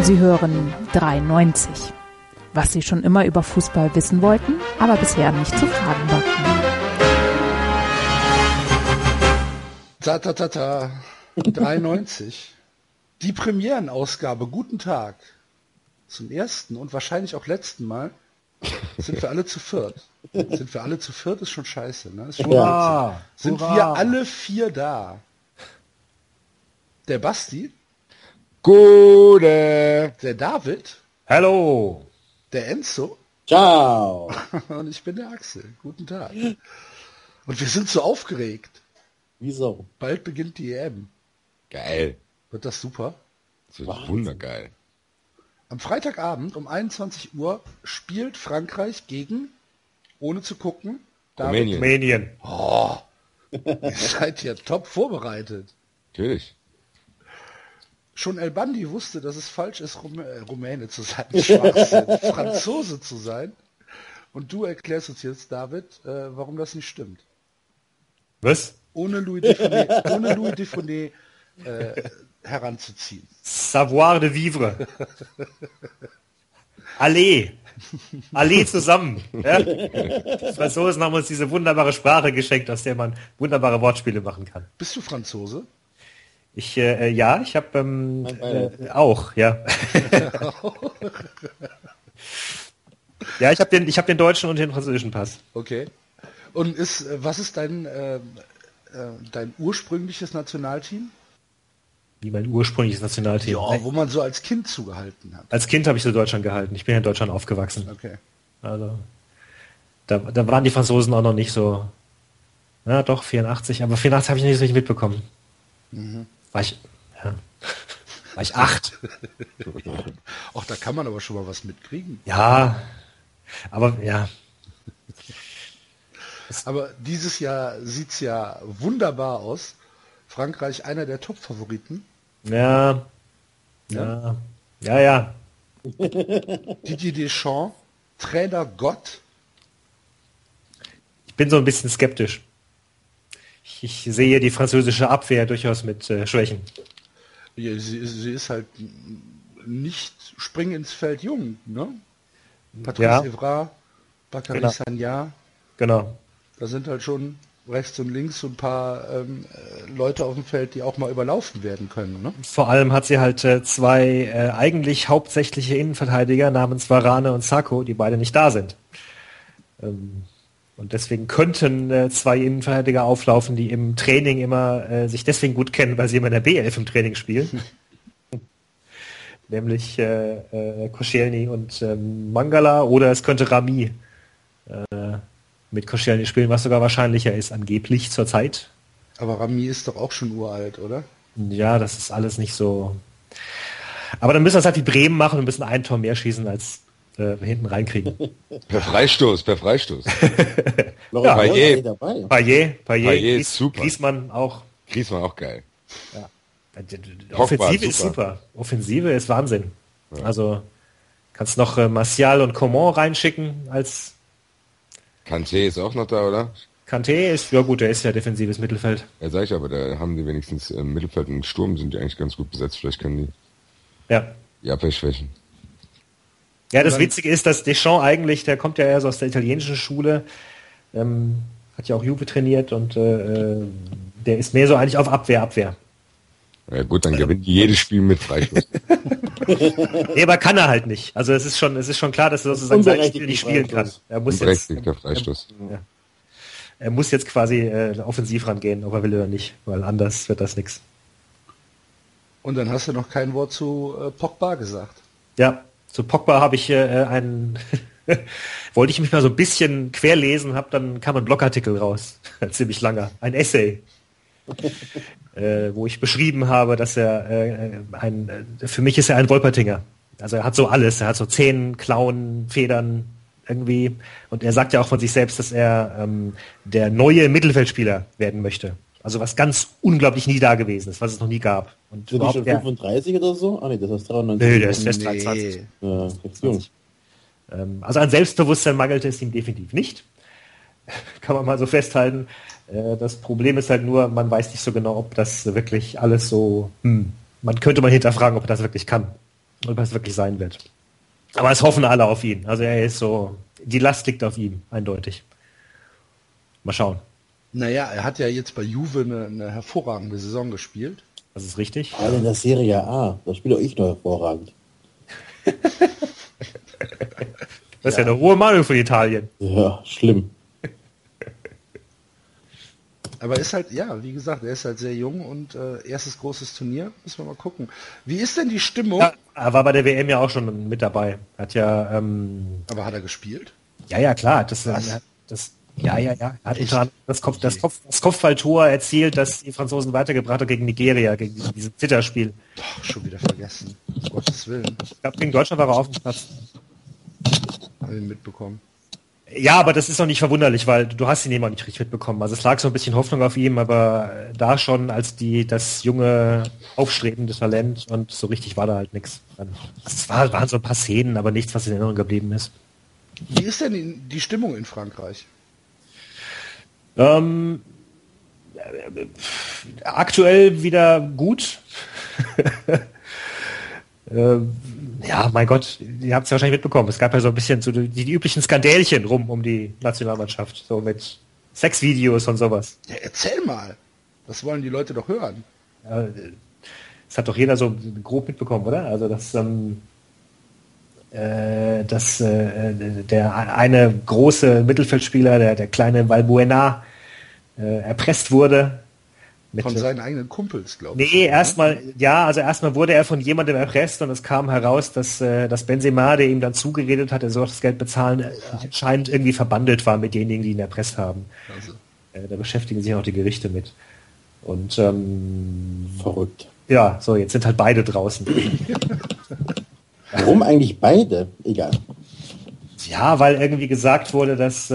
Sie hören 93. Was Sie schon immer über Fußball wissen wollten, aber bisher nicht zu fragen wagten. Ta. 93. Die Premierenausgabe. Guten Tag. Zum ersten und wahrscheinlich auch letzten Mal sind wir alle zu viert. Sind wir alle zu viert, ist schon scheiße. Ne? Ist schon Hurra, sind hurra. wir alle 4 da? Der Basti, Gute. der David, Hallo. der Enzo Ciao. und ich bin der Axel. Guten Tag. Und wir sind so aufgeregt. Wieso? Bald beginnt die EM. Geil. Wird das super? Das wird Wahnsinn. wundergeil. Am Freitagabend um 21 Uhr spielt Frankreich gegen, ohne zu gucken, David. Rumänien. Rumänien. Ihr seid ja top vorbereitet. Natürlich. Schon El Bandi wusste, dass es falsch ist, Rumäne zu sein, Schwachsinn, Franzose zu sein. Und du erklärst uns jetzt, David, warum das nicht stimmt. Was? Ohne Louis Defoné heranzuziehen. Savoir de vivre. Allez. Allez zusammen. Ja? Die Franzosen haben uns diese wunderbare Sprache geschenkt, aus der man wunderbare Wortspiele machen kann. Bist du Franzose? Ich habe auch, ja. Ja, ich habe den deutschen und den französischen Pass. Okay. Und was ist dein ursprüngliches Nationalteam? Wie mein ursprüngliches Nationalteam. Ja, wo man so als Kind zugehalten hat. Als Kind habe ich so Deutschland gehalten. Ich bin ja in Deutschland aufgewachsen. Okay. Also da waren die Franzosen auch noch nicht so. Ja, doch 84, aber 84 habe ich nicht so richtig mitbekommen. War ich 8. Ach, da kann man aber schon mal was mitkriegen. Ja, aber ja. Aber dieses Jahr sieht's ja wunderbar aus. Frankreich einer der Top-Favoriten. Ja. Didier Deschamps, Trainer Gott. Ich bin so ein bisschen skeptisch. Ich sehe die französische Abwehr durchaus mit Schwächen. Ja, sie ist halt nicht spring ins Feld jung, ne? Patrice Evra, Bakary Genau. Sagna, Genau. da sind halt schon rechts und links so ein paar Leute auf dem Feld, die auch mal überlaufen werden können, ne? Vor allem hat sie halt zwei eigentlich hauptsächliche Innenverteidiger namens Varane und Sacco, die beide nicht da sind. Und deswegen könnten 2 Innenverteidiger auflaufen, die im Training immer sich deswegen gut kennen, weil sie immer in der B11 im Training spielen. Nämlich Koscielny und Mangala, oder es könnte Rami mit Koscielny spielen, was sogar wahrscheinlicher ist, angeblich zurzeit. Aber Rami ist doch auch schon uralt, oder? Ja, das ist alles nicht so. Aber dann müssen wir es halt wie Bremen machen und müssen ein Tor mehr schießen, als wir hinten reinkriegen. Per Freistoß. Payet dabei. Payet, ist super. Griezmann auch. Griezmann auch geil. Die Pogba, Offensive ist super. Offensive ist Wahnsinn. Ja. Also kannst noch Martial und Coman reinschicken als Kanté ist auch noch da, oder? Kanté ist, ja gut, der ist ja defensives Mittelfeld. Ja, sag ich, aber da haben die wenigstens im Mittelfeld und Sturm sind die eigentlich ganz gut besetzt. Vielleicht können Ja. die Abwehr schwächen. Ja, das Witzige ist, dass Deschamps eigentlich, der kommt ja eher so aus der italienischen Schule, hat ja auch Juve trainiert und der ist mehr so eigentlich auf Abwehr. Ja gut, dann gewinnt die jedes Spiel mit Freistoß. Nee, aber kann er halt nicht. Also es ist schon klar, dass er sozusagen sein Spiel nicht spielen kann. Er muss jetzt, der Freistoß. er muss jetzt quasi offensiv rangehen, ob er will oder nicht, weil anders wird das nichts. Und dann hast du noch kein Wort zu Pogba gesagt. Ja, zu Pogba habe ich wollte ich mich mal so ein bisschen querlesen, dann kam ein Blogartikel raus, ein ziemlich langer, ein Essay, wo ich beschrieben habe, dass er für mich ist er ein Wolpertinger. Also er hat so alles, er hat so Zähnen, Klauen, Federn irgendwie, und er sagt ja auch von sich selbst, dass er der neue Mittelfeldspieler werden möchte. Also was ganz unglaublich nie da gewesen ist, was es noch nie gab. Und Sind die schon 35 oder so? Ah nee, das ist 93. Nee, der ist erst 23. Ja, jung. Also an Selbstbewusstsein mangelte es ihm definitiv nicht. Kann man mal so festhalten. Das Problem ist halt nur, man weiß nicht so genau, ob das wirklich alles so... Man könnte mal hinterfragen, ob er das wirklich kann. und was wirklich sein wird. Aber es hoffen alle auf ihn. Also er ist so, die Last liegt auf ihm, eindeutig. Mal schauen. Naja, er hat ja jetzt bei Juve eine hervorragende Saison gespielt. Das ist richtig. Also in der Serie A, da spiele auch ich noch hervorragend. Das ist ja eine hohe Meinung von Italien. Ja, schlimm. Aber ist halt, ja, wie gesagt, er ist halt sehr jung und erstes großes Turnier. Müssen wir mal gucken. Wie ist denn die Stimmung? Ja, er war bei der WM ja auch schon mit dabei. Hat ja, Aber hat er gespielt? ja, klar. Er hat unter anderem das Kopfballtor erzielt, das die Franzosen weitergebracht hat gegen Nigeria, gegen dieses Zitterspiel. Boah, schon wieder vergessen. Um Gottes Willen. Ich glaube, gegen Deutschland war er auf dem Platz. Habe ich mitbekommen. Ja, aber das ist noch nicht verwunderlich, weil du hast ihn eben auch nicht richtig mitbekommen. Also es lag so ein bisschen Hoffnung auf ihm, aber da schon als das junge, aufstrebende Talent und so richtig war da halt nichts. Es waren so ein paar Szenen, aber nichts, was in Erinnerung geblieben ist. Wie ist denn die Stimmung in Frankreich? Aktuell wieder gut. Ja, mein Gott, ihr habt es ja wahrscheinlich mitbekommen. Es gab ja so ein bisschen so die üblichen Skandälchen rum um die Nationalmannschaft, so mit Sexvideos und sowas. Ja, erzähl mal. Das wollen die Leute doch hören. Das hat doch jeder so grob mitbekommen, oder? Also der eine große Mittelfeldspieler, der kleine Valbuena, erpresst wurde. Von seinen eigenen Kumpels, glaube ich. Erstmal wurde er von jemandem erpresst und es kam heraus, dass Benzema, der ihm dann zugeredet hat, er soll das Geld bezahlen, anscheinend irgendwie verbandelt war mit denjenigen, die ihn erpresst haben. Also. Da beschäftigen sich auch die Gerichte mit. Und Verrückt. ja, so, jetzt sind halt beide draußen. Warum eigentlich beide? Egal. Ja, weil irgendwie gesagt wurde, dass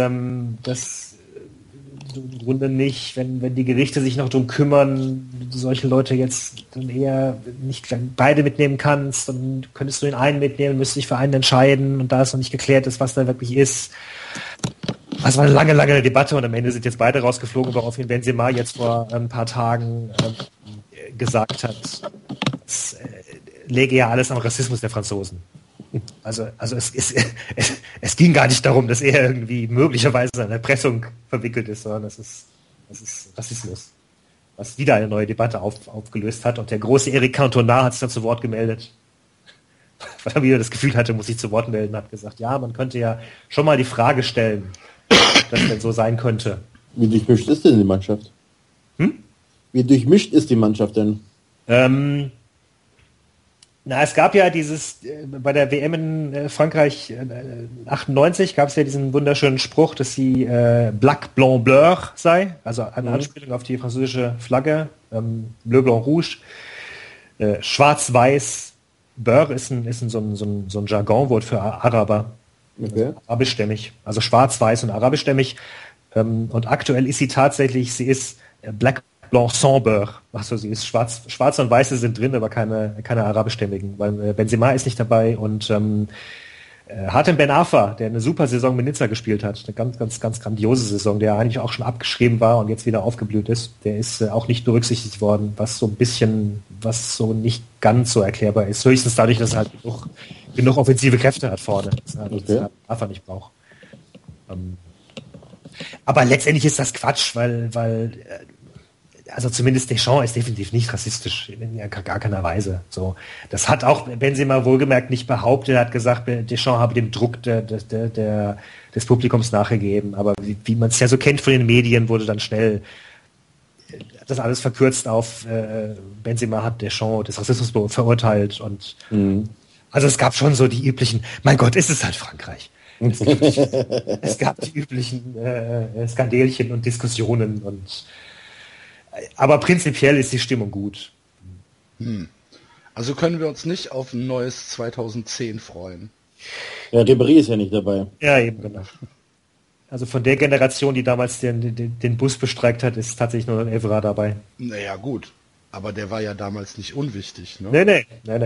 du im Grunde nicht, wenn die Gerichte sich noch darum kümmern, solche Leute jetzt dann eher nicht beide mitnehmen kannst, dann könntest du den einen mitnehmen, müsstest dich für einen entscheiden und da es noch nicht geklärt ist, was da wirklich ist. Das war eine lange Debatte und am Ende sind jetzt beide rausgeflogen, woraufhin Benzema jetzt vor ein paar Tagen gesagt hat, es läge ja alles am Rassismus der Franzosen. Also es ging gar nicht darum, dass er irgendwie möglicherweise in Erpressung verwickelt ist, sondern das ist Rassismus. Was wieder eine neue Debatte aufgelöst hat. Und der große Eric Cantona hat sich dann zu Wort gemeldet. Weil er wieder das Gefühl hatte, muss sich zu Wort melden, hat gesagt, ja, man könnte ja schon mal die Frage stellen, ob das denn so sein könnte. Wie durchmischt ist denn die Mannschaft? Wie durchmischt ist die Mannschaft denn? Es gab ja bei der WM in Frankreich 98 gab es ja diesen wunderschönen Spruch, dass sie Black, Blanc, Bleu sei, also eine Anspielung auf die französische Flagge, Bleu, Blanc, Rouge. Schwarz-Weiß, Beur ist so ein Jargonwort für Araber, Okay. arabischstämmig, also schwarz-weiß und arabischstämmig. Und aktuell ist sie tatsächlich, sie ist Black, Blanc sans Beurre. Achso, sie ist schwarz und weiße sind drin, aber keine arabischstämmigen, weil Benzema ist nicht dabei und Hatem Ben Arfa, der eine super Saison mit Nizza gespielt hat, eine ganz grandiose Saison, der eigentlich auch schon abgeschrieben war und jetzt wieder aufgeblüht ist, der ist auch nicht berücksichtigt worden, was so nicht ganz so erklärbar ist. Höchstens dadurch, dass er halt genug offensive Kräfte hat vorne, dass er halt Arfa nicht braucht. Aber letztendlich ist das Quatsch, weil also zumindest Deschamps ist definitiv nicht rassistisch, in gar keiner Weise. So, das hat auch Benzema wohlgemerkt nicht behauptet. Er hat gesagt, Deschamps habe dem Druck des Publikums nachgegeben. Aber wie man es ja so kennt von den Medien, wurde dann schnell das alles verkürzt auf Benzema hat Deschamps des Rassismus verurteilt. Und also es gab schon so die üblichen, mein Gott, ist es halt Frankreich. Es gab die üblichen Skandälchen und Diskussionen und aber prinzipiell ist die Stimmung gut. Also können wir uns nicht auf ein neues 2010 freuen. Ja, Ribéry ist ja nicht dabei. Ja, eben, genau. Also von der Generation, die damals den Bus bestreikt hat, ist tatsächlich nur ein Evra dabei. Naja, gut. Aber der war ja damals nicht unwichtig. Ne? Nee.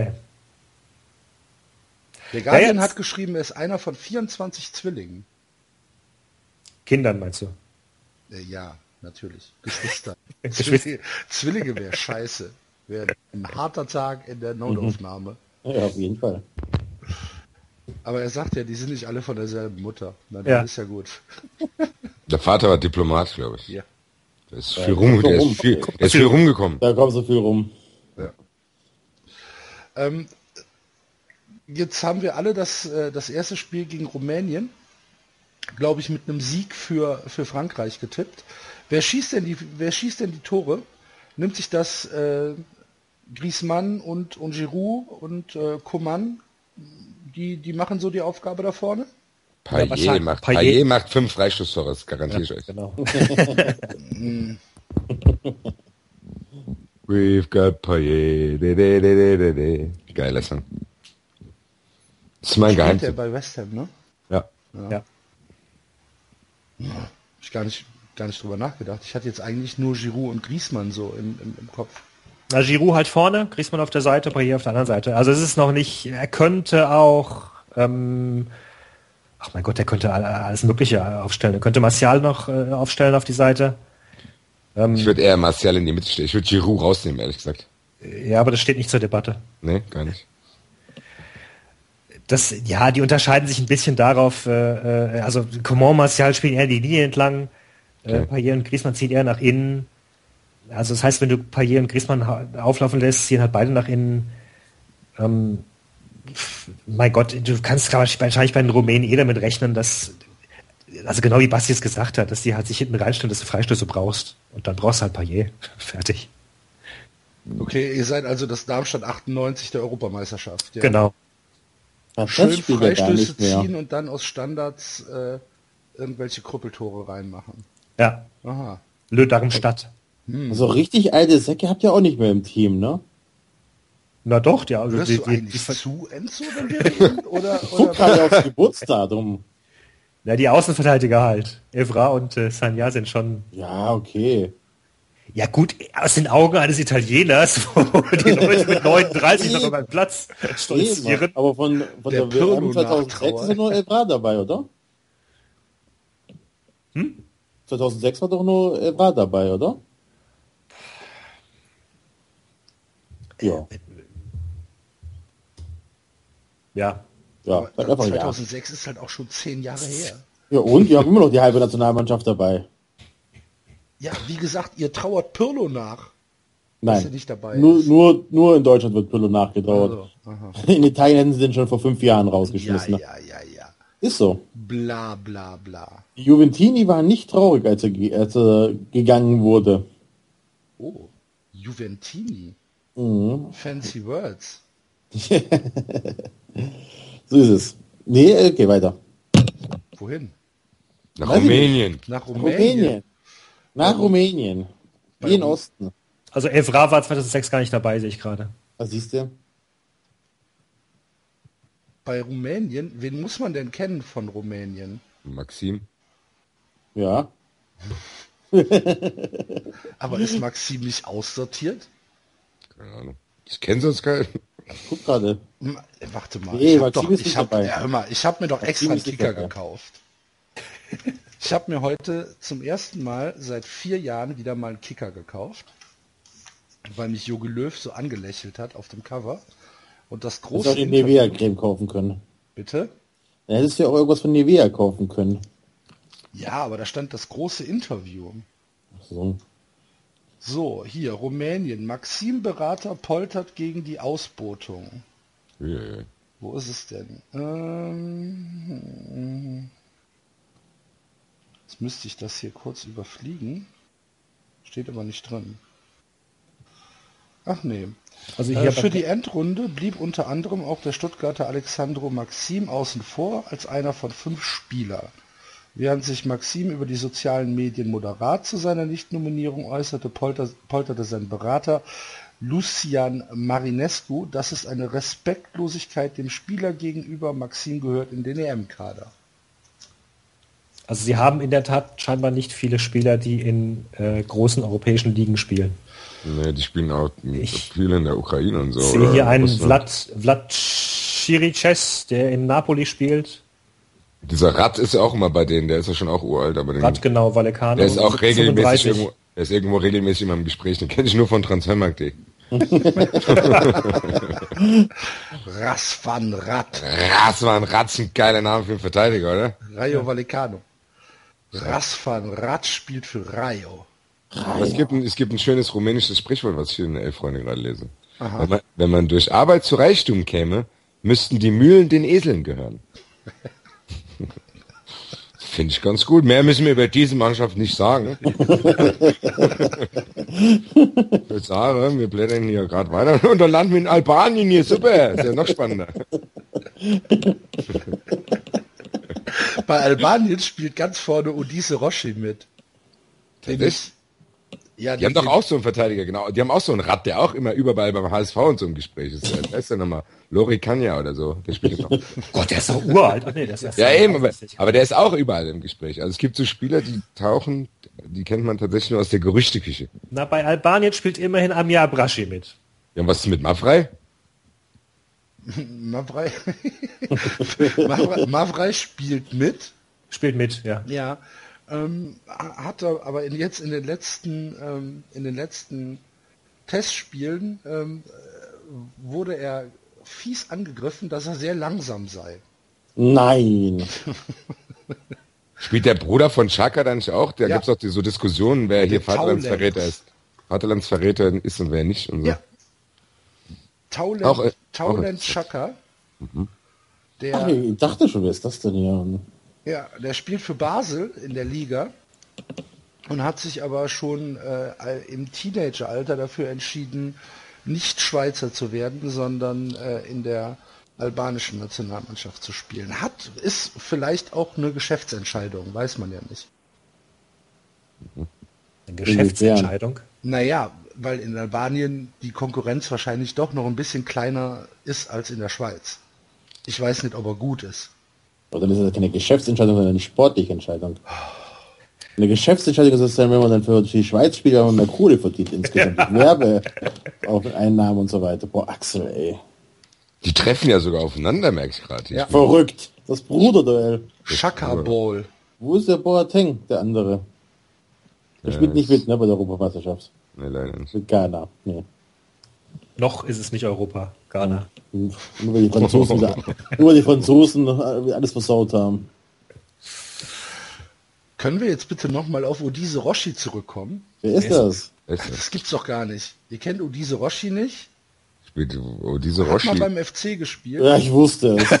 Der Guardian hat geschrieben, er ist einer von 24 Zwillingen. Kindern, meinst du? Ja, natürlich. Geschwister. Geschwister. Zwillinge wäre scheiße. Wäre ein harter Tag in der Notaufnahme. Ja, auf jeden Fall. Aber er sagt ja, die sind nicht alle von derselben Mutter. Na, das Ja. ist ja gut. Der Vater war Diplomat, glaube ich. Ja. Der ist viel rumgekommen. Da kommt so viel rum. Jetzt haben wir alle das erste Spiel gegen Rumänien, glaube ich, mit einem Sieg für Frankreich getippt. Wer schießt denn die Tore? Nimmt sich das Griezmann und Giroud und Coman? Die machen so die Aufgabe da vorne? Payet macht 5 Freistoßtore, das garantiere ich euch. Genau. We've got Payet. Geiler Song. Das ist mein Spielt der Geheimtipp. bei West Ham, ne? Ja. Ja. Hab ich gar nicht drüber nachgedacht. Ich hatte jetzt eigentlich nur Giroud und Griezmann so im Kopf. Na, Giroud halt vorne, Griezmann auf der Seite, Payet auf der anderen Seite. Also es ist noch nicht, er könnte auch, ach mein Gott, er könnte alles Mögliche aufstellen. Er könnte Martial noch aufstellen auf die Seite. Ich würde eher Martial in die Mitte stellen. Ich würde Giroud rausnehmen, ehrlich gesagt. Ja, aber das steht nicht zur Debatte. Nee, gar nicht. Die unterscheiden sich ein bisschen darauf, also Coman, Martial spielen eher die Linie entlang, Payet und Griezmann ziehen eher nach innen. Also das heißt, wenn du Payet und Griezmann auflaufen lässt, ziehen halt beide nach innen. Mein Gott, du kannst wahrscheinlich bei den Rumänen damit rechnen, dass, also genau wie Basti es gesagt hat, dass die halt sich hinten reinstellen, dass du Freistöße brauchst. Und dann brauchst du halt Payet. Fertig. Okay, ihr seid also das Darmstadt 98 der Europameisterschaft. Ja. Genau. Das Schön spielt er gar Freistöße nicht mehr. ziehen und dann aus Standards irgendwelche Krüppeltore reinmachen. Ja. Aha. Le Darmstadt. So richtig alte Säcke habt ihr auch nicht mehr im Team, ne? Na doch, ja. Also Hörst du eigentlich zu, Enzo, wenn wir reden? Guck gerade aufs Geburtsdatum. Die Außenverteidiger halt. Evra und Sagna sind schon. Ja, okay. Ja gut, aus den Augen eines Italieners, wo die Leute mit 39 noch über den Platz stolzieren. Aber von der Pirlo WM 2006 nachtrauert. ist ja nur Evra dabei, oder? 2006 war doch nur Evra dabei, oder? Ja. Ja. Ja, Aber sag einfach ja. 2006 ist halt auch schon 10 Jahre her. Ja, und wir haben immer noch die halbe Nationalmannschaft dabei. Ja, wie gesagt, ihr trauert Pirlo nach. Dass er Nein, nicht dabei nur, ist. nur in Deutschland wird Pirlo nachgetrauert. Also, aha. In Italien hätten sie den schon vor 5 Jahren rausgeschmissen. ne? Ja. Ist so. Bla bla bla. Die Juventini war nicht traurig, als er gegangen wurde. Oh, Juventini. Mhm. Fancy words. So ist es. Nee, okay, weiter. Wohin? Nach Weiß ich Rumänien. Nach Rumänien. Rumänien. Nach Rumänien. Wie in Osten. Also Evra war 2006 gar nicht dabei, sehe ich gerade. Was siehst du? Bei Rumänien, wen muss man denn kennen von Rumänien? Maxim. Ja. Aber ist Maxim nicht aussortiert? Keine Ahnung. Ich kenne sonst keinen. Guck gerade. Warte mal, Nee, ich habe Maxim ist nicht dabei. hör mal, ich hab mir doch extra einen ist nicht Kicker dabei. gekauft. Ich habe mir heute zum ersten Mal seit 4 Jahren wieder mal einen Kicker gekauft, weil mich Jogi Löw so angelächelt hat auf dem Cover. Und das Du hättest große auch die Nivea-Creme kaufen können. Bitte? Dann hättest du ja auch irgendwas von Nivea kaufen können. Ja, aber da stand das große Interview. So. So, hier, Rumänien. Maxim Berater poltert gegen die Ausbotung. Ja. Wo ist es denn? Jetzt müsste ich das hier kurz überfliegen. Steht aber nicht drin. Ach nee. Also hier Für die Endrunde blieb unter anderem auch der Stuttgarter Alexandro Maxim außen vor als einer von 5 Spielern. Während sich Maxim über die sozialen Medien moderat zu seiner Nichtnominierung äußerte, polterte sein Berater Lucian Marinescu, das ist eine Respektlosigkeit dem Spieler gegenüber. Maxim gehört in den EM-Kader. Also sie haben in der Tat scheinbar nicht viele Spieler, die in großen europäischen Ligen spielen. Ne, die spielen auch viel in der Ukraine und so. Ich sehe oder hier einen Russland. Vlad Chiriches, der in Napoli spielt. Dieser Rad ist ja auch immer bei denen, der ist ja schon auch uralt, aber Gerade genau, Vallecano. der ist auch regelmäßig 35. irgendwo, der ist irgendwo regelmäßig immer im Gespräch, den kenne ich nur von Transfermarkt.de. Razvan Rad. Razvan Rad ist ein geiler Name für einen Verteidiger, oder? Rayo Vallecano. Razvan Rad spielt für Rayo. Es gibt ein schönes rumänisches Sprichwort, was ich in der Elf-Freunde gerade lese. Wenn man durch Arbeit zu Reichtum käme, müssten die Mühlen den Eseln gehören. Finde ich ganz gut. Mehr müssen wir über diese Mannschaft nicht sagen. Ich würde sagen, wir blättern hier gerade weiter und dann landen wir in Albanien hier. Super, ist ja noch spannender. Bei Albanien spielt ganz vorne Odise Roshi mit. Die haben doch auch so einen Verteidiger, genau. Die haben auch so einen Rad, der auch immer überall beim HSV und so im Gespräch ist. Da ist ja nochmal Lori Kanja oder so. Der spielt doch. Gott, der ist doch uralt. Ach, nee, das ist ja, eben, aber der ist auch überall im Gespräch. Also es gibt so Spieler, die tauchen, die kennt man tatsächlich nur aus der Gerüchteküche. Na, bei Albanien spielt immerhin Amir Brashi mit. Ja, und was ist mit Mavrei? Mavrei spielt mit. Spielt mit, ja. Ja. Hat er aber jetzt in den letzten Testspielen wurde er fies angegriffen, dass er sehr langsam sei. Nein. Spielt der Bruder von Xhaka dann nicht auch? Da gibt's auch so Diskussionen, wer hier Vaterlandsverräter ist. Vaterlandsverräter ist und wer nicht und so. Ja. Tauland Xhaka. Ach, ich dachte schon, wer ist das denn hier? Ja, der spielt für Basel in der Liga und hat sich aber schon im Teenageralter dafür entschieden, nicht Schweizer zu werden, sondern in der albanischen Nationalmannschaft zu spielen. Ist vielleicht auch eine Geschäftsentscheidung, weiß man ja nicht. Eine Geschäftsentscheidung? Naja, weil in Albanien die Konkurrenz wahrscheinlich doch noch ein bisschen kleiner ist als in der Schweiz. Ich weiß nicht, ob er gut ist. Aber dann ist das keine Geschäftsentscheidung, sondern eine sportliche Entscheidung. Eine Geschäftsentscheidung ist es dann, wenn man dann für die Schweiz spielt, und mehr Kohle verdient insgesamt. Werbe, auf Einnahmen und so weiter. Boah, Axel, ey. Die treffen ja sogar aufeinander, merke ich gerade. Ja. Verrückt. Das Bruderduell. Xhaka Ball. Wo ist der Boateng, der andere? Der spielt nicht mit, ne, bei der Europameisterschaft. Nee, leider nicht. Mit Ghana, nee. Noch ist es nicht Europa, Ghana. Nur weil die Franzosen alles versaut haben. Können wir jetzt bitte nochmal auf Odise Roshi zurückkommen? Wer ist das? Das gibt's doch gar nicht. Ihr kennt Odise Roshi nicht? Spielt Odise Hat Roshi. mal beim FC gespielt. Ja, ich wusste es.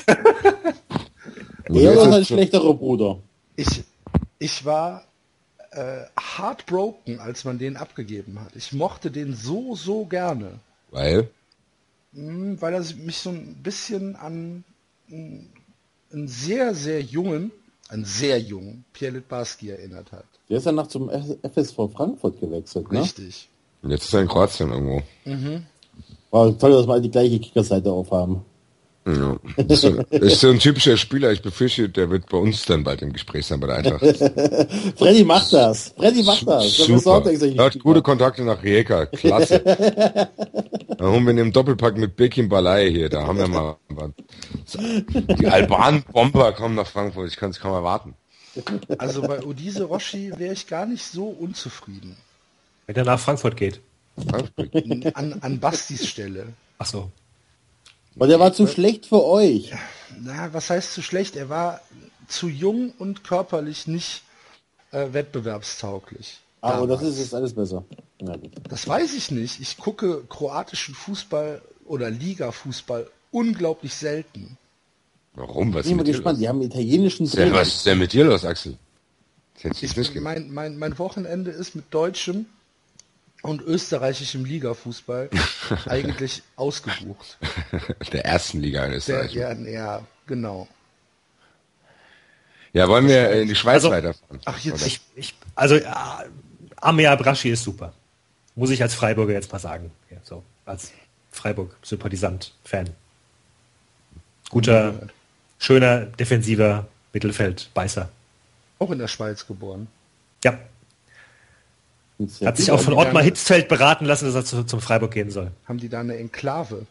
Er war ein schlechterer Bruder. Ich war heartbroken, als man den abgegeben hat. Ich mochte den so gerne. Weil er mich so ein bisschen an einen sehr jungen Pierre Littbarski erinnert hat. Der ist danach zum FSV Frankfurt gewechselt, ne? Richtig. Und jetzt ist er in Kroatien irgendwo. War toll, dass wir alle die gleiche Kickerseite aufhaben. Ja. Das ist so ein typischer Spieler. Ich befürchte, der wird bei uns dann bald im Gespräch sein bei der Eintracht. Freddy macht das. Super. Er hat gute Kontakte nach Rijeka. Klasse. Da haben wir im Doppelpack mit Bekim Balai hier. Da haben wir mal. Die Alban-Bomber kommen nach Frankfurt. Ich kann es kaum erwarten. Also bei Odise Roshi wäre ich gar nicht so unzufrieden. Wenn er nach Frankfurt geht. An Bastis Stelle. Ach so. Und der war zu schlecht für euch. Na, was heißt zu schlecht? Er war zu jung und körperlich nicht wettbewerbstauglich. Aber das ist jetzt alles besser. Ja, das weiß ich nicht. Ich gucke kroatischen Fußball oder Liga-Fußball unglaublich selten. Warum? Was ich bin mal gespannt. Die haben italienischen Trainer. Was ist denn mit dir los, Axel? Mein Wochenende ist mit deutschem und österreichischem Liga-Fußball eigentlich ausgebucht. Der ersten Liga in Österreich. Ja, genau. Ja, wollen wir in die Schweiz weiterfahren? Ach, jetzt. Amir Brashi ist super. Muss ich als Freiburger jetzt mal sagen. Ja, so, als Freiburg-Sympathisant-Fan. Guter, schöner, defensiver Mittelfeld-Beißer. Auch in der Schweiz geboren. Ja. Hat sich auch von Ottmar Hitzfeld beraten lassen, dass er zum Freiburg gehen soll. Haben die da eine Enklave?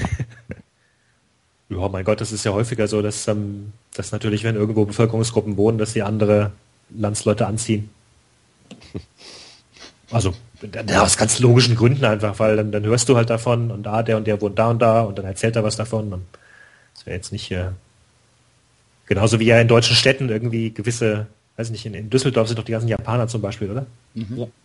Ja, mein Gott, das ist ja häufiger so, dass natürlich, wenn irgendwo Bevölkerungsgruppen wohnen, dass sie andere Landsleute anziehen. Also, Aus ganz logischen Gründen einfach, weil dann hörst du halt davon und der und der wohnt da und dann erzählt er was davon. Und das wäre jetzt nicht genauso wie ja in deutschen Städten irgendwie gewisse, weiß nicht, in Düsseldorf sind doch die ganzen Japaner zum Beispiel, oder? Mhm. Ja.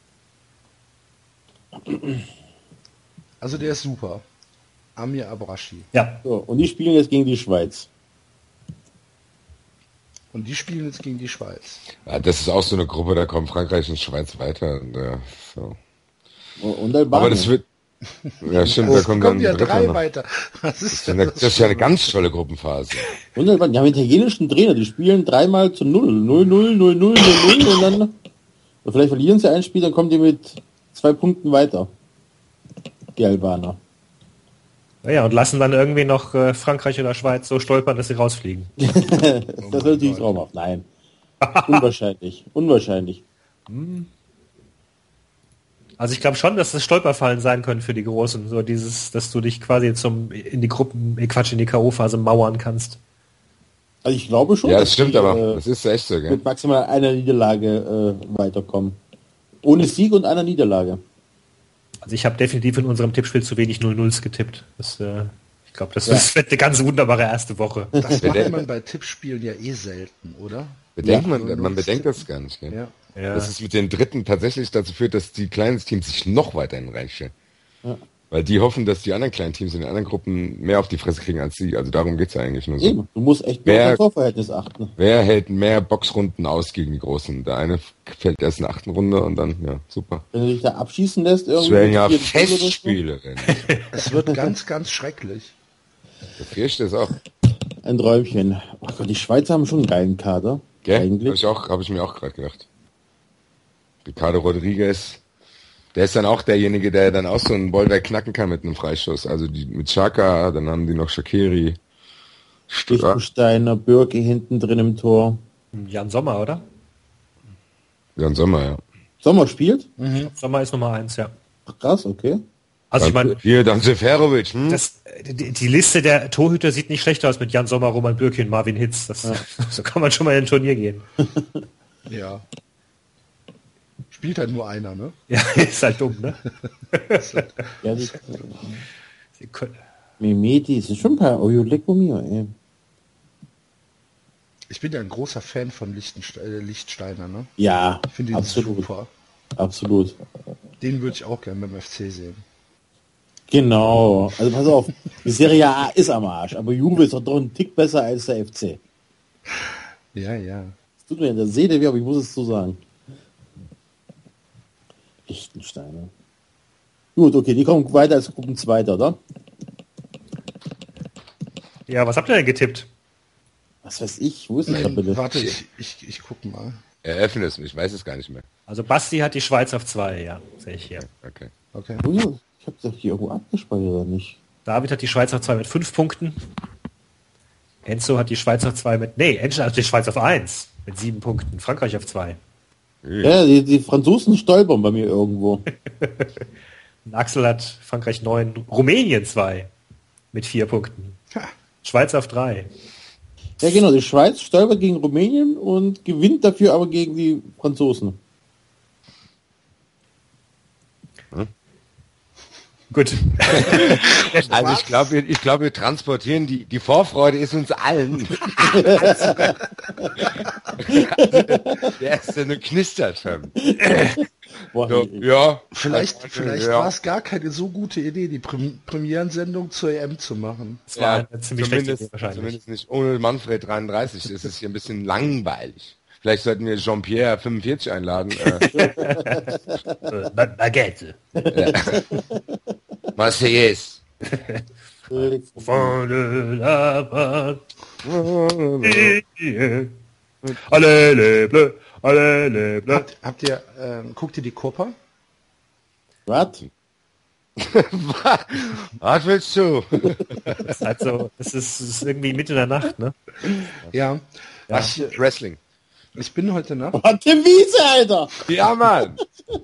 Also der ist super. Amir Abrashi. Ja. So, und die spielen jetzt gegen die Schweiz. Und die spielen jetzt gegen die Schweiz. Ja, das ist auch so eine Gruppe, da kommen Frankreich und Schweiz weiter. Und, so. Und Albanien. Aber das wird... Ja, stimmt, da kommen dann ja drei noch. weiter. Was ist denn Das ist ja eine ganz tolle Gruppenphase. Und Albanien, die haben italienischen Trainer, die spielen 3-0 zu 0. 0-0, 0-0, 0-0 und dann... Oder vielleicht verlieren sie ein Spiel, dann kommen die mit 2 Punkten weiter. Die Albaner. Ja, und lassen dann irgendwie noch Frankreich oder Schweiz so stolpern, dass sie rausfliegen. Das ist natürlich traumhaft. Nein. Unwahrscheinlich. Unwahrscheinlich. Also ich glaube schon, dass das Stolperfallen sein können für die Großen. So dieses, dass du dich quasi in die K.O.-Phase mauern kannst. Also ich glaube schon, Ja, dass das stimmt, die, aber das ist echt so, gell? mit maximal einer Niederlage weiterkommen. Ohne Sieg und einer Niederlage. Also ich habe definitiv in unserem Tippspiel zu wenig 0-0s getippt. Ich glaube, das wird eine ganz wunderbare erste Woche. Das macht man bei Tippspielen ja selten, oder? Man bedenkt das gar nicht. Gell? Ja. Dass es mit den Dritten tatsächlich dazu führt, dass die kleinen Teams sich noch weiterhin reinstellen. Ja. Weil die hoffen, dass die anderen kleinen Teams in den anderen Gruppen mehr auf die Fresse kriegen als sie. Also darum geht's ja eigentlich nur so. Eben, du musst echt nur auf dein Torverhältnis achten. Wer hält mehr Boxrunden aus gegen die Großen? Der eine fällt erst in der 8. Runde und dann, ja, super. Wenn du dich da abschießen lässt, Das irgendwie. wären ja Festspiele. Es wird ganz, ganz schrecklich. Das fürchte es auch. Ein Träumchen. Oh Gott, die Schweizer haben schon einen geilen Kader. Gell? Eigentlich. Habe ich mir auch gerade gedacht. Ricardo Rodriguez, der ist dann auch derjenige, der dann auch so einen Bollwerk knacken kann mit einem Freischuss. Also mit Xhaka, dann haben die noch Shaqiri. Lichtensteiner, Bürki hinten drin im Tor. Jan Sommer, oder? Jan Sommer, ja. Sommer spielt? Sommer ist Nummer 1, ja. Ach, krass, okay. Also ich meine, Hier, dann Seferovic. die Liste der Torhüter sieht nicht schlecht aus mit Jan Sommer, Roman Bürki und Marvin Hitz. So kann man schon mal in ein Turnier gehen. Ja. Spielt halt nur einer, ne? Ja, ist halt dumm, ne? Ja, Mimeti, es ist schon ein paar Leco mio, ey. Ich bin ja ein großer Fan von Lichtsteiner, ne? Ja, Ich finde ihn absolut. super. Absolut. Den würde ich auch gerne beim FC sehen. Genau. Also pass auf, die Serie A ist am Arsch, aber Juve ist doch ein Tick besser als der FC. Ja, ja. Das tut mir in der Seele weh, aber ich muss es so sagen. Lichtensteiner. Gut, okay, die kommen weiter als Gruppenzweiter, oder? Ja, was habt ihr denn getippt? Was weiß ich, wo ist denn das bitte? Warte, ich gucke mal. Eröffne es, ich weiß es gar nicht mehr. Also Basti hat die Schweiz auf 2, ja, sehe ich hier. Okay. Okay. Oh ja, ich habe doch hier irgendwo abgespeichert, oder nicht? David hat die Schweiz auf 2 mit 5 Punkten. Enzo hat die Schweiz auf 2 Enzo hat die Schweiz auf 1 mit 7 Punkten. Frankreich auf 2. Ja, die Franzosen stolpern bei mir irgendwo. Und Axel hat Frankreich 9, Rumänien 2 mit 4 Punkten. Schweiz auf 3. Ja genau, die Schweiz stolpert gegen Rumänien und gewinnt dafür aber gegen die Franzosen. Gut. Also ich glaube, wir transportieren die Vorfreude ist uns allen. Der ist ja nur knistert schon. So, ja. Vielleicht war es gar keine so gute Idee, die Premierensendung zur EM zu machen. Das war eine ziemlich schlechte Idee wahrscheinlich. Zumindest nicht ohne Manfred 33. Das ist hier ein bisschen langweilig. Vielleicht sollten wir Jean-Pierre 45 einladen. Baguette. Marseillaise. Allez les Bleus, allez les Bleus. Habt ihr, guckt ihr die Copa? Was? Was willst du? Das ist irgendwie mitten in der Nacht, ne? Ja. Wrestling. Ich bin heute Nacht. Oh, Tim Wiese, Alter! Ja, Mann.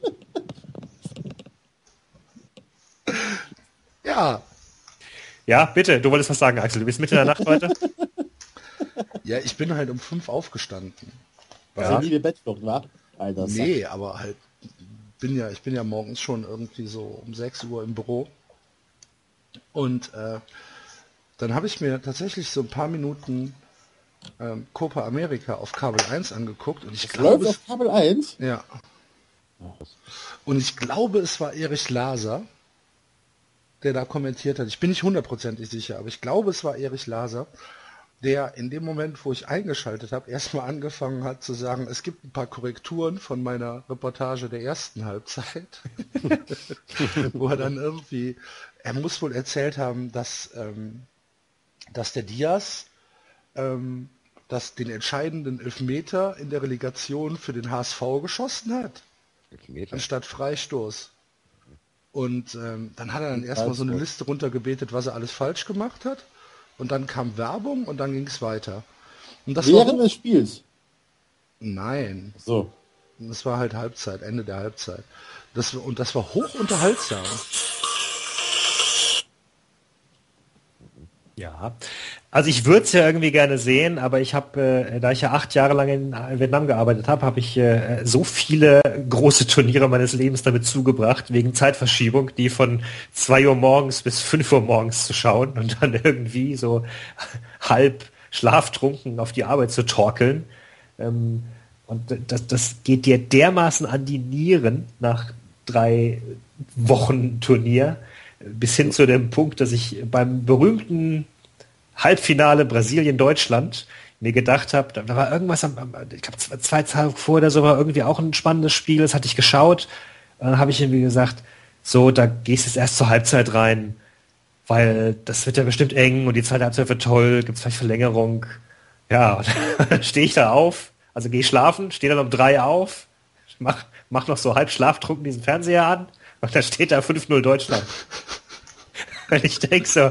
Ja. Ja, bitte, du wolltest was sagen, Axel. Du bist mitten in der Nacht heute? Ja, ich bin halt um 5 aufgestanden. Was ja liebe Bettflucht war? Alter, nee, aber halt bin ja morgens schon irgendwie so um 6 Uhr im Büro. Und dann habe ich mir tatsächlich so ein paar Minuten Copa America auf Kabel 1 angeguckt. Und ich glaube, läuft auf Kabel 1? Ja. Und ich glaube, es war Erich Laser, der da kommentiert hat. Ich bin nicht hundertprozentig sicher, aber ich glaube, es war Erich Laser, der in dem Moment, wo ich eingeschaltet habe, erstmal angefangen hat zu sagen, es gibt ein paar Korrekturen von meiner Reportage der ersten Halbzeit, wo er dann irgendwie, er muss wohl erzählt haben, dass der Diaz dass den entscheidenden Elfmeter in der Relegation für den HSV geschossen hat, anstatt Freistoß. Und dann hat er dann erstmal so eine Liste runtergebetet, was er alles falsch gemacht hat. Und dann kam Werbung und dann ging es weiter. Und das während des Spiels? Nein. So. Das war halt Halbzeit, Ende der Halbzeit. Das war hoch unterhaltsam. Ja, also ich würde es ja irgendwie gerne sehen, aber ich habe, da ich ja 8 Jahre lang in Vietnam gearbeitet habe ich so viele große Turniere meines Lebens damit zugebracht, wegen Zeitverschiebung, die von 2 Uhr morgens bis 5 Uhr morgens zu schauen und dann irgendwie so halb schlaftrunken auf die Arbeit zu torkeln. Und das geht dir dermaßen an die Nieren nach 3 Wochen Turnier, bis hin zu dem Punkt, dass ich beim berühmten Halbfinale Brasilien-Deutschland mir gedacht habe, da war irgendwas ich glaube 2 Tage vor oder so, war irgendwie auch ein spannendes Spiel, das hatte ich geschaut. Und dann habe ich irgendwie gesagt, so, da gehst du jetzt erst zur Halbzeit rein, weil das wird ja bestimmt eng und die zweite Halbzeit wird toll, gibt es vielleicht Verlängerung. Ja, und dann stehe ich da auf, also gehe schlafen, stehe dann um 3 auf, mach noch so halb schlaftrunken diesen Fernseher an und da steht da 5-0 Deutschland. Und ich denke so,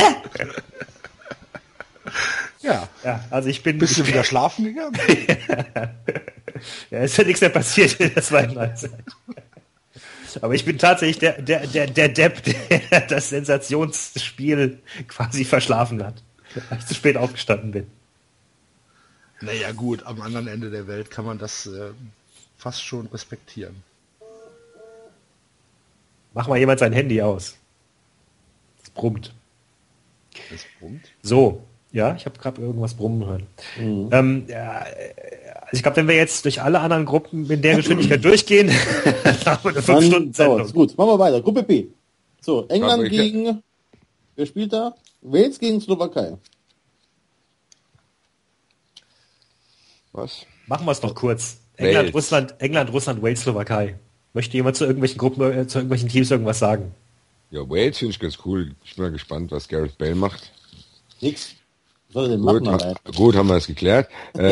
Ja, also ich bin... Bist du wieder schlafen gegangen? Ja, ist ja nichts mehr passiert in der zweiten Halbzeit. Aber ich bin tatsächlich der Depp, der das Sensationsspiel quasi verschlafen hat, weil ich zu spät aufgestanden bin. Naja gut, am anderen Ende der Welt kann man das fast schon respektieren. Mach mal jemand sein Handy aus. Es brummt. Es brummt? So, ja, ich habe gerade irgendwas brummen hören. Also ich glaube, wenn wir jetzt durch alle anderen Gruppen in der Geschwindigkeit durchgehen, dann haben wir eine 5-Stunden-Sendung. Gut, machen wir weiter. Gruppe B. So, England gegen... Wer spielt da? Wales gegen Slowakei. Was? Machen wir es noch kurz. England, Russland, Wales, Slowakei. Möchte jemand zu irgendwelchen Gruppen, zu irgendwelchen Teams irgendwas sagen? Ja, Wales finde ich ganz cool. Ich bin mal gespannt, was Gareth Bale macht. Nix. Was soll er denn machen? Gut, haben wir es geklärt.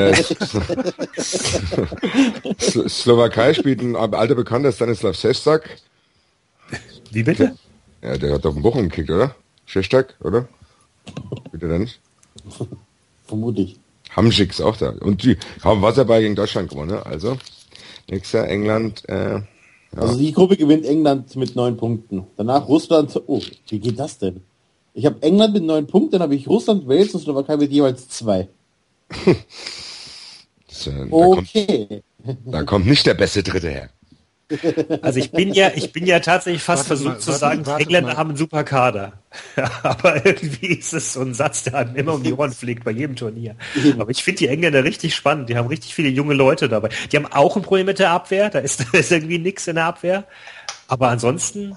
Slowakei spielt ein alter Bekannter, Stanislav Šestak. Wie bitte? Ja, der hat auf den Bochum gekickt, oder? Šestak, oder? Bitte dann nicht? Vermutlich. Hamšík ist auch da. Und die haben Wasserball gegen Deutschland gewonnen, ne? Also, nächster England, ja. Also die Gruppe gewinnt England mit 9 Punkten. Danach Russland. Oh, wie geht das denn? Ich habe England mit 9 Punkten, dann habe ich Russland, Wales und Slowakei mit jeweils 2. Okay. Da kommt nicht der beste Dritte her. Also ich bin ja tatsächlich fast versucht zu sagen, die Engländer haben einen super Kader. Aber irgendwie ist es so ein Satz, der einem immer um die Ohren fliegt bei jedem Turnier. Aber ich finde die Engländer richtig spannend. Die haben richtig viele junge Leute dabei. Die haben auch ein Problem mit der Abwehr. Da ist irgendwie nichts in der Abwehr. Aber ansonsten...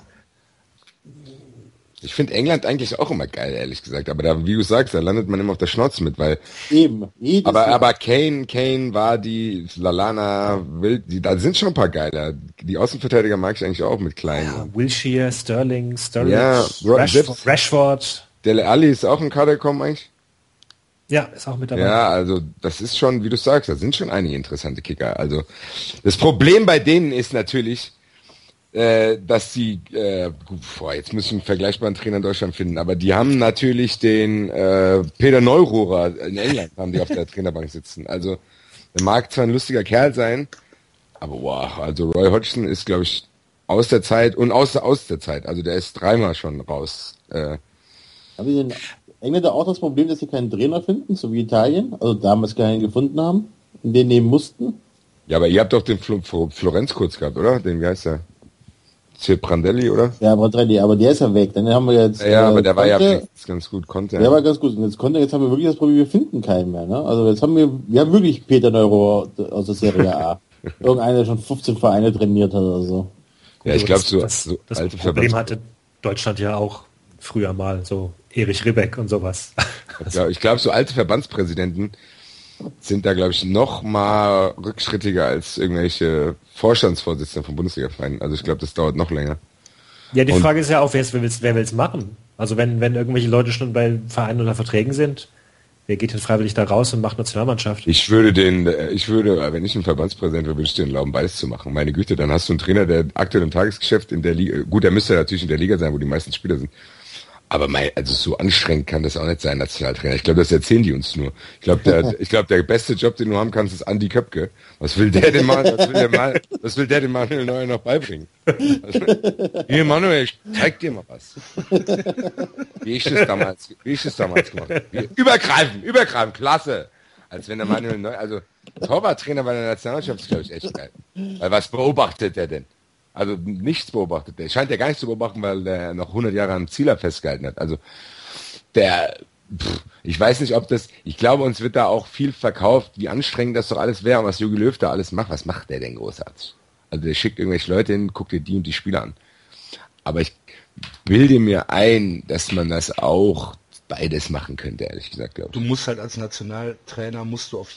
Ich finde England eigentlich auch immer geil, ehrlich gesagt. Aber da, wie du sagst, da landet man immer auf der Schnauze mit, weil... Eben. Aber Kane war die Lallana, da sind schon ein paar geiler. Die Außenverteidiger mag ich eigentlich auch mit kleinen. Ja, Wilshere, Sterling, ja, Rashford. Dele Alli ist auch im Kader gekommen eigentlich. Ja, ist auch mit dabei. Ja, also das ist schon, wie du sagst, da sind schon einige interessante Kicker. Also das Problem bei denen ist natürlich, dass sie, jetzt müssen wir einen vergleichbaren Trainer in Deutschland finden, aber die haben natürlich den Peter Neururer in England, haben die auf der Trainerbank sitzen. Also der mag zwar ein lustiger Kerl sein, aber wow, also Roy Hodgson ist, glaube ich, aus der Zeit und aus der Zeit. Also der ist 3-mal schon raus. Haben die den Engländer auch das Problem, dass sie keinen Trainer finden, so wie Italien? Also damals keinen gefunden haben, in den nehmen mussten? Ja, aber ihr habt doch den Florenz kurz gehabt, oder? Den, wie heißt der? Prandelli, oder? Ja, Prandelli, aber der ist ja weg. Dann haben wir jetzt. Ja, aber der war ja ganz gut, konnte. Der war ganz gut. Und jetzt haben wir wirklich das Problem, wir finden keinen mehr. Ne? Also jetzt haben wir haben wirklich Peter Neuro aus der Serie A. Irgendeiner, der schon 15 Vereine trainiert hat oder so. Ja, ich glaube, das Problem hatte Deutschland ja auch früher mal, so Erich Ribbeck und sowas. Ich glaube, so alte Verbandspräsidenten sind da, glaube ich, noch mal rückschrittiger als irgendwelche Vorstandsvorsitzende von Bundesliga-Vereinen. Also ich glaube, das dauert noch länger. Ja, die Frage ist ja auch, wer will es machen? Also wenn irgendwelche Leute schon bei Vereinen oder Verträgen sind, wer geht denn freiwillig da raus und macht Nationalmannschaft? Ich würde, wenn ich ein Verbandspräsident wäre, würde ich dir erlauben, beides zu machen. Meine Güte, dann hast du einen Trainer, der aktuell im Tagesgeschäft in der Liga, gut, der müsste natürlich in der Liga sein, wo die meisten Spieler sind. Aber also so anstrengend kann das auch nicht sein, Nationaltrainer. Ich glaube, das erzählen die uns nur. Ich glaube, der beste Job, den du haben kannst, ist Andi Köpke. Was will der denn Manuel Neuer noch beibringen? Hier, Manuel, ich zeig dir mal was. Wie ich das damals gemacht habe. Übergreifen, klasse. Als wenn der Manuel Neuer, also Torwarttrainer bei der Nationalmannschaft ist, glaube ich, echt geil. Weil was beobachtet der denn? Also nichts beobachtet. Der scheint ja gar nichts zu beobachten, weil der noch 100 Jahre am Zieler festgehalten hat. Also ich weiß nicht, ich glaube, uns wird da auch viel verkauft, wie anstrengend das doch alles wäre und was Jogi Löw da alles macht. Was macht der denn großartig? Also der schickt irgendwelche Leute hin, guckt dir die und die Spieler an. Aber ich bilde mir ein, dass man das auch beides machen könnte, ehrlich gesagt, glaube ich. Du musst halt als Nationaltrainer, musst du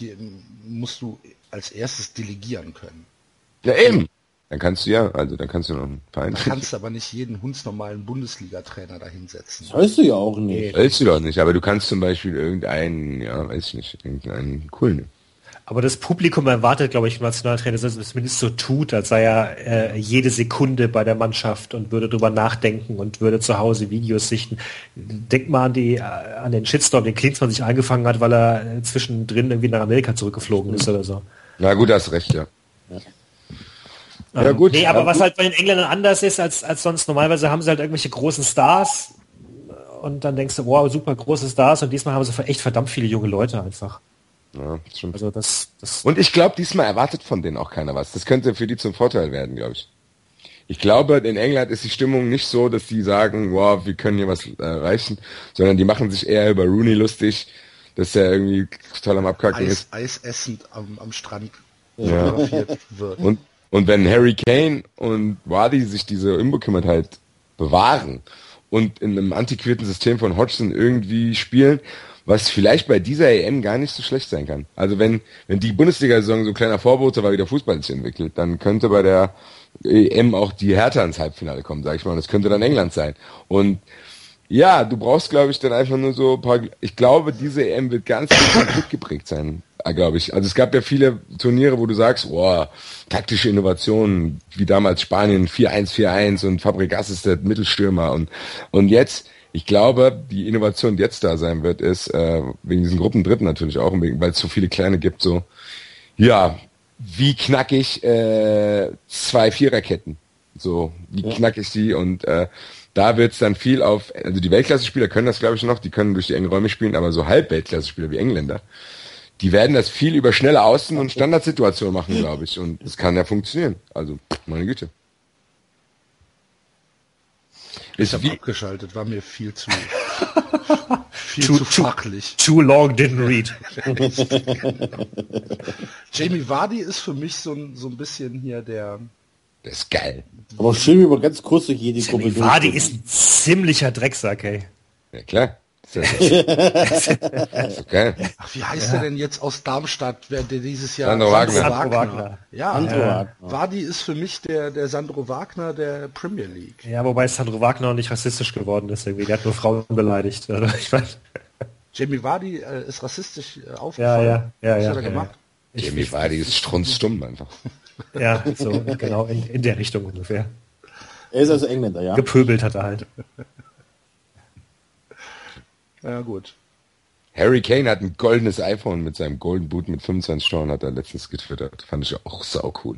als erstes delegieren können. Ja, eben. Dann kannst du noch einen Verein. Du kannst aber nicht jeden hundsnormalen Bundesliga-Trainer da hinsetzen. Das sollst du ja auch nicht. Sollst du doch nicht, aber du kannst zum Beispiel irgendeinen coolen. Aber das Publikum erwartet, glaube ich, im Nationaltrainer, dass er zumindest so tut, als sei er jede Sekunde bei der Mannschaft und würde drüber nachdenken und würde zu Hause Videos sichten. Denk mal an den Shitstorm, den Klinsmann sich eingefangen hat, weil er zwischendrin irgendwie nach Amerika zurückgeflogen ist oder so. Na gut, hast recht, ja. Ja, gut. Nee, aber was halt bei den Engländern anders ist als sonst, normalerweise haben sie halt irgendwelche großen Stars und dann denkst du, wow, super große Stars und diesmal haben sie echt verdammt viele junge Leute einfach. Ja, das stimmt. Also das und ich glaube, diesmal erwartet von denen auch keiner was. Das könnte für die zum Vorteil werden, glaube ich. Ich glaube, in England ist die Stimmung nicht so, dass die sagen, wow, wir können hier was erreichen, sondern die machen sich eher über Rooney lustig, dass er irgendwie total am Abkacken ist. Eis essend am Strand fotografiert wird. Und wenn Harry Kane und Vardy sich diese Unbekümmertheit bewahren und in einem antiquierten System von Hodgson irgendwie spielen, was vielleicht bei dieser EM gar nicht so schlecht sein kann. Also wenn die Bundesliga-Saison so ein kleiner Vorbote war, wie der Fußball sich entwickelt, dann könnte bei der EM auch die Hertha ins Halbfinale kommen, sag ich mal. Und das könnte dann England sein. Und ja, du brauchst, glaube ich, dann einfach nur so ein paar... Ich glaube, diese EM wird ganz gut geprägt sein, glaube ich. Also es gab ja viele Turniere, wo du sagst, boah, taktische Innovationen, wie damals Spanien 4-1, 4-1 und Fabregas ist der Mittelstürmer. Und jetzt, ich glaube, die Innovation, die jetzt da sein wird, ist, wegen diesen Gruppendritten natürlich auch, weil es so viele kleine gibt, so, ja, wie knackig 2 Viererketten. So, wie knackig die und da wird es dann viel auf, also die Weltklasse-Spieler können das, glaube ich, noch, die können durch die engen Räume spielen, aber so Halb-Weltklasse-Spieler wie Engländer, die werden das viel über schnelle Außen- und Standardsituationen machen, glaube ich. Und das kann ja funktionieren. Also, meine Güte. Ich habe abgeschaltet, war mir viel zu fachlich. Too long didn't read. Jamie Vardy ist für mich so ein bisschen hier der... Der ist geil. Aber schön, wie wir ganz kurz durch jede Gruppe durch. Vardy ist ein ziemlicher Drecksack, ey. Ja, klar. Ist okay. Ach, wie heißt der denn jetzt aus Darmstadt, der dieses Jahr... Sandro Wagner. Ja, Vardy ist für mich der Sandro Wagner der Premier League. Ja, wobei Sandro Wagner noch nicht rassistisch geworden ist irgendwie. Der hat nur Frauen beleidigt. Oder? Ich weiß. Jamie Vardy ist rassistisch aufgefallen. Ja. Was hat er gemacht? Jamie Vardy ist strunzstumm einfach. Ja, so genau in der Richtung ungefähr. Er ist also Engländer, ja. Gepöbelt hat er halt. Ja, gut. Harry Kane hat ein goldenes iPhone mit seinem Golden Boot mit 25 Toren, hat er letztens getwittert. Fand ich auch sau cool.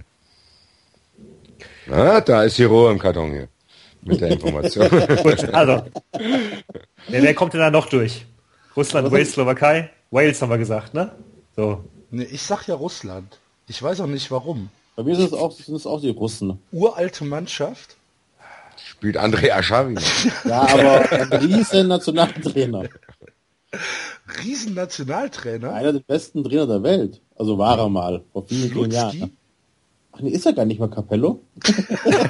Ah, da ist Hero im Karton hier. Mit der Information. Gut, also. Wer kommt denn da noch durch? Russland, Wales, Slowakei? Wales haben wir gesagt, ne? So. Ne, ich sag ja Russland. Ich weiß auch nicht warum. Bei mir sind es auch die Russen. Uralte Mannschaft. Spielt Andrei Arshavin. Ja, aber ein riesen Nationaltrainer. Riesen Nationaltrainer. Einer der besten Trainer der Welt. Also war er mal, vor vielen Jahren. Ach nee, ist er gar nicht mal Capello? Der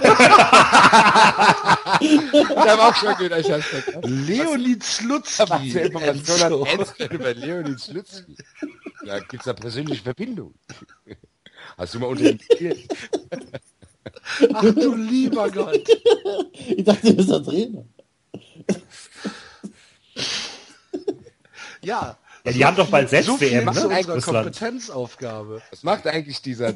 war auch schon gut, ich hab's vergessen. Leonid Slutsky. Was für Informationen hat Enzo über Leonid Slutsky? Da gibt's da persönliche Verbindung. Hast du mal unter ihm gespielt? Ach du lieber Gott. Ich dachte, du bist der Trainer. Ja. Ja, die haben doch bald selbst so WM, zu ne? unserer Kompetenzaufgabe. Was macht eigentlich dieser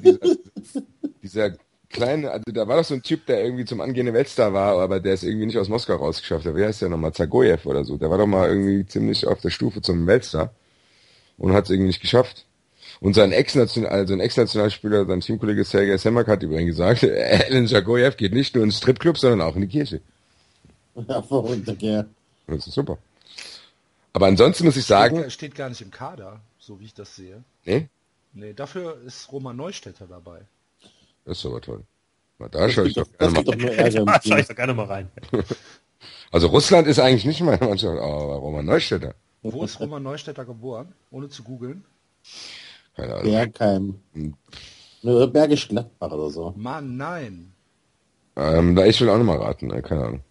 kleine, also da war doch so ein Typ, der irgendwie zum angehenden Weltstar war, aber der es irgendwie nicht aus Moskau rausgeschafft hat. Wie heißt der nochmal? Zagoyev oder so. Der war doch mal irgendwie ziemlich auf der Stufe zum Weltstar und hat es irgendwie nicht geschafft. Und sein Ex-Nationalspieler, sein Teamkollege Sergei Semak hat übrigens gesagt, Alen Zagoyev geht nicht nur in den Stripclub, sondern auch in die Kirche. Ja, verrückter Kerl. Das ist super. Aber ansonsten muss ich sagen... Er steht gar nicht im Kader, so wie ich das sehe. Nee? Nee, dafür ist Roman Neustädter dabei. Das ist aber toll. Na, da schaue ich doch gerne mal. Da schaue ich doch gerne mal rein. Also Russland ist eigentlich nicht meine Mannschaft, aber Roman Neustädter. Wo ist Roman Neustädter geboren? Ohne zu googeln. Keine Ahnung. Bergheim. Oder Bergisch Gladbach oder so. Mann, nein. Ich will auch noch mal raten, ne? Keine Ahnung.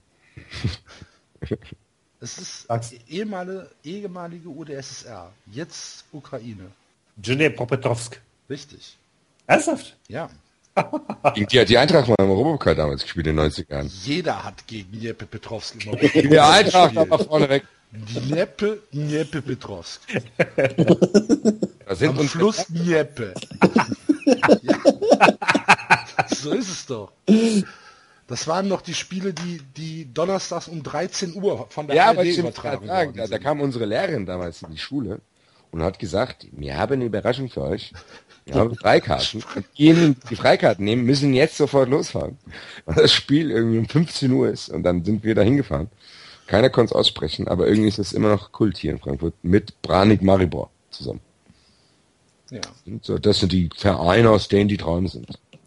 Es ist ehemalige UdSSR. Jetzt Ukraine. Dnipropetrovsk. Richtig. Ernsthaft? Ja. Gegen die Eintracht mal im Europapokal damals gespielt in den 90er Jahren. Jeder hat gegen Dnipropetrovsk immer Die Eintracht war vorne weg. Dnipropetrovsk. Da sind Am Fluss Dnieper. Ja. So ist es doch. Das waren noch die Spiele, die donnerstags um 13 Uhr von der ARD übertragen worden sind. Da kam unsere Lehrerin damals in die Schule und hat gesagt, wir haben eine Überraschung für euch. Wir haben Freikarten. Und diejenigen, die Freikarten nehmen, müssen jetzt sofort losfahren. Weil das Spiel irgendwie um 15 Uhr ist. Und dann sind wir da hingefahren. Keiner konnte es aussprechen, aber irgendwie ist es immer noch Kult hier in Frankfurt mit Branik Maribor zusammen. Ja. Und so, das sind die Vereine, aus denen die Träume sind.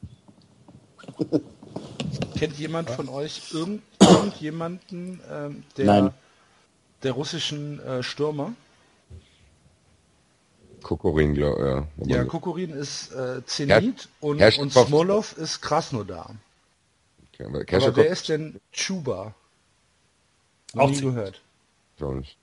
Kennt jemand von euch irgendjemanden der russischen Stürmer? Kokorin, glaube ich. Ja, Kokorin ist Zenit und Smolov ist Krasnodar. Okay, aber wer ist denn Chuba? Auch nie gehört. Nicht.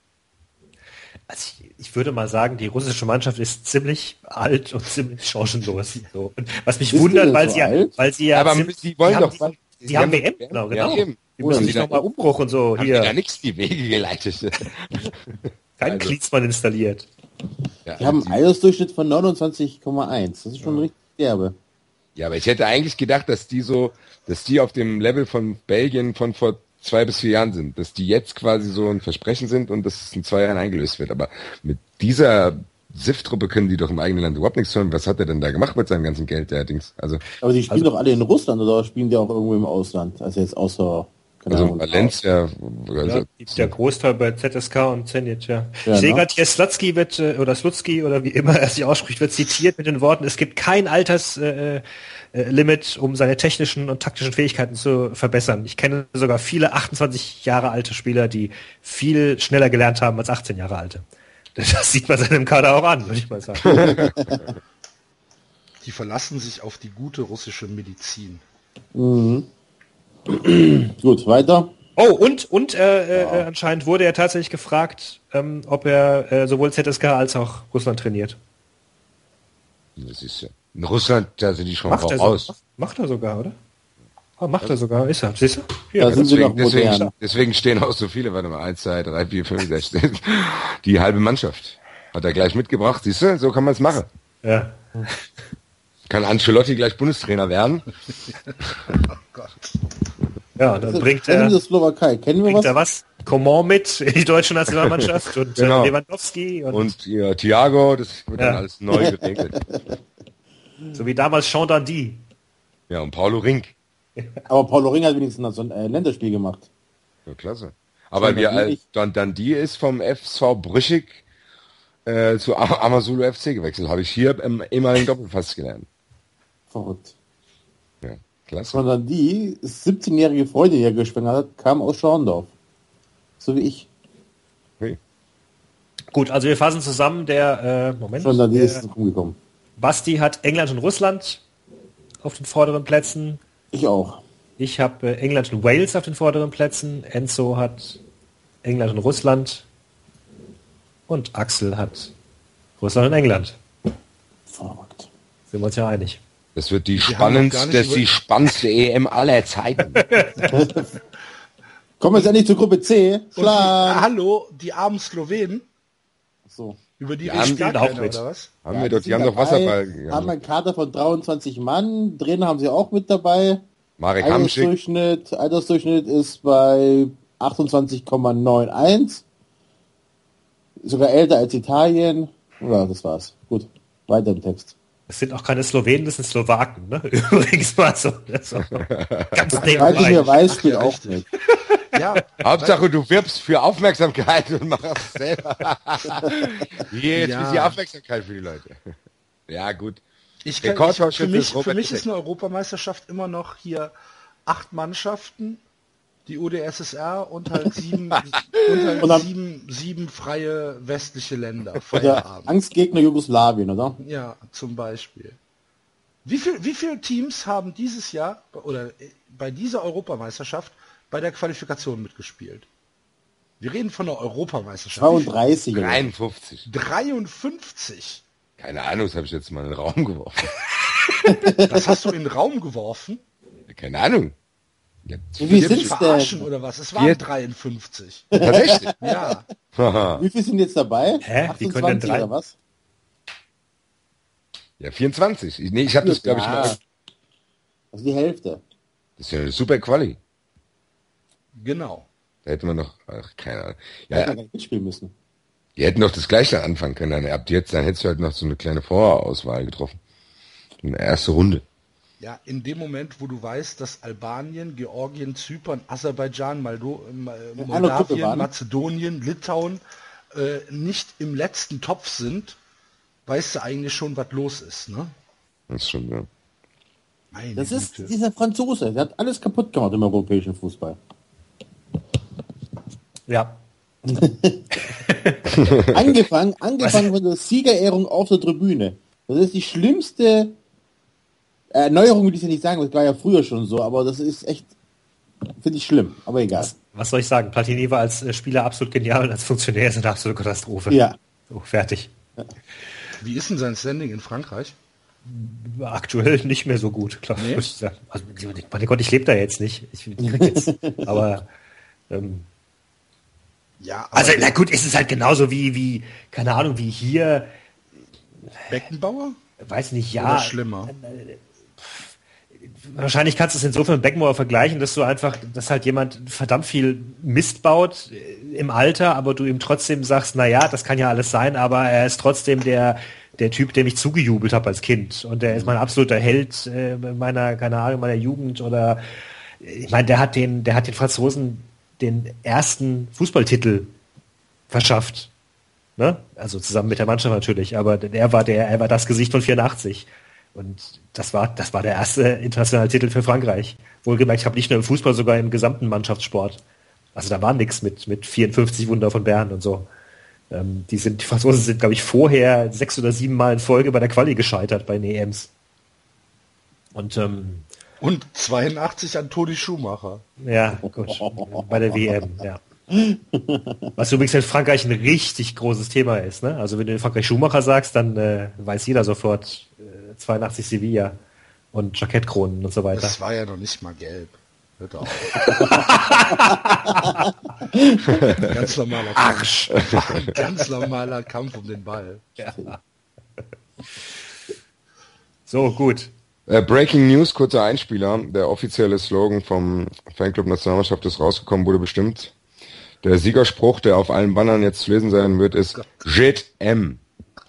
Also ich würde mal sagen, die russische Mannschaft ist ziemlich alt und ziemlich chancenlos. So. Und was mich wundert, weil sie ja aber die wollen doch... Die haben WM, genau. Ja, Die müssen sich nochmal Umbruch und so. Haben hier. da nichts die Wege geleitet. Kein Klinsmann installiert. Ja, die haben einen Altersdurchschnitt von 29,1. Das ist schon richtig derbe. Ja, aber ich hätte eigentlich gedacht, dass die auf dem Level von Belgien von vor 2 bis 4 Jahren sind. Dass die jetzt quasi so ein Versprechen sind und dass es in 2 Jahren eingelöst wird. Aber mit dieser SIF-Truppe können die doch im eigenen Land überhaupt nichts tun. Was hat er denn da gemacht mit seinem ganzen Geld, der Dings? Aber die spielen doch alle in Russland oder spielen die auch irgendwo im Ausland? Also jetzt außer... Valencia. Der Großteil bei ZSK und Zenit, ja. Ich sehe gerade hier, Slutsky oder wie immer er sich ausspricht, wird zitiert mit den Worten, es gibt kein Alterslimit, um seine technischen und taktischen Fähigkeiten zu verbessern. Ich kenne sogar viele 28 Jahre alte Spieler, die viel schneller gelernt haben als 18 Jahre alte. Das sieht man seinem Kader auch an, würde ich mal sagen. Die verlassen sich auf die gute russische Medizin. Mhm. Gut, weiter. Oh, und anscheinend wurde er tatsächlich gefragt, ob er sowohl ZSK als auch Russland trainiert. Das ist ja. In Russland, da sind die schon voraus. Macht er sogar, oder? Oh, macht er sogar, ist er. Siehst du? Ja, deswegen stehen auch so viele, warte mal, 1, 2, 3, 4, 5, 6, die halbe Mannschaft. Hat er gleich mitgebracht, siehst du, so kann man es machen. Ja. Kann Ancelotti gleich Bundestrainer werden? Oh Gott. Ja, dann bringt er die Slowakei. Kennen wir was? Coman mit in die deutsche Nationalmannschaft und genau. Lewandowski. Und Thiago, das wird dann alles neu geregelt. So wie damals Jean Dandy. Ja, und Paulo Rink. Aber Paulo Rink hat wenigstens so ein Länderspiel gemacht. Ja, klasse. Aber Dandy ist vom FV Brüchig zu Amazulu FC gewechselt. Habe ich hier im ehemaligen Doppelpass gelernt. Verrückt. Ja, klasse. Sondern die 17-jährige Freundin, die er geschwängert hat, kam aus Schorndorf. So wie ich. Okay. Gut, also wir fassen zusammen, Moment. Sondern die ist rumgekommen. Basti hat England und Russland auf den vorderen Plätzen. Ich auch. Ich habe England und Wales auf den vorderen Plätzen. Enzo hat England und Russland. Und Axel hat Russland und England. Verrückt. Sind wir uns ja einig. Das wird die spannendste EM aller Zeiten. Kommen wir jetzt endlich zur Gruppe C. Hallo, die armen Slowenen. So. Über die haben gar auch keiner, mit. oder was? Die haben noch Wasserball gegangen. Haben einen Kader von 23 Mann. Trainer haben sie auch mit dabei. Marek Hamsik. Altersdurchschnitt ist bei 28,91. Sogar älter als Italien. Ja, das war's. Gut. Weiter im Text. Das sind auch keine Slowenen, das sind Slowaken, ne? Übrigens mal so. Das ist ganz Weil weiß, spielt auch mit. Ja, Hauptsache, du wirbst für Aufmerksamkeit und machst es selber. Jetzt ist die Aufmerksamkeit für die Leute. Ja, gut. Für mich ist eine Europameisterschaft immer noch hier 8 Mannschaften, die UdSSR und halt 7 freie westliche Länder. Der Angstgegner Jugoslawien, oder? Ja, zum Beispiel. Wie viele Teams haben dieses Jahr oder bei dieser Europameisterschaft bei der Qualifikation mitgespielt? Wir reden von der Europameisterschaft. 32. 53. 53? Keine Ahnung, das habe ich jetzt mal in den Raum geworfen. Das hast du in den Raum geworfen? Keine Ahnung. Wie sind es verarschen oder was? Es waren 53. Tatsächlich? Ja. Wie viele sind jetzt dabei? Hä? 28 oder was? Ja, 24. Ich habe das, glaube ich, mal. Also die Hälfte. Das ist ja eine super Quali. Genau. Da hätten wir noch, keine Ahnung. Ja, hätten wir gar nicht mitspielen müssen. Die hätten doch das Gleiche anfangen können. Dann hättest du halt noch so eine kleine Vorauswahl getroffen. Eine erste Runde. Ja, in dem Moment, wo du weißt, dass Albanien, Georgien, Zypern, Aserbaidschan, Moldawien, Mazedonien, Litauen nicht im letzten Topf sind, weißt du eigentlich schon, was los ist, ne? Das ist schon, ja. Das ist dieser Franzose, der hat alles kaputt gemacht im europäischen Fußball. Ja. angefangen von der Siegerehrung auf der Tribüne. Das ist die schlimmste Erneuerung, würde ich ja nicht sagen, das war ja früher schon so, aber das ist echt, finde ich schlimm, aber egal. Was soll ich sagen? Platini war als Spieler absolut genial und als Funktionär ist eine absolute Katastrophe. Ja. So, fertig. Wie ist denn sein Standing in Frankreich? Aktuell nicht mehr so gut, glaube nee? ich. Also, mein Gott, ich lebe da jetzt nicht. Aber ja, aber also, na gut, ist es halt genauso wie, keine Ahnung, wie hier. Beckenbauer? Weiß nicht, ja. Oder schlimmer? Wahrscheinlich kannst du es insofern mit Beckenbauer vergleichen, dass halt jemand verdammt viel Mist baut im Alter, aber du ihm trotzdem sagst, naja, das kann ja alles sein, aber er ist trotzdem der Typ, dem ich zugejubelt habe als Kind. Und der ist mein absoluter Held meiner Jugend oder ich meine, der hat den Franzosen den ersten Fußballtitel verschafft. Ne? Also zusammen mit der Mannschaft natürlich, aber er war das Gesicht von 84. Und das war der erste internationale Titel für Frankreich. Wohlgemerkt, ich habe nicht nur im Fußball, sogar im gesamten Mannschaftssport. Also da war nichts mit 54 Wunder von Bern und so. Die Franzosen sind, glaube ich, vorher 6 oder 7 Mal in Folge bei der Quali gescheitert bei den EMs. Und 82 an Toni Schumacher. Ja, gut. Bei der WM, ja. Was übrigens in Frankreich ein richtig großes Thema ist. Ne? Also wenn du in Frankreich Schumacher sagst, dann weiß jeder sofort 82 Sevilla und Jackettkronen und so weiter. Das war ja noch nicht mal gelb. Hört auf. Ganz normaler Kampf. Ganz normaler Kampf um den Ball. Ja. So, gut. Breaking News, kurzer Einspieler. Der offizielle Slogan vom Fanclub Nationalmannschaft ist rausgekommen, wurde bestimmt. Der Siegerspruch, der auf allen Bannern jetzt zu lesen sein wird, ist JET-M.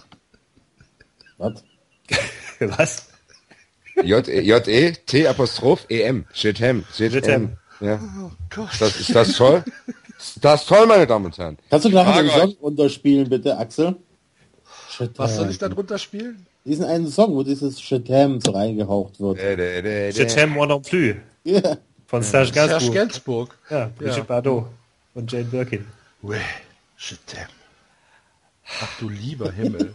Was? Was? J-E-T-E-M. JET-M. JET-M. Ja. Oh Gott. Ist das toll? Ist das toll, meine Damen und Herren? Kannst du nachher den Song unterspielen, bitte, Axel? Was soll ich da drunter spielen? Diesen einen Song, wo dieses Chetam so reingehaucht wird. Chetam Moi non plus. Ja. Von Serge Gainsbourg. Gainsbourg. Ja, Brigitte Bardot und Jane Birkin. Ouais, Chetam. Ach du lieber Himmel.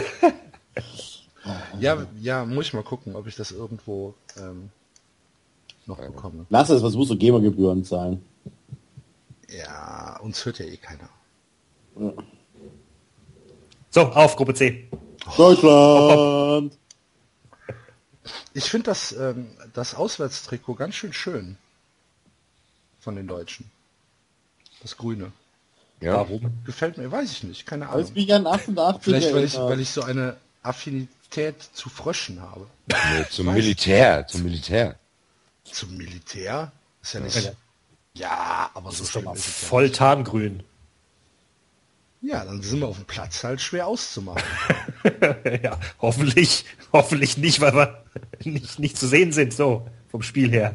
ja, muss ich mal gucken, ob ich das irgendwo noch bekomme. Lass es, was musst du GEMA-Gebühren zahlen? Ja, uns hört ja eh keiner. Ja. So, auf, Gruppe C. Deutschland! Ich finde das Auswärtstrikot ganz schön von den Deutschen. Das Grüne. Ja. Warum? Gefällt mir, weiß ich nicht, keine Das Ahnung. ist wie ein 88. Vielleicht, weil ich so eine Affinität zu Fröschen habe. Nee, zum Militär. Zum Militär? Ist ja nicht... Ja, aber so schlimm ist es ja Voll nicht. Tarngrün. Ja, dann sind wir auf dem Platz halt schwer auszumachen. Ja, hoffentlich nicht, weil wir nicht zu sehen sind, so, vom Spiel her.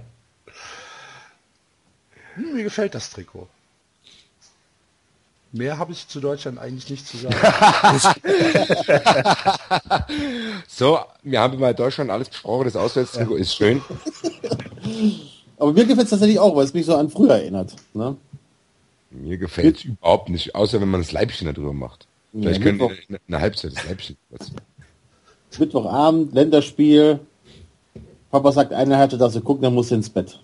Mir gefällt das Trikot. Mehr habe ich zu Deutschland eigentlich nicht zu sagen. So, wir haben bei Deutschland alles besprochen, das Auswärtstrikot ist schön. Aber mir gefällt es tatsächlich auch, weil es mich so an früher erinnert. Ne? Mir gefällt es überhaupt nicht, außer wenn man das Leibchen darüber macht. Vielleicht können Mittwoch, wir eine Halbzeit das Leibchen. Mittwochabend, Länderspiel. Papa sagt, eine Halbzeit darfst du gucken, dann musst du ins Bett.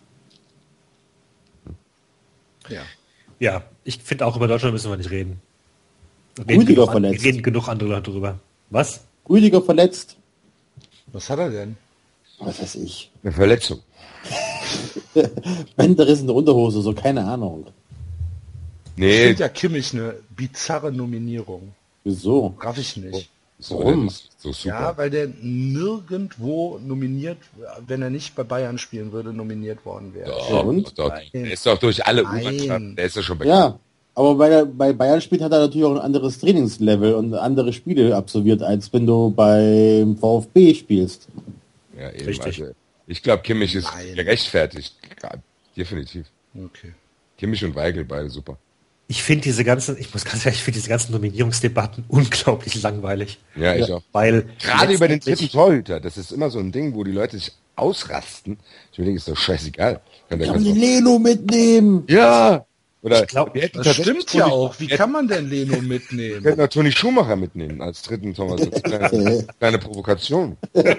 Ja. Ja, ich finde auch, über Deutschland müssen wir nicht reden. Rüdiger verletzt. Reden genug andere Leute drüber. Was? Rüdiger verletzt. Was hat er denn? Was weiß ich. Eine Verletzung. Bänderriss in der Unterhose, so keine Ahnung. Ich Nee, finde ja Kimmich eine bizarre Nominierung. Wieso? Raff ich nicht. warum? So super. Ja, weil der nirgendwo nominiert, wenn er nicht bei Bayern spielen würde, nominiert worden wäre. Doch, Ja, und? doch. Der ist doch durch alle Nein. U-Mannschaften, der ist ja schon bekannt. Ja, aber weil er bei Bayern spielt, hat er natürlich auch ein anderes Trainingslevel und andere Spiele absolviert, als wenn du beim VfB spielst. Ja, eben. Richtig. Also, ich glaube, Kimmich ist Nein. gerechtfertigt. Ja, definitiv. Okay. Kimmich und Weigl, beide super. Ich finde diese ganzen Nominierungsdebatten unglaublich langweilig. Ja, ich auch. Weil Gerade über den letztendlich- dritten Torhüter, das ist immer so ein Ding, wo die Leute sich ausrasten. Ich denke, ist doch scheißegal. Kann man den Leno mitnehmen? Ja! Oder Ich glaub, wir hätten Das tatsächlich stimmt ja Toni- auch. Wie kann man denn Leno Wir mitnehmen? könnten auch Toni Schumacher mitnehmen als dritten Thomas. Kleine Provokation.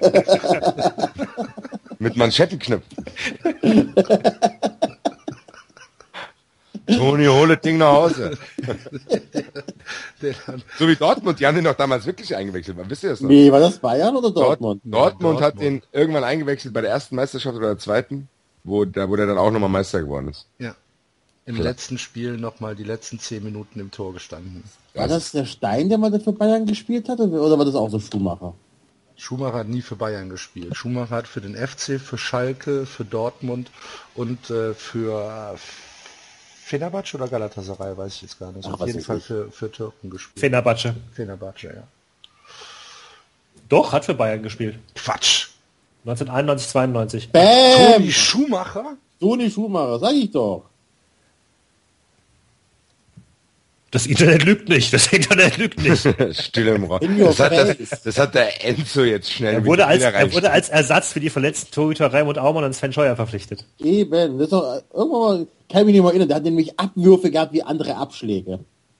Mit Manschettenknöpfen. Toni, hol das Ding nach Hause. Der dann- So wie Dortmund, die haben den doch damals wirklich eingewechselt. Wisst ihr das noch? Nee, war das Bayern oder Dortmund? Dortmund hat Dortmund. den irgendwann eingewechselt bei der ersten Meisterschaft oder der zweiten, wo der dann auch nochmal Meister geworden ist. Ja. Im letzten Spiel nochmal die letzten 10 Minuten im Tor gestanden. War das der Stein, der mal für Bayern gespielt hatte? Oder war das auch so Schumacher? Schumacher hat nie für Bayern gespielt. Schumacher hat für den FC, für Schalke, für Dortmund und für Fenerbahce oder Galatasaray, weiß ich jetzt gar nicht. Ach, Auf was jeden weiß Fall ich. für Türken gespielt. Fenerbahce. Fenerbahce, ja. Doch, hat für Bayern gespielt. Quatsch! 1991, 92. Bäm! Toni Schumacher? Toni Schumacher, sag ich doch. Das Internet lügt nicht. Das Internet lügt nicht. Stille im Raum. In your Das hat der Enzo jetzt schnell Er wurde wieder als Ersatz für die verletzten Torhüter Raimund Aumann und Sven Scheuer verpflichtet. Eben, das ist doch, irgendwann mal, kann ich mich nicht mal erinnern, der hat nämlich Abwürfe gehabt wie andere Abschläge.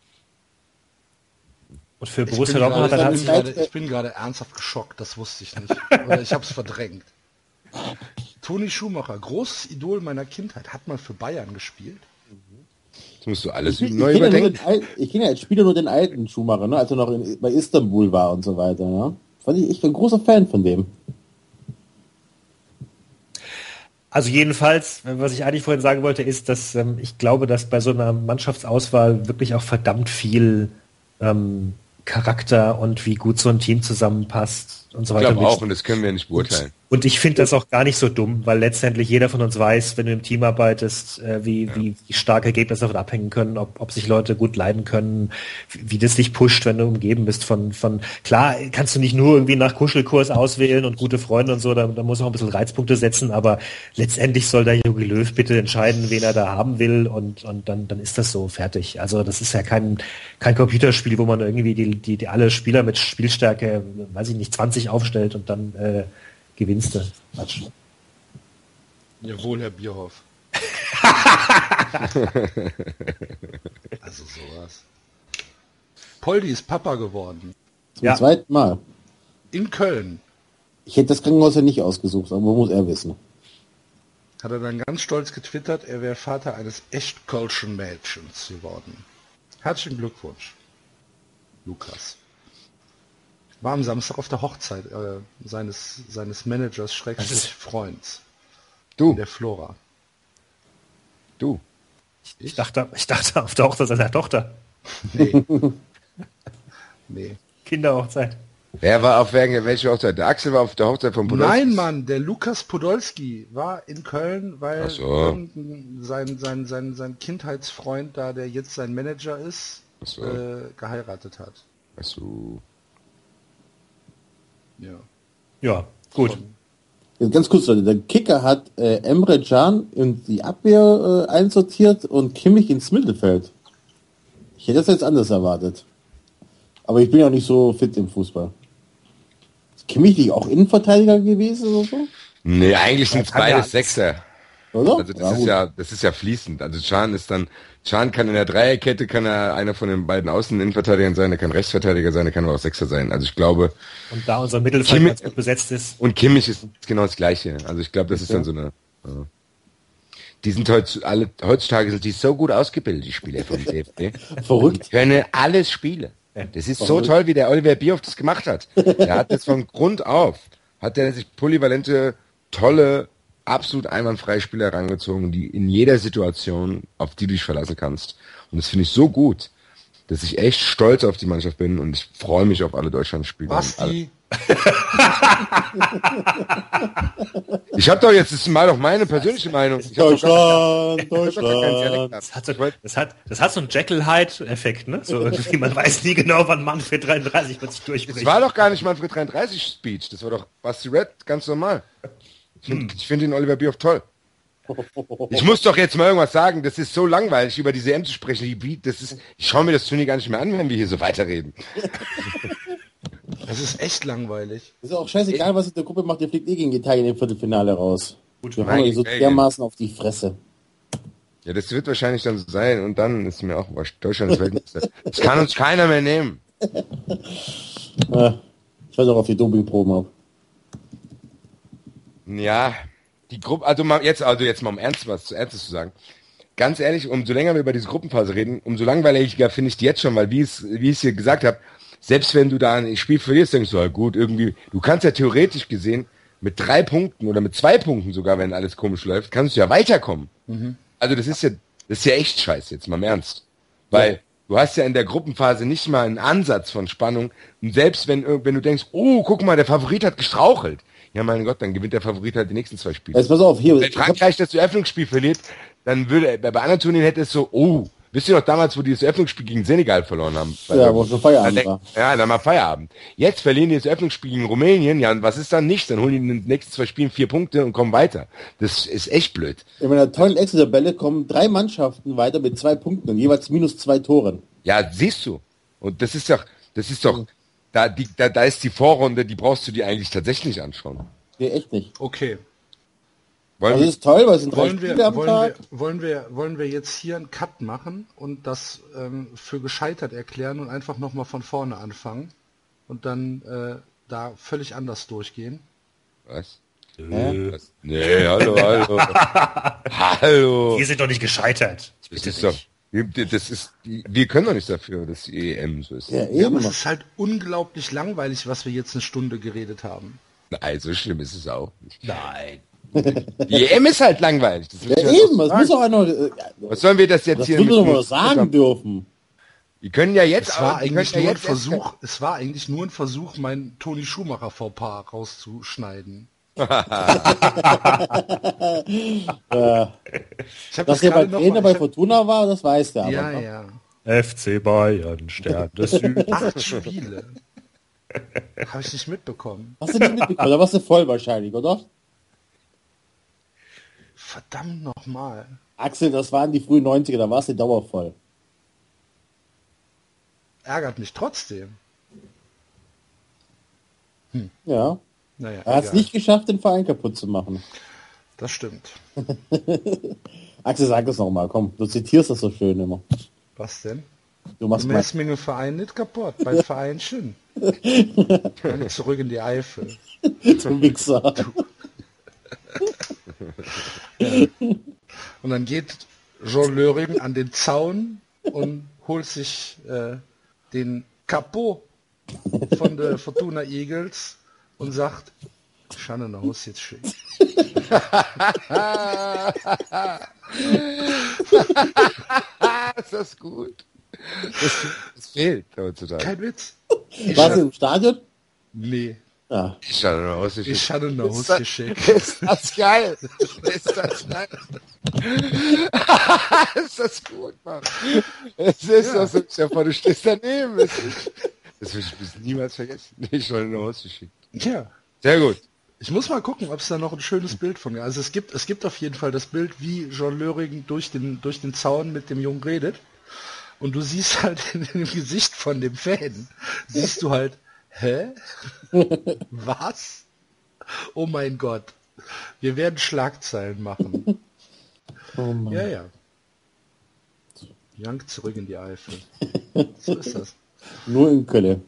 Und für Ich Borussia bin Dortmund hat er gerade- ich bin gerade ernsthaft geschockt, das wusste ich nicht. Oder ich habe es verdrängt. Toni Schumacher, großes Idol meiner Kindheit, hat mal für Bayern gespielt. Das musst du alles Ich neu kenne ja, überdenken. kenn ja als Spieler nur den alten Schumacher, ne, als er noch bei Istanbul war und so weiter. Ne? Ich bin ein großer Fan von dem. Also jedenfalls, was ich eigentlich vorhin sagen wollte, ist, dass ich glaube, dass bei so einer Mannschaftsauswahl wirklich auch verdammt viel Charakter und wie gut so ein Team zusammenpasst und so Ich weiter. glaube auch, und das können wir nicht beurteilen. Und ich finde das auch gar nicht so dumm, weil letztendlich jeder von uns weiß, wenn du im Team arbeitest, wie stark Ergebnisse davon abhängen können, ob sich Leute gut leiden können, wie das dich pusht, wenn du umgeben bist von klar, kannst du nicht nur irgendwie nach Kuschelkurs auswählen und gute Freunde und so, da muss auch ein bisschen Reizpunkte setzen, aber letztendlich soll der Jogi Löw bitte entscheiden, wen er da haben will und dann ist das so fertig. Also das ist ja kein Computerspiel, wo man irgendwie die alle Spieler mit Spielstärke, weiß ich nicht, 20 aufstellt und dann gewinnst du. Quatsch. Jawohl, Herr Bierhoff. Also sowas. Poldi ist Papa geworden. Zum zweiten Mal. In Köln. Ich hätte das Krankenhaus ja nicht ausgesucht, aber muss er wissen. Hat er dann ganz stolz getwittert, er wäre Vater eines echt kölschen Mädchens geworden. Herzlichen Glückwunsch, Lukas. War am Samstag auf der Hochzeit seines Managers, Schrägstrich Freunds. Du. In der Flora. Du. Ich dachte auf der Hochzeit seiner Tochter. Nee. Nee. Kinderhochzeit. Wer war auf welche Hochzeit? Der Axel war auf der Hochzeit von Podolski? Nein, Mann, der Lukas Podolski war in Köln, weil sein Kindheitsfreund da, der jetzt sein Manager ist, geheiratet hat. Ach so. Ja. Ja, gut. Jetzt ganz kurz, Leute, der Kicker hat Emre Can in die Abwehr einsortiert und Kimmich ins Mittelfeld. Ich hätte das jetzt anders erwartet. Aber ich bin ja nicht so fit im Fußball. Ist Kimmich nicht auch Innenverteidiger gewesen oder so? Nee, eigentlich sind es beide Sechser. Oder? Also das ist ja fließend. Also Can kann in der Dreierkette, kann er einer von den beiden Außeninnenverteidigern sein, er kann Rechtsverteidiger sein, er kann aber auch Sechser sein. Also ich glaube... Und da unser Mittelfeld ganz gut besetzt ist. Und Kimmich ist genau das Gleiche. Also ich glaube, das ist dann so eine... Die sind heutzutage sind die so gut ausgebildet, die Spieler vom DFB. Verrückt. Die können alles spielen. Das ist so toll, wie der Oliver Bierhoff das gemacht hat. Der hat das von Grund auf, hat er sich polyvalente, tolle, absolut einwandfreie Spieler herangezogen, die in jeder Situation, auf die du dich verlassen kannst. Und das finde ich so gut, dass ich echt stolz auf die Mannschaft bin und ich freue mich auf alle Deutschlandspieler. Basti. Ich habe doch jetzt, das ist mal doch meine persönliche Meinung. Deutschland. Das hat so einen Jekyll-Hyde-Effekt, ne? So irgendwie, man weiß nie genau, wann Manfred 33 plötzlich durchbricht. Das war doch gar nicht Manfred 33 Speech, das war doch Basti Red, ganz normal. Ich finde den Oliver Bierhoff toll. Ich muss doch jetzt mal irgendwas sagen, das ist so langweilig, über diese EM zu sprechen. Ich schaue mir das Turnier gar nicht mehr an, wenn wir hier so weiterreden. Das ist echt langweilig. Ist auch scheißegal, was in der Gruppe macht, ihr fliegt gegen Italien im Viertelfinale raus. Gut, wir hauen euch so dermaßen auf die Fresse. Ja, das wird wahrscheinlich dann so sein und dann ist mir auch Deutschland ist Weltmeister. Das kann uns keiner mehr nehmen. Ich weiß auch auf die Dopingproben ab. Ja, die Gruppe, also jetzt mal um Ernstes zu sagen. Ganz ehrlich, umso länger wir über diese Gruppenphase reden, umso langweiliger finde ich die jetzt schon, weil wie ich es hier gesagt habe, selbst wenn du da ein Spiel verlierst, denkst du, ja gut, irgendwie, du kannst ja theoretisch gesehen mit 3 Punkten oder mit 2 Punkten sogar, wenn alles komisch läuft, kannst du ja weiterkommen. Mhm. Also das ist ja echt scheiße, jetzt mal im Ernst. Weil du hast ja in der Gruppenphase nicht mal einen Ansatz von Spannung. Und selbst wenn du denkst, oh, guck mal, der Favorit hat gestrauchelt. Ja, mein Gott, dann gewinnt der Favorit halt die nächsten 2 Spiele. Jetzt pass auf, hier. Wenn Frankreich das Eröffnungsspiel verliert, dann würde, bei anderen Turnieren hätte es so, oh, wisst ihr noch damals, wo die das Eröffnungsspiel gegen Senegal verloren haben? Ja, wo schon Feierabend war. Ja, dann mal Feierabend. Jetzt verlieren die das Eröffnungsspiel gegen Rumänien, ja, und was ist dann nicht? Dann holen die in den nächsten 2 Spielen 4 Punkte und kommen weiter. Das ist echt blöd. In meiner tollen Excel-Tabelle kommen 3 Mannschaften weiter mit 2 Punkten und jeweils minus 2 Toren. Ja, siehst du. Und das ist doch, da ist die Vorrunde, die brauchst du dir eigentlich tatsächlich nicht anschauen. Nee, echt nicht. Okay. Das ist toll, weil es sind 3 Spiele am Tag. Wollen wir jetzt hier einen Cut machen und das für gescheitert erklären und einfach nochmal von vorne anfangen und dann da völlig anders durchgehen? Was? Nee, hallo. Hallo. Wir sind doch nicht gescheitert. Wir können doch nicht dafür, dass die EM so ist. Ja, ja, aber es ist halt unglaublich langweilig, was wir jetzt eine Stunde geredet haben. Nein, so schlimm ist es auch nicht. Nein. Die EM ist halt langweilig. Das ja, eben, das muss auch einer... Was sollen wir das jetzt das hier... Das müssen wir doch sagen dürfen. Die können ja jetzt... Es war eigentlich nur ein Versuch, mein Toni Schumacher Fauxpas rauszuschneiden. Dass er bei Trainer bei Fortuna war, das weiß der aber. Ja, ja. FC Bayern, Stern des Südens. 8 Spiele. Habe ich nicht mitbekommen. Hast du nicht mitbekommen? Da warst du voll wahrscheinlich, oder? Verdammt nochmal. Axel, das waren die frühen 90er, da warst du dauervoll. Ärgert mich trotzdem. Ja. Naja, Er hat es egal. nicht geschafft, den Verein kaputt zu machen. Das stimmt. Axel, sag das nochmal, komm, du zitierst das so schön immer. Was denn? Du machst Du mal. machst mir den Verein nicht kaputt. Mein Verein schön. Zurück in die Eifel. Zum Wichser. Und dann geht Jean Löring an den Zaun und holt sich den Capot von der Fortuna Eagles und sagt, Schande nach Hause jetzt schön. Ist das gut? Das fehlt heutzutage. Kein Witz. Warst du im Stadion? Nee. Ja. Ich schaue nach Hause. Ich hatte nach Hause geschickt. Ist das geil? Ist das geil? Ist das gut, Mann? Es ist das, ja vor, du stehst daneben. Das will ich bis niemals vergessen. Ich soll nach Hause geschickt. Ja. Sehr gut. Ich muss mal gucken, ob es da noch ein schönes Bild von mir. Also es gibt auf jeden Fall das Bild, wie Jean Löring durch den Zaun mit dem Jungen redet. Und du siehst halt in dem Gesicht von dem Fan, siehst du halt, hä? Was? Oh mein Gott. Wir werden Schlagzeilen machen. Oh Mann. Ja, ja. Young zurück in die Eifel. So ist das. Nur in Köln.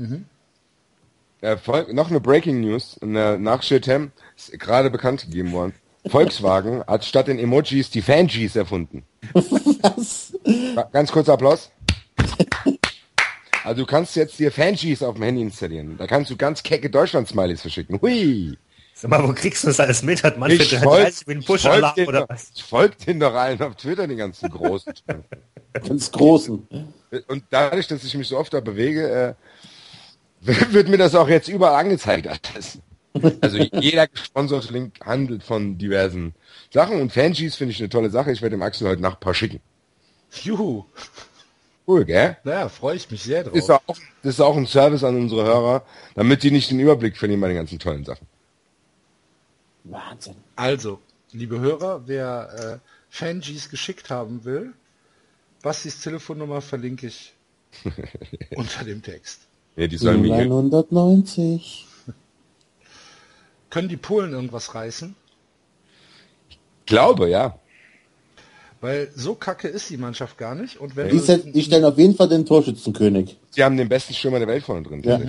Noch eine Breaking News. Nach Chetem ist gerade bekannt gegeben worden. Volkswagen hat statt den Emojis die Fangies erfunden. Was? Ganz kurzer Applaus. Also du kannst jetzt dir Fangies auf dem Handy installieren. Da kannst du ganz kecke Deutschland-Smileys verschicken. Hui! Sag mal, wo kriegst du das alles mit? Hat Manfred 30 wie ein Push-Alarm oder was? Ich folge den doch allen auf Twitter, den ganzen Großen. Ganz großen. Und dadurch, dass ich mich so oft da bewege, wird mir das auch jetzt überall angezeigt. Also jeder gesponserte Link handelt von diversen Sachen. Und Fangies finde ich eine tolle Sache. Ich werde dem Axel heute Nacht ein paar schicken. Juhu. Cool, gell? Naja, freue ich mich sehr drauf. Das ist auch ein Service an unsere Hörer, damit die nicht den Überblick verlieren bei den ganzen tollen Sachen. Wahnsinn. Also, liebe Hörer, wer Fangies geschickt haben will, Bastis Telefonnummer verlinke ich unter dem Text. Ja, die sollen mir 190. Können die Polen irgendwas reißen? glaube, ja. Weil so kacke ist die Mannschaft gar nicht. Und wenn Die stellen auf jeden Fall den Torschützenkönig. Sie haben den besten Stürmer der Welt vorne drin. Ja.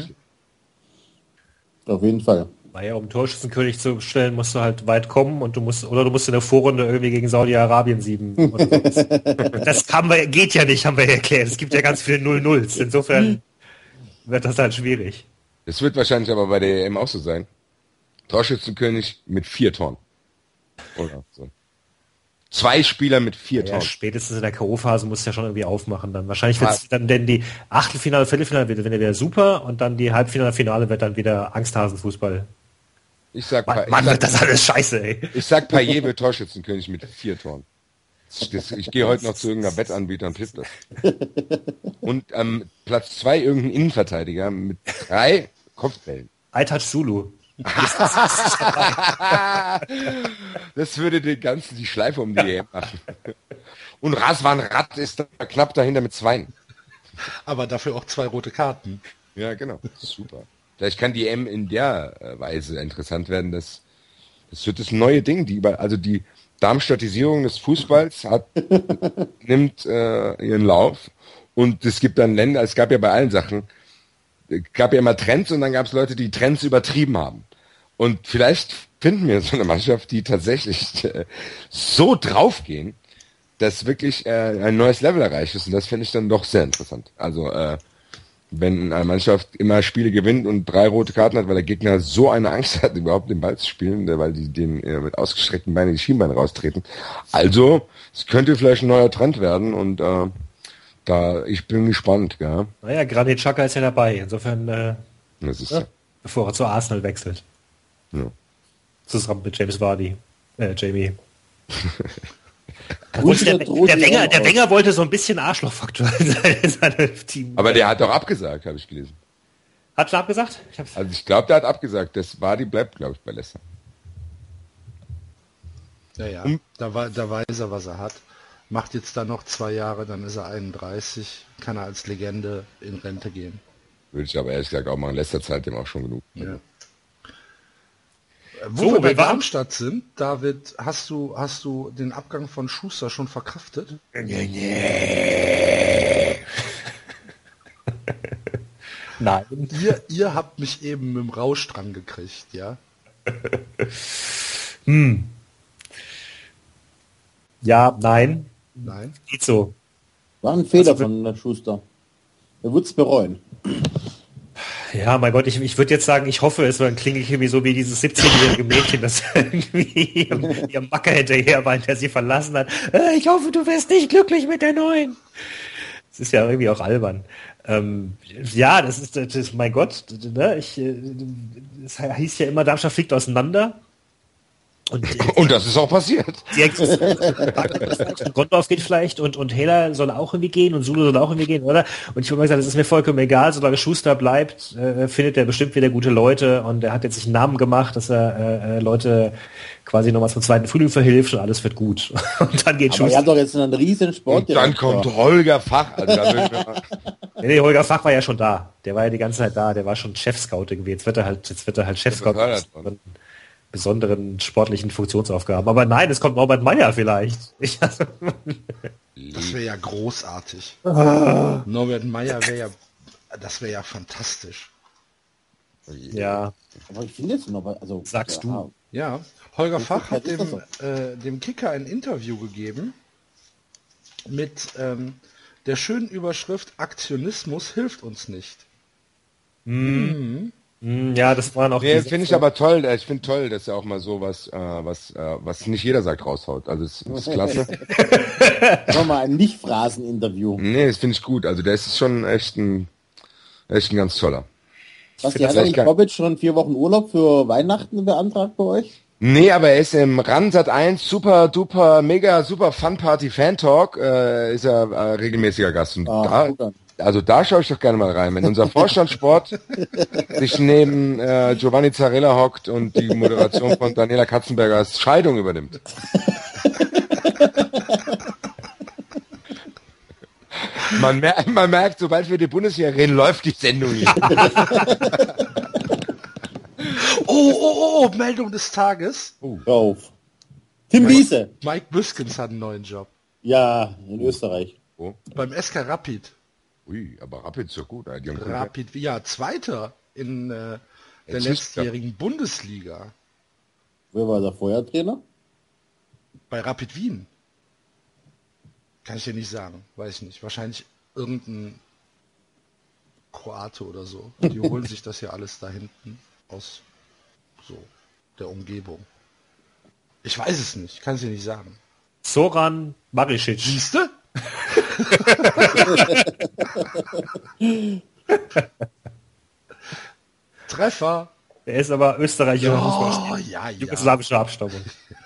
Auf jeden Fall. Naja, um Torschützenkönig zu stellen, musst du halt weit kommen und du musst in der Vorrunde irgendwie gegen Saudi-Arabien 7. Das geht ja nicht, haben wir erklärt. Es gibt ja ganz viele 0-0s. Insofern wird das halt schwierig. Das wird wahrscheinlich aber bei der EM auch so sein. Torschützenkönig mit 4 Toren. Oder so. 2 Spieler mit 4 Toren. Spätestens in der K.O.-Phase muss es ja schon irgendwie aufmachen. Dann wahrscheinlich wird es dann denn die Achtelfinale, Viertelfinale wird wieder super und dann die Halbfinale, Finale wird dann wieder Angsthasenfußball. Ich sag, wird das alles scheiße, ey. Ich sag Payet wird Torschützenkönig mit 4 Toren. Ich gehe heute noch zu irgendeiner Wettanbieter und tippe das. Und Platz 2 irgendein Innenverteidiger mit 3 Kopfbällen. Aitac Zulu. Das würde die Schleife um die EM machen. Und Razvan Rad ist da knapp dahinter mit 2. Aber dafür auch 2 rote Karten. Ja, genau. Super. Vielleicht kann die EM in der Weise interessant werden, dass das wird das neue Ding, die Darmstadtisierung des Fußballs nimmt ihren Lauf. Und es gibt dann Länder, es gab ja bei allen Sachen, gab ja immer Trends und dann gab es Leute, die Trends übertrieben haben. Und vielleicht finden wir so eine Mannschaft, die tatsächlich so draufgehen, dass wirklich ein neues Level erreicht ist. Und das finde ich dann doch sehr interessant. Also wenn eine Mannschaft immer Spiele gewinnt und 3 rote Karten hat, weil der Gegner so eine Angst hat, überhaupt den Ball zu spielen, weil die den mit ausgestreckten Beinen die Schienbeine raustreten. Also es könnte vielleicht ein neuer Trend werden und ich bin gespannt, ja. Naja, Granit Xhaka ist ja dabei, insofern, Das ist bevor er zu Arsenal wechselt. ja. zusammen mit James Vardy. Jamie. Der Wenger wollte so ein bisschen Arschlochfaktor in seinem Team. Aber der hat doch abgesagt, habe ich gelesen. Hat er abgesagt? Also ich glaube, der hat abgesagt. Das Vardy bleibt, glaube ich, bei Leicester. Ja, da weiß er, was er hat. Macht jetzt da noch 2 Jahre, dann ist er 31, kann er als Legende in Rente gehen. Würde ich aber ehrlich gesagt auch machen. Leicester zahlt dem auch schon genug. Ja. Wo wir bei Darmstadt sind, David, hast du den Abgang von Schuster schon verkraftet? Nein. Ihr habt mich eben mit dem Rausch dran gekriegt, ja? Ja, nein. Nein. Geht so. War ein Fehler von Schuster. Er wird es bereuen. Ja, mein Gott, ich würde jetzt sagen, ich hoffe, es klinge ich irgendwie so wie dieses 17-jährige Mädchen, das irgendwie ihrem Macker hinterher war, der sie verlassen hat. Ich hoffe, du wirst nicht glücklich mit der neuen. Das ist ja irgendwie auch albern. Ja, das ist mein Gott. Ne? Es hieß ja immer, Darmstadt fliegt auseinander. Und das ist auch passiert. Gondorf geht vielleicht und Hehler soll auch irgendwie gehen und Sulu soll auch irgendwie gehen, oder? Und ich habe immer gesagt, das ist mir vollkommen egal, solange Schuster bleibt, findet er bestimmt wieder gute Leute und er hat jetzt sich einen Namen gemacht, dass er Leute quasi nochmal zum zweiten Frühling verhilft und alles wird gut. Und dann geht Schuster. Er hat doch jetzt einen riesen Sport. Und dann kommt Holger Fach. Also nee, Holger Fach war ja schon da. Der war ja die ganze Zeit da. Der war schon Chef-Scout irgendwie. Jetzt wird er halt Chef-Scout. Besonderen sportlichen Funktionsaufgaben. Aber nein, es kommt Norbert Meyer vielleicht. Das wäre ja großartig. Norbert Meyer das wäre ja fantastisch. Ja. Aber ich finde jetzt noch, also sagst du. Ja, Holger Fach hat dem Kicker ein Interview gegeben mit der schönen Überschrift Aktionismus hilft uns nicht. Ja, das waren auch. Nee, finde ich aber toll. Ich finde toll, dass er auch mal so was nicht jeder sagt, raushaut. Also es ist klasse. Nochmal ein Nicht-Phrasen-Interview. Nee, das finde ich gut. Also der ist schon echt ein ganz toller. Was, die hat nicht Bobic schon 4 Wochen Urlaub für Weihnachten beantragt bei euch? Nee, aber er ist im RAN Sat.1 super duper mega super Fun Party Fan Talk ist er regelmäßiger Gast und da schaue ich doch gerne mal rein, wenn unser Vorstandssport sich neben Giovanni Zarella hockt und die Moderation von Daniela Katzenbergers Scheidung übernimmt. Man merkt, sobald wir die Bundesliga reden, läuft die Sendung hier. Oh, Meldung des Tages. Auf. Tim Wiese. Mike Büskens hat einen neuen Job. Ja, in Österreich. Oh. Beim SK Rapid. Ui, aber Rapid ist ja gut. Rapid, ja, Zweiter in der letztjährigen Bundesliga. Wer war da vorher Trainer? Bei Rapid Wien. Kann ich dir nicht sagen. Weiß ich nicht. Wahrscheinlich irgendein Kroate oder so. Die holen sich das ja alles da hinten aus so der Umgebung. Ich weiß es nicht. Kann es dir nicht sagen. Zoran Maricic. Siehste? Treffer. Er ist aber österreichischer jugoslawischer Abstammung.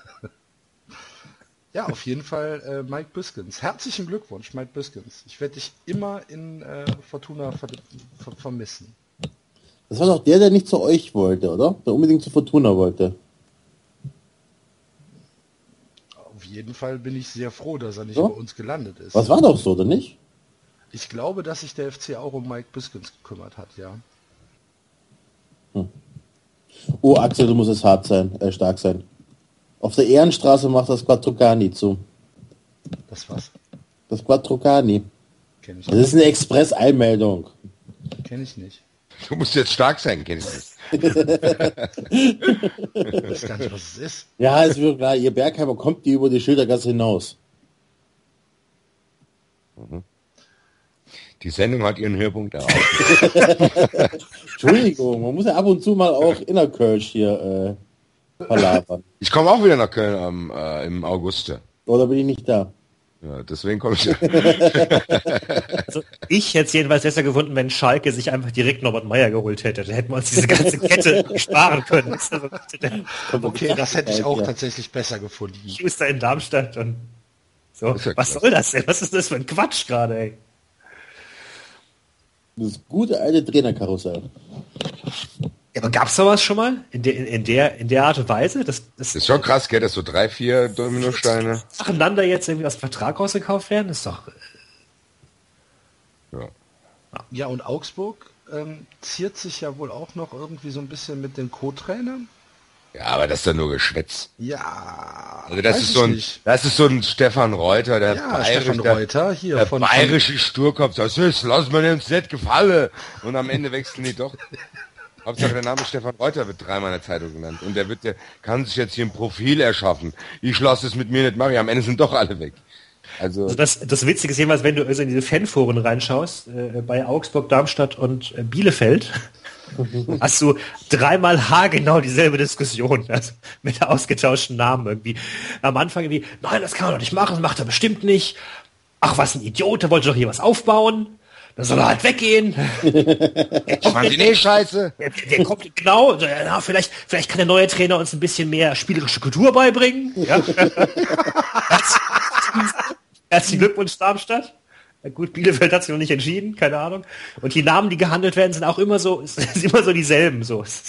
Ja, auf jeden Fall Mike Büskens. Herzlichen Glückwunsch, Mike Büskens. Ich werde dich immer in Fortuna vermissen. Das war doch der nicht zu euch wollte, oder? Der unbedingt zu Fortuna wollte. Auf jeden Fall bin ich sehr froh, dass er nicht bei uns gelandet ist. Was war doch so, oder nicht? Ich glaube, dass sich der FC auch um Mike Büskens gekümmert hat, ja. Oh, Axel, du musst es stark sein. Auf der Ehrenstraße macht das Quattrocani zu. Das was? Das Quattrocani. Kenn ich nicht. Das ist eine Express-Eilmeldung. Kenn ich nicht. Du musst jetzt stark sein, kenn ich nicht. Ich weiß gar nicht, was es ist. Ja, ist wirklich klar. Ihr Bergheimer kommt die über die Schildergasse hinaus. Die Sendung hat ihren Höhepunkt erreicht. Entschuldigung, man muss ja ab und zu mal auch innerkölsch hier verlabern. Ich komme auch wieder nach Köln im August. Oder bin ich nicht da? Ja, deswegen komme ich. Also ich hätte es jedenfalls besser gefunden, wenn Schalke sich einfach direkt Norbert Meyer geholt hätte. Dann hätten wir uns diese ganze Kette sparen können. Okay, das hätte ich auch tatsächlich besser gefunden. Schuster in Darmstadt und so. Was soll das denn? Was ist das für ein Quatsch gerade, ey? Das gute alte Trainerkarussell. Ja, aber gab's sowas schon mal? In der Art und Weise? Das ist schon krass, gell, dass so 3, 4 Dominosteine nacheinander jetzt irgendwie aus dem Vertrag rausgekauft werden, ist doch... Ja, und Augsburg ziert sich ja wohl auch noch irgendwie so ein bisschen mit den Co-Trainern. Ja, aber das ist ja nur Geschwätz. Ja, also das ist so ein Stefan Reuter, der bayerische Sturkopf. Das lassen wir uns nicht gefallen. Und am Ende wechseln die doch. Hauptsache der Name Stefan Reuter wird 3-mal in der Zeitung genannt. Und der kann sich jetzt hier ein Profil erschaffen. Ich lasse es mit mir nicht machen. Am Ende sind doch alle weg. Also das Witzige ist jedenfalls, wenn du also in diese Fanforen reinschaust, bei Augsburg, Darmstadt und Bielefeld, hast du 3-mal haargenau dieselbe Diskussion, also mit ausgetauschten Namen irgendwie. Am Anfang irgendwie, nein, das kann man doch nicht machen, das macht er bestimmt nicht. Ach, was ein Idiot, der wollte doch hier was aufbauen. Dann soll er halt weggehen. Scheiße. Der kommt, genau, ja, vielleicht kann der neue Trainer uns ein bisschen mehr spielerische Kultur beibringen. Ja. Herzlichen Glückwunsch, Darmstadt. Ja, gut, Bielefeld hat sich noch nicht entschieden, keine Ahnung. Und die Namen, die gehandelt werden, sind auch immer so dieselben. So. Es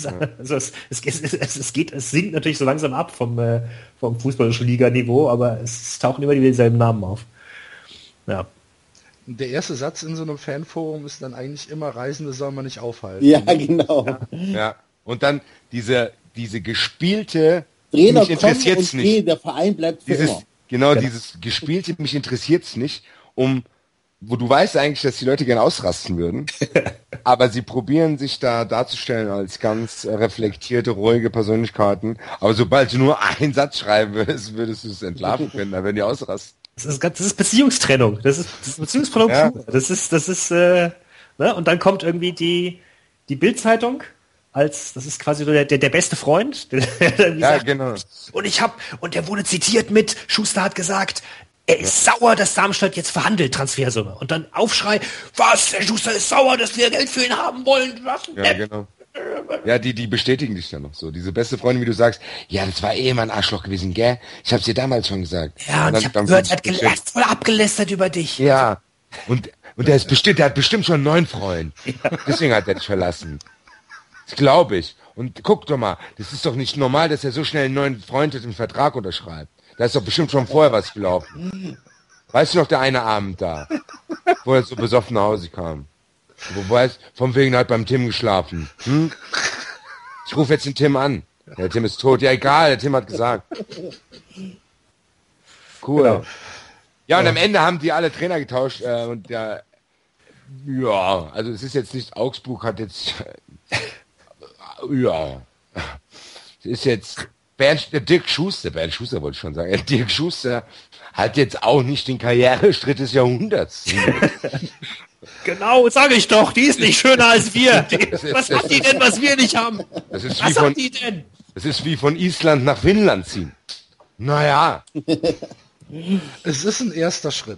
sinkt natürlich so langsam ab vom fußballischen Liganiveau, aber es tauchen immer dieselben Namen auf. Ja. Der erste Satz in so einem Fanforum ist dann eigentlich immer, Reisende soll man nicht aufhalten. Ja, genau. Ja. Und dann diese gespielte, Trainer mich interessiert's kommt und nicht. der Verein bleibt für immer. Genau, dieses gespielte, mich interessiert's nicht, wo du weißt eigentlich, dass die Leute gerne ausrasten würden, aber sie probieren sich da darzustellen als ganz reflektierte, ruhige Persönlichkeiten, aber sobald du nur einen Satz schreiben würdest du es entlarven können, da werden die ausrasten. Das ist Beziehungstrennung. Das ist Beziehungstrennung. Ja. Das ist ne? Und dann kommt irgendwie die Bild-Zeitung das ist quasi der beste Freund. Der sagt, genau. Und der wurde zitiert mit, Schuster hat gesagt, er ist sauer, dass Darmstadt jetzt verhandelt, Transfersumme. Und dann Aufschrei, was, der Schuster ist sauer, dass wir Geld für ihn haben wollen. Was? Ja, genau. Ja, die bestätigen dich dann noch so. Diese beste Freundin, wie du sagst, ja, das war immer ein Arschloch gewesen, gell? Ich hab's dir damals schon gesagt. Ja, und ich hab gehört, er hat voll abgelästert über dich. Ja, und der hat bestimmt schon 9 Freunde. Ja. Deswegen hat er dich verlassen. Das glaube ich. Und guck doch mal, das ist doch nicht normal, dass er so schnell einen neuen Freund den Vertrag unterschreibt. Da ist doch bestimmt schon vorher was gelaufen. Weißt du noch, der eine Abend da, wo er so besoffen nach Hause kam? Wobei es vom wegen hat beim Tim geschlafen. Ich rufe jetzt den Tim an. Der Tim ist tot. Ja, egal, der Tim hat gesagt. Cool. Genau. Ja, und am Ende haben die alle Trainer getauscht und ja, also es ist jetzt nicht, Augsburg hat jetzt es ist jetzt Dirk Schuster wollte ich schon sagen. Dirk Schuster hat jetzt auch nicht den Karriereschritt des Jahrhunderts. Genau, sage ich doch, die ist nicht schöner als wir. Was hat die denn, was wir nicht haben? Was hat die denn? Das ist wie von Island nach Finnland ziehen. Naja. Es ist ein erster Schritt.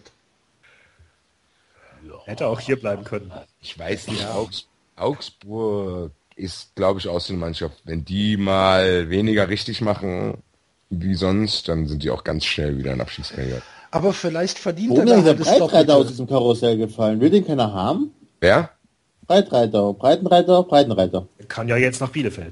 Hätte auch hier bleiben können. Ich weiß nicht, Augsburg ist, glaube ich, auch so eine Mannschaft. Wenn die mal weniger richtig machen wie sonst, dann sind die auch ganz schnell wieder ein Abschiedskandidat. Aber vielleicht verdient er da halt das Breitreiter aus diesem Karussell gefallen. Will den keiner haben? Wer? Breitenreiter. Kann ja jetzt nach Bielefeld.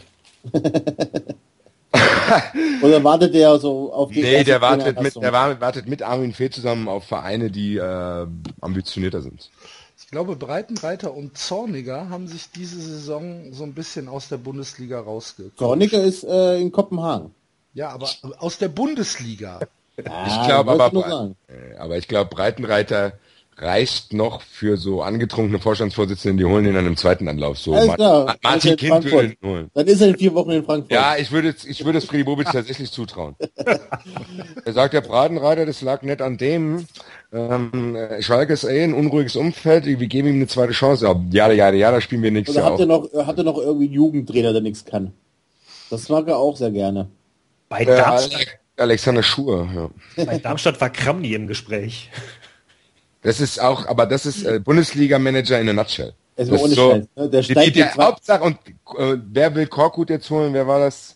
Oder wartet der so auf die... Nee, der wartet mit Armin Fee zusammen auf Vereine, die ambitionierter sind. Ich glaube, Breitenreiter und Zorniger haben sich diese Saison so ein bisschen aus der Bundesliga rausgekommen. Zorniger ist in Kopenhagen. Ja, aber aus der Bundesliga. Ja, ich glaube, Breitenreiter reicht noch für so angetrunkene Vorstandsvorsitzende, die holen ihn dann im zweiten Anlauf. So Martin Kind will ihn holen. Dann ist er in 4 Wochen in Frankfurt. Ja, ich würde es Freddy Bobic tatsächlich zutrauen. Er sagt, der Breitenreiter, das lag nicht an dem. Schalke ist ein unruhiges Umfeld, wir geben ihm eine zweite Chance. Ja, da spielen wir nichts. Oder hat er noch irgendwie einen Jugendtrainer, der nichts kann? Das mag er auch sehr gerne. Bei Darmstadt Alexander Schur, ja. Bei Darmstadt war Kramny im Gespräch. Das ist Bundesliga-Manager in a nutshell. Es war ohne Scheiß, ne? Der steigt die Hauptsache, und wer will Korkut jetzt holen? Wer war das?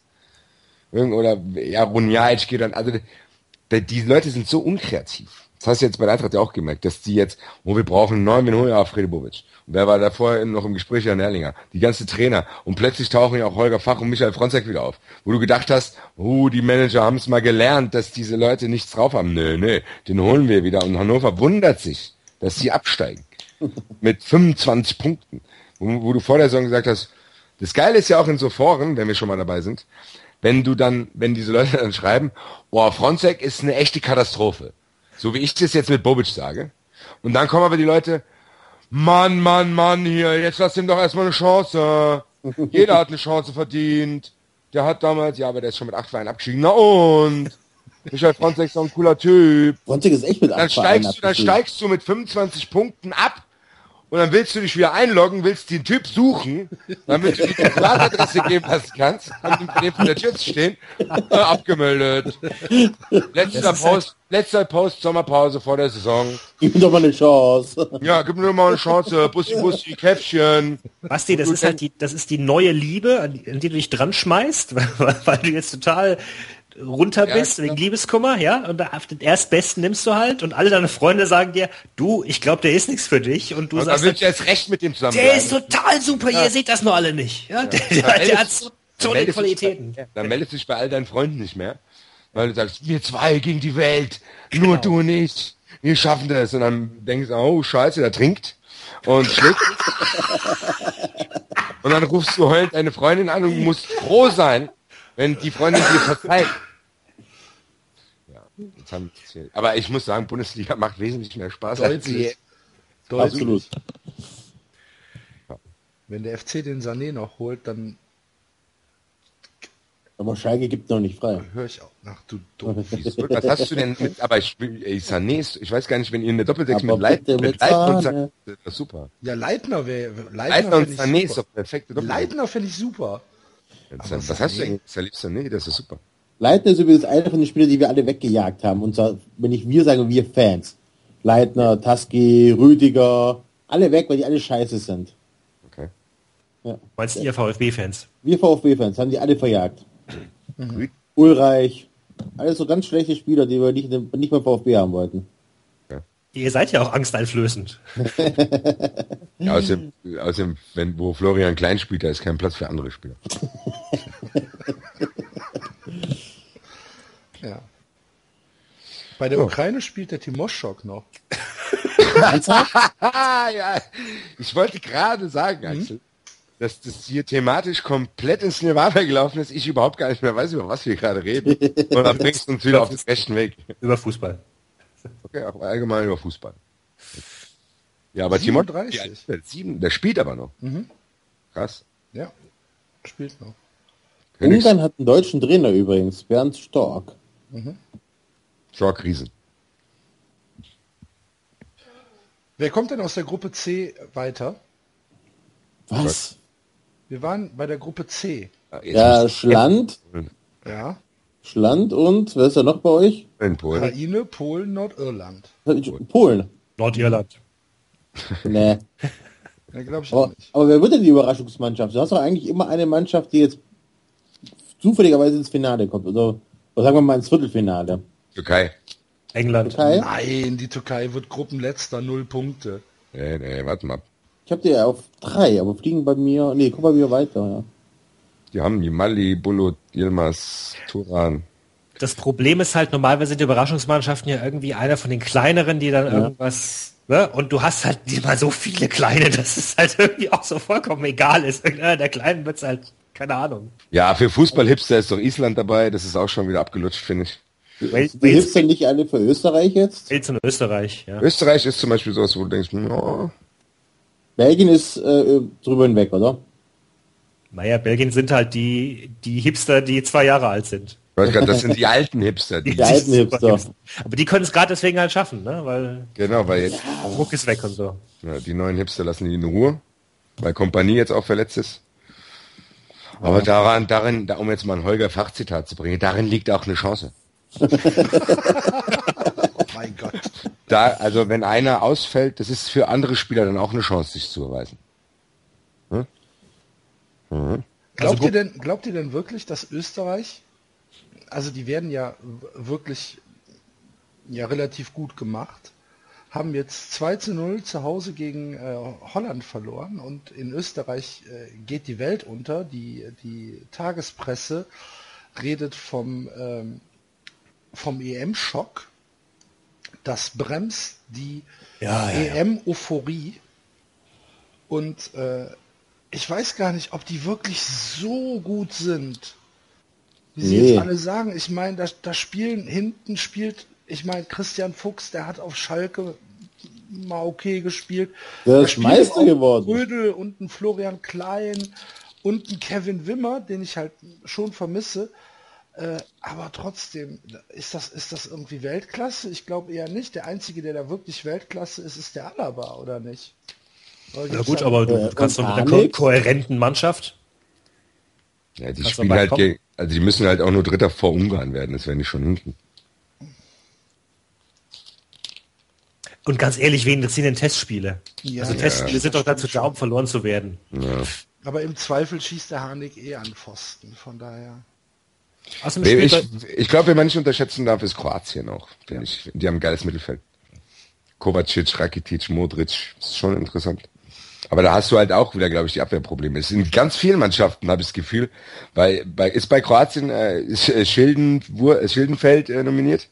Runjajic geht dann, also die Leute sind so unkreativ. Das hast du jetzt bei der Eintracht ja auch gemerkt, dass die jetzt, wir brauchen einen neuen, wen holen wir auf Frede Bobic. Und wer war da vorher noch im Gespräch, Jan Erlinger? Die ganze Trainer. Und plötzlich tauchen ja auch Holger Fach und Michael Fronzek wieder auf. Wo du gedacht hast, die Manager haben es mal gelernt, dass diese Leute nichts drauf haben. Nö, den holen wir wieder. Und Hannover wundert sich, dass sie absteigen. Mit 25 Punkten. Wo du vor der Saison gesagt hast, das Geile ist ja auch in so Foren, wenn wir schon mal dabei sind, wenn diese Leute dann schreiben, Fronzek ist eine echte Katastrophe. So wie ich das jetzt mit Bobic sage. Und dann kommen aber die Leute, Mann, hier, jetzt lass ihm doch erstmal eine Chance. Jeder hat eine Chance verdient. Der hat damals, aber der ist schon mit 8 Vereinen abgestiegen. Na und? Michael Fronzek ist doch ein cooler Typ. Fronzek ist echt mit 8 Vereinen abgestiegen. Dann steigst du mit 25 Punkten ab. Und dann willst du dich wieder einloggen, willst den Typ suchen, damit du die Privatadresse geben lassen kannst, und den vor der Tür zu stehen, abgemeldet. Letzter Post, Sommerpause vor der Saison. Gib mir doch mal eine Chance. Ja, gib mir doch mal eine Chance. Bussi, Käffchen. Basti, das ist die neue Liebe, an die du dich dran schmeißt, weil du jetzt total runter bist, wegen Liebeskummer, ja, und auf den Erstbesten nimmst du halt und alle deine Freunde sagen dir, ich glaube, der ist nichts für dich und du sagst, dann willst du jetzt recht mit dem zusammen. Der ist total super, ihr seht das nur alle nicht, ja, der hat so tolle Qualitäten. Dann meldest du dich bei all deinen Freunden nicht mehr, weil du sagst, wir 2 gegen die Welt, nur du und ich, wir schaffen das, und dann denkst du, scheiße, der trinkt und schlägt und dann rufst du heulend deine Freundin an und musst froh sein, wenn die Freundin dir verzeiht. Aber ich muss sagen, Bundesliga macht wesentlich mehr Spaß. Deutlich. Absolut. Wenn der FC den Sané noch holt, dann... Aber Schalke gibt noch nicht frei. Höre ich auch. Ach du doof. Was hast du denn mit... Aber Sané ist... Ich weiß gar nicht, wenn ihr in der Doppeldeck mit Leitner und Sané... Das ist super. Ja, Leitner und Sané ist doch perfekt. Leitner finde ich super. Was hast du denn? Sané, das ist super. Leitner ist übrigens einer von den Spielern, die wir alle weggejagt haben. Und zwar, wenn wir sagen, wir Fans. Leitner, Taski, Rüdiger, alle weg, weil die alle scheiße sind. Okay. Ja. Meinst du ihr VfB-Fans? Wir VfB-Fans haben die alle verjagt. Mhm. Ulreich, alles so ganz schlechte Spieler, die wir nicht mehr VfB haben wollten. Okay. Ihr seid ja auch angsteinflößend. Ja, außerdem, wo Florian Klein spielt, da ist kein Platz für andere Spieler. Ja. Bei der Ukraine spielt der Timoschok noch. Ja, ich wollte gerade sagen, Axel, dass das hier thematisch komplett ins Nirvana gelaufen ist, ich überhaupt gar nicht mehr weiß, über was wir gerade reden. Und dann bringst du uns wieder auf den rechten Weg. Über Fußball. Okay, auch allgemein über Fußball. Ja, aber 37. Der spielt aber noch. Mhm. Krass. Ja, spielt noch. Ungarn hat einen deutschen Trainer übrigens, Bernd Stork. Mhm. Stork Riesen. Wer kommt denn aus der Gruppe C weiter? Was? Wir waren bei der Gruppe C. Ja, Schland. Ja. Schland und, wer ist da noch bei euch? In Polen. Ukraine, Polen, Nordirland. Polen. Nordirland. Nee. Ja, glaube ich auch nicht. Aber wer wird denn die Überraschungsmannschaft? Du hast doch eigentlich immer eine Mannschaft, die jetzt zufälligerweise ins Finale kommt. Oder sagen wir mal ins Viertelfinale. Türkei. England. Türkei? Nein, die Türkei wird Gruppenletzter, 0 Punkte. Nee, warte mal. Ich habe die ja auf 3, aber fliegen bei mir... Nee, guck mal wieder weiter, ja. Die haben die Mali, Bulut, Yilmaz, Turan. Das Problem ist halt, normalerweise sind die Überraschungsmannschaften ja irgendwie einer von den kleineren, die dann irgendwas... Ne? Und du hast halt mal so viele Kleine, dass es halt irgendwie auch so vollkommen egal ist. Irgendeiner der Kleinen wird's halt... Keine Ahnung. Ja, für Fußball-Hipster ist doch Island dabei. Das ist auch schon wieder abgelutscht, finde ich. Die Hipster nicht alle für Österreich jetzt? Wales und Österreich, ja. Österreich ist zum Beispiel sowas, wo du denkst, oh. Belgien ist drüber hinweg, oder? Naja, Belgien sind halt die Hipster, die 2 Jahre alt sind. Das sind die alten Hipster. Die alten Hipster. Aber die können es gerade deswegen halt schaffen, ne? Weil jetzt Druck ist weg und so. Ja, die neuen Hipster lassen die in Ruhe, weil Kompanie jetzt auch verletzt ist. Aber darin, um jetzt mal ein Holger Fach-Zitat zu bringen, darin liegt auch eine Chance. Oh mein Gott. Also wenn einer ausfällt, das ist für andere Spieler dann auch eine Chance, sich zu beweisen. Glaubt ihr denn wirklich, dass Österreich, also die werden ja wirklich relativ gut gemacht, haben jetzt 2-0 zu Hause gegen Holland verloren und in Österreich geht die Welt unter. Die Tagespresse redet vom EM-Schock. Das bremst die EM-Euphorie. Und ich weiß gar nicht, ob die wirklich so gut sind, wie sie jetzt alle sagen. Ich meine, hinten spielt, ich meine, Christian Fuchs, der hat auf Schalke mal okay gespielt. Der ist Meister geworden. Rödel und ein Florian Klein und ein Kevin Wimmer, den ich halt schon vermisse. Aber trotzdem, ist das irgendwie Weltklasse? Ich glaube eher nicht. Der Einzige, der da wirklich Weltklasse ist der Alaba, oder nicht? Ja gut, aber du kannst doch mit einer kohärenten Mannschaft. Ja, die spielen halt also die müssen halt auch nur Dritter vor Ungarn werden, das wären die schon hinten. Und ganz ehrlich, wen interessieren denn Testspiele? Ja, also Testspiele sind doch dazu da, um verloren zu werden. Ja. Aber im Zweifel schießt der Harnik an Pfosten, von daher. Also ich glaube, wen man nicht unterschätzen darf, ist Kroatien auch. Die haben ein geiles Mittelfeld. Kovacic, Rakitic, Modric, das ist schon interessant. Aber da hast du halt auch wieder, glaube ich, die Abwehrprobleme. Es sind ganz vielen Mannschaften, habe ich das Gefühl. Ist bei Kroatien Schildenfeld nominiert?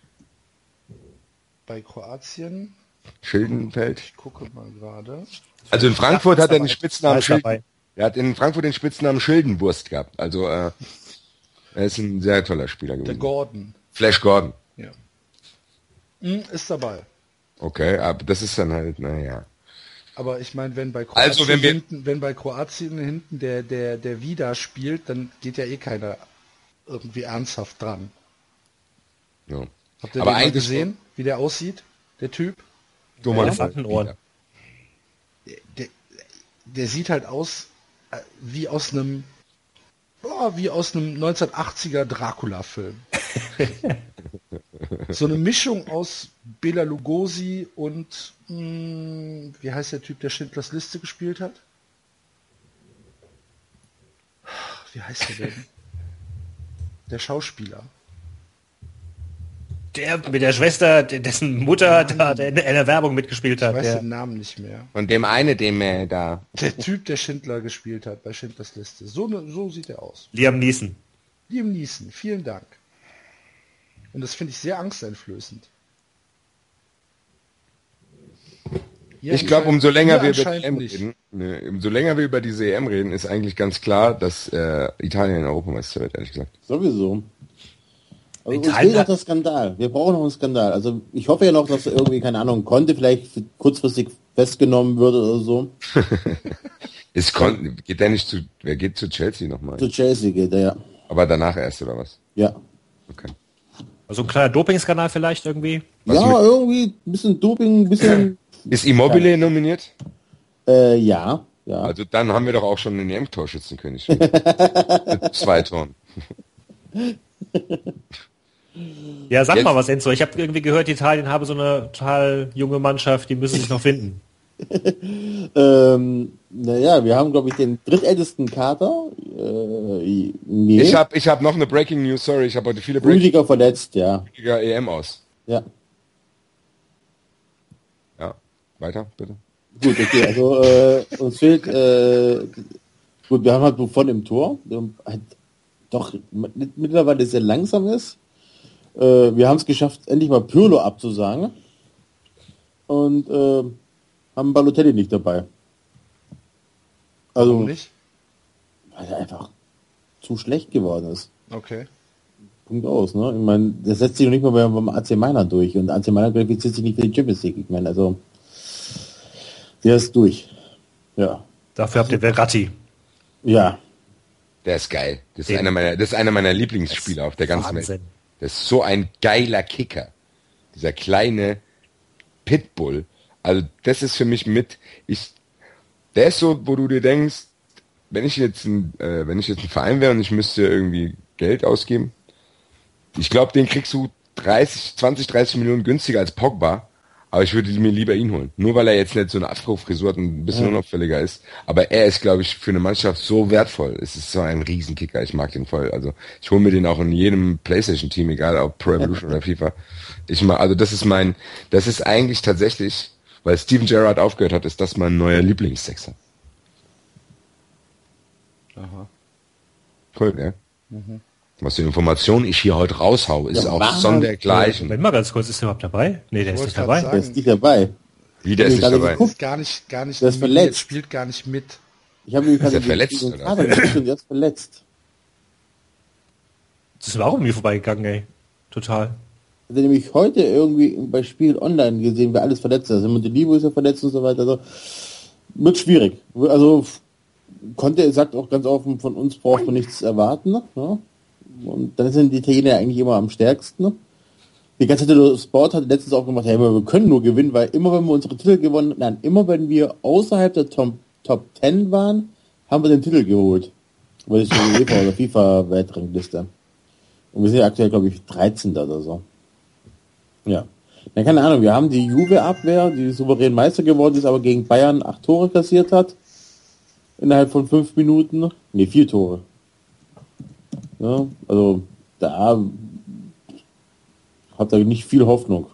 Bei Kroatien? Schildenfeld? Ich gucke mal gerade. Also in Frankfurt hat er den Spitznamen Er hat in Frankfurt den Spitznamen Schildenwurst gehabt. Also er ist ein sehr toller Spieler gewesen. Der Gordon. Flash Gordon. Ja. Ist dabei. Okay, aber das ist dann halt, naja. Aber ich meine, wenn bei Kroatien hinten der Vida spielt, dann geht ja eh keiner irgendwie ernsthaft dran. Ja. Habt ihr den mal gesehen, wie der aussieht, der Typ? Elefantenohren. Der sieht halt aus wie aus einem 1980er Dracula-Film. So eine Mischung aus Bela Lugosi und wie heißt der Typ, der Schindlers Liste gespielt hat? Wie heißt der denn? Der Schauspieler. Der mit der Schwester, dessen Mutter da in einer Werbung mitgespielt hat. Ich weiß den Namen nicht mehr. Und dem da. Der Typ, der Schindler gespielt hat bei Schindlers Liste. So sieht er aus. Liam Neeson, vielen Dank. Und das finde ich sehr angsteinflößend. Ich glaube, umso länger wir über diese EM reden, ist eigentlich ganz klar, dass Italien Europameister wird, ehrlich gesagt. Sowieso. Also uns fehlt noch der Skandal. Wir brauchen noch einen Skandal. Also ich hoffe ja noch, dass irgendwie, keine Ahnung, Conte vielleicht kurzfristig festgenommen wird oder so. Geht der nicht wer geht zu Chelsea nochmal? Zu Chelsea geht er, ja. Aber danach erst, oder was? Ja. Okay. Also ein kleiner Dopingskandal vielleicht irgendwie? Irgendwie ein bisschen Doping, ein bisschen... Ist Immobile nominiert? Ja. Also dann haben wir doch auch schon einen EM-Torschützenkönig. Mit 2 Toren. Ja, sag mal was, Enzo. Ich habe irgendwie gehört, Italien habe so eine total junge Mannschaft, die müssen sich noch finden. Naja, wir haben, glaube ich, den drittältesten Kader. Nee. Ich hab noch eine Breaking News, sorry, ich habe heute viele Rüdiger verletzt, ja. Rüdiger EM aus. Ja. Ja, weiter, bitte. Gut, okay, also uns fehlt, gut, wir haben halt Buffon im Tor, der halt doch mittlerweile sehr langsam ist. Wir haben es geschafft, endlich mal Pirlo abzusagen. Und haben Balotelli nicht dabei. Also, warum nicht? Weil er einfach zu schlecht geworden ist. Okay. Punkt aus, ne? Ich meine, der setzt sich noch nicht mal beim AC Mailand durch. Und AC Mailand qualifiziert sich nicht für die Champions League. Ich meine, also, der ist durch. Ja. Dafür habt ihr Verratti. Ja. Der ist geil. Das ist einer meiner Lieblingsspieler auf der ganzen Welt. Der ist so ein geiler Kicker. Dieser kleine Pitbull. Also das ist für mich der ist so, wo du dir denkst, wenn ich jetzt ein Verein wäre und ich müsste irgendwie Geld ausgeben, Ich glaube, den kriegst du 20, 30 Millionen günstiger als Pogba. Aber ich würde mir lieber ihn holen. Nur weil er jetzt nicht so eine Afro-Frisur hat und ein bisschen unauffälliger ist. Aber er ist, glaube ich, für eine Mannschaft so wertvoll. Es ist so ein Riesenkicker. Ich mag den voll. Also ich hole mir den auch in jedem PlayStation-Team, egal ob Pro Evolution oder FIFA. Also das ist eigentlich tatsächlich, weil Steven Gerrard aufgehört hat, ist das mein neuer Lieblingssechser. Aha. Cool, gell? Was für Informationen ich hier heute raushau, ist auch sondergleichen. Moment mal ganz kurz, ist der überhaupt dabei? Nee, der ist nicht dabei. Der ist nicht dabei. Wie, der ist nicht dabei? Ist gar nicht der ist verletzt. Spielt gar nicht mit. Ich habe ihn Ist er verletzt, oder? Aber der ist verletzt. Das ist mir auch irgendwie vorbeigegangen, ey. Total. Ich habe nämlich heute irgendwie bei Spiel online gesehen, wer alles verletzt ist. Montelivo ist ja verletzt und so weiter. Also, wird schwierig. Also Conte sagt auch ganz offen, von uns braucht man nichts erwarten. Ne? Und dann sind die Italiener eigentlich immer am stärksten. Ne? Die ganze Zeit Sport hat letztens auch gemacht, hey, wir können nur gewinnen, weil immer wenn wir unsere Titel gewonnen haben, immer wenn wir außerhalb der Top 10 waren, haben wir den Titel geholt. Weil das ist die UEFA oder FIFA-Weltrangliste. Und wir sind ja aktuell, glaube ich, 13. oder so. Ja. Na, keine Ahnung, wir haben die Juve-Abwehr, die souverän Meister geworden ist, aber gegen Bayern 8 Tore kassiert hat. Innerhalb von 5 Minuten. Ne, 4 Tore. Ja, also da hat er nicht viel Hoffnung.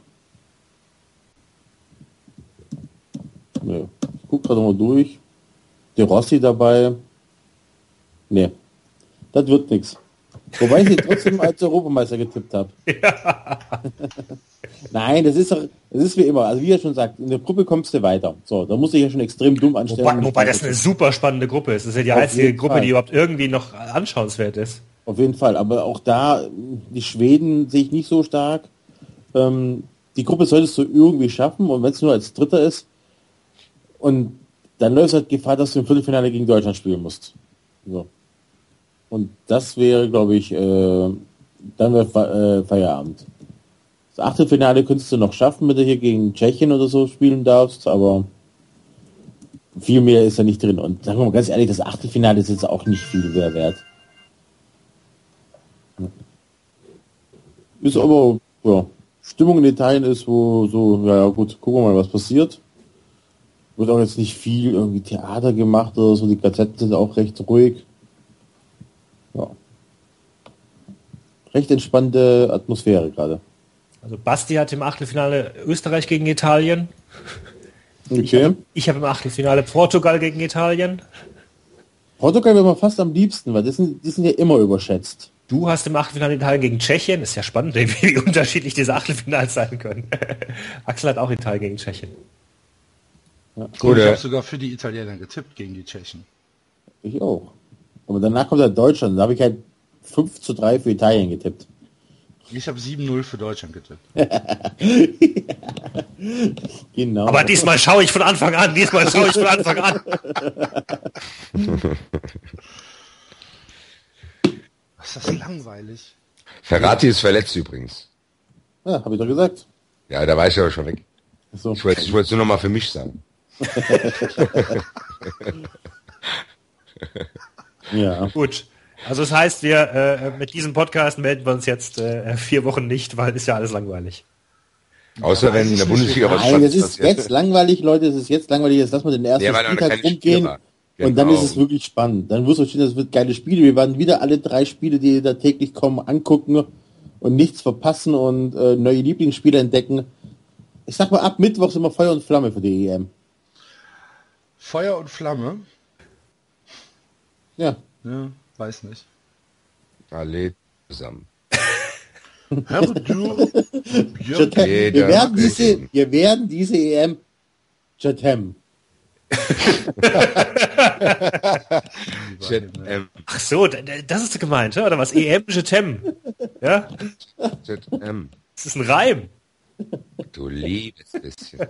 Ja, ich guck gerade mal durch. Der Rossi dabei. Ne, das wird nichts. Wobei ich sie trotzdem als Europameister getippt habe. Ja. Nein, das ist wie immer. Also wie er schon sagt, in der Gruppe kommst du weiter. So, da muss ich ja schon extrem dumm anstellen. Wobei das eine super spannende Gruppe ist. Das ist ja die einzige Gruppe, die überhaupt irgendwie noch anschauenswert ist. Auf jeden Fall. Aber auch da, die Schweden sehe ich nicht so stark. Die Gruppe solltest du irgendwie schaffen. Und wenn es nur als Dritter ist, und dann läuft halt Gefahr, dass du im Viertelfinale gegen Deutschland spielen musst. So. Und das wäre, glaube ich, dann wäre Feierabend. Das Achtelfinale könntest du noch schaffen, wenn du hier gegen Tschechien oder so spielen darfst, aber viel mehr ist da nicht drin. Und sagen wir mal ganz ehrlich, das Achtelfinale ist jetzt auch nicht viel wert. Ist aber, ja, Stimmung in Italien ist, wo so, ja gut, gucken wir mal, was passiert. Wird auch jetzt nicht viel irgendwie Theater gemacht oder so, die Gazetten sind auch recht ruhig. Ja. Recht entspannte Atmosphäre gerade. Also Basti hat im Achtelfinale Österreich gegen Italien. Okay. Ich habe im Achtelfinale Portugal gegen Italien. Portugal wäre mir fast am liebsten, weil die sind ja immer überschätzt. Du hast im Achtelfinale Italien gegen Tschechien. Ist ja spannend, wie unterschiedlich diese Achtelfinals sein können. Axel hat auch Italien gegen Tschechien. Ja. Gut, ich habe sogar für die Italiener getippt gegen die Tschechen. Ich auch. Aber danach kommt halt Deutschland. Da habe ich halt 5:3 für Italien getippt. Ich habe 7:0 für Deutschland getippt. Genau. Aber diesmal schaue ich von Anfang an. Was ist das langweilig? Ferrati ist verletzt übrigens. Ja, habe ich doch gesagt. Ja, da war ich aber schon weg. So. Ich wollte es nur noch mal für mich sagen. Ja. Gut. Also das heißt, wir mit diesem Podcast melden wir uns jetzt 4 Wochen nicht, weil ist ja alles langweilig. Außer wenn in der Bundesliga was Nein, es ist jetzt langweilig, Leute, es ist jetzt langweilig, jetzt lassen wir den ersten Spieltag rumgehen und dann ist es wirklich spannend. Dann wirst du verstehen, das wird geile Spiele. Wir werden wieder alle 3 Spiele, die da täglich kommen, angucken und nichts verpassen und neue Lieblingsspiele entdecken. Ich sag mal, ab Mittwoch sind wir Feuer und Flamme für die EM. Feuer und Flamme? Ja. Ja, weiß nicht. Alle zusammen. Herr du, wir werden diese EM Chatham. Ach so, das ist gemeint, oder was? EM Chatham. Ja? Chatham. Das ist ein Reim. Du liebes bisschen.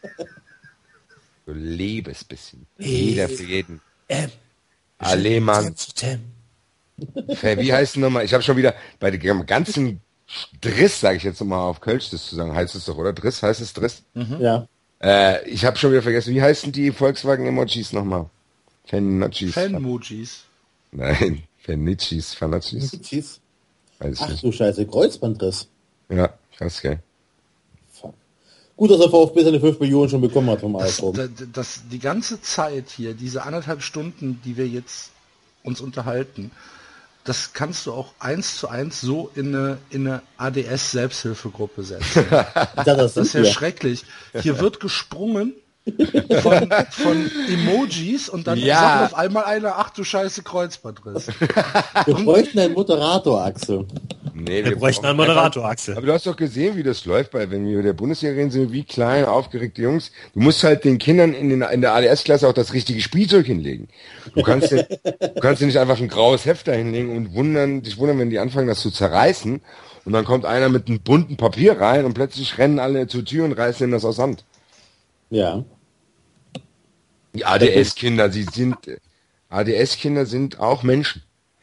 Du liebes bisschen. Jeder für jeden. Alemann. Wie heißt es nochmal? Ich habe schon wieder bei dem ganzen Driss, sage ich jetzt nochmal auf Kölsch, das zu sagen, heißt es doch, oder? Driss, heißt es Driss? Mhm. Ja. Ich habe schon wieder vergessen, wie heißen die Volkswagen-Emojis nochmal? Fanmojis. Nein, Fanitchis, Fanatchis. Ach du Scheiße, Kreuzbandriss. Ja, krass, gell. Fuck. Gut, dass der VfB seine 5 Millionen schon bekommen hat vom ASV. Die ganze Zeit hier, diese 1,5 Stunden, die wir jetzt uns unterhalten, das kannst du auch 1:1 so in eine ADS-Selbsthilfegruppe setzen. Das ist ja schrecklich. Hier wird gesprungen von Emojis und dann sagt auf einmal einer, ach du Scheiße, Kreuzbandriss. Wir bräuchten einen Moderator, Axel. Nee, wir bräuchten einen Moderator, Axel. Aber du hast doch gesehen, wie das läuft, wenn wir über der Bundesliga reden, sind wie klein, aufgeregte Jungs. Du musst halt den Kindern in der ADS-Klasse auch das richtige Spielzeug hinlegen. Du kannst dir nicht einfach ein graues Heft da hinlegen und dich wundern, wenn die anfangen, das zu zerreißen. Und dann kommt einer mit einem bunten Papier rein und plötzlich rennen alle zur Tür und reißen ihm das aus Hand. Ja. Die ADS-Kinder, ADS-Kinder sind auch Menschen.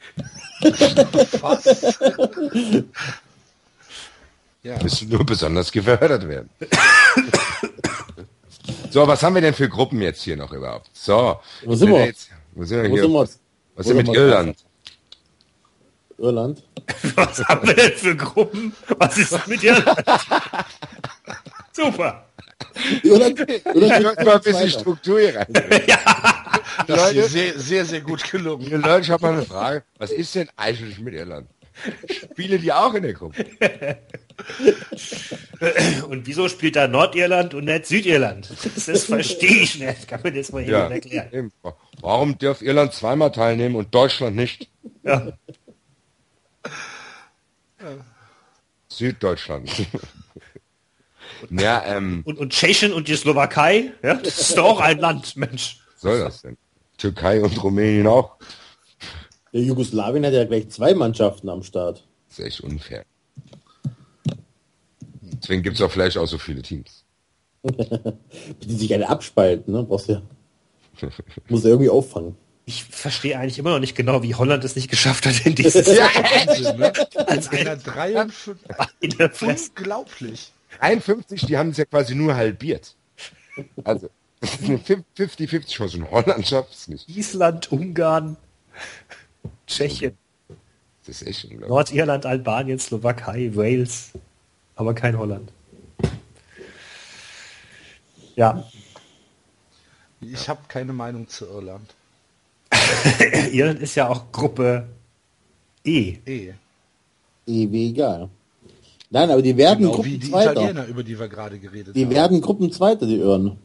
Was? Ja. Müssen nur besonders gefördert werden. So, was haben wir denn für Gruppen jetzt hier noch überhaupt? So, wo sind wir? Wo sind wir hier? Was ist denn mit Irland? Irland? Was haben wir denn für Gruppen? Was ist mit Irland? Super. Irland mal ein bisschen Struktur hier rein. Das ist sehr, sehr, sehr gut gelungen. Leute, ich habe mal eine Frage. Was ist denn eigentlich mit Irland? Spielen die auch in der Gruppe? Und wieso spielt da Nordirland und nicht Südirland? Das verstehe ich nicht. Kann mir das mal jemand erklären? Eben. Warum darf Irland zweimal teilnehmen und Deutschland nicht? Ja. Süddeutschland. Ja, und Tschechien und die Slowakei, ja, das ist doch auch ein Land, Mensch. Was soll das denn? Türkei und Rumänien auch? Der Jugoslawien hat ja gleich 2 Mannschaften am Start. Das ist echt unfair. Deswegen gibt es auch vielleicht auch so viele Teams. Die sich alle abspalten, ne? Muss ja irgendwie auffangen. Ich verstehe eigentlich immer noch nicht genau, wie Holland es nicht geschafft hat in dieses Jahr. Wahnsinn, ne? Als einer 53. Unglaublich. 53, die haben es ja quasi nur halbiert. Also, das ist eine 50-50 Chance. Und Holland schafft es nicht. Island, Ungarn, Tschechien. Das ist echt unglaublich. Nordirland, Albanien, Slowakei, Wales. Aber kein Holland. Ja. Ich habe keine Meinung zu Irland. Irland ist ja auch Gruppe E. Wie egal. Nein, aber die werden genau Gruppenzweiter. Wie die Italiener, über die wir gerade geredet haben. Die werden Gruppenzweiter, die Irren.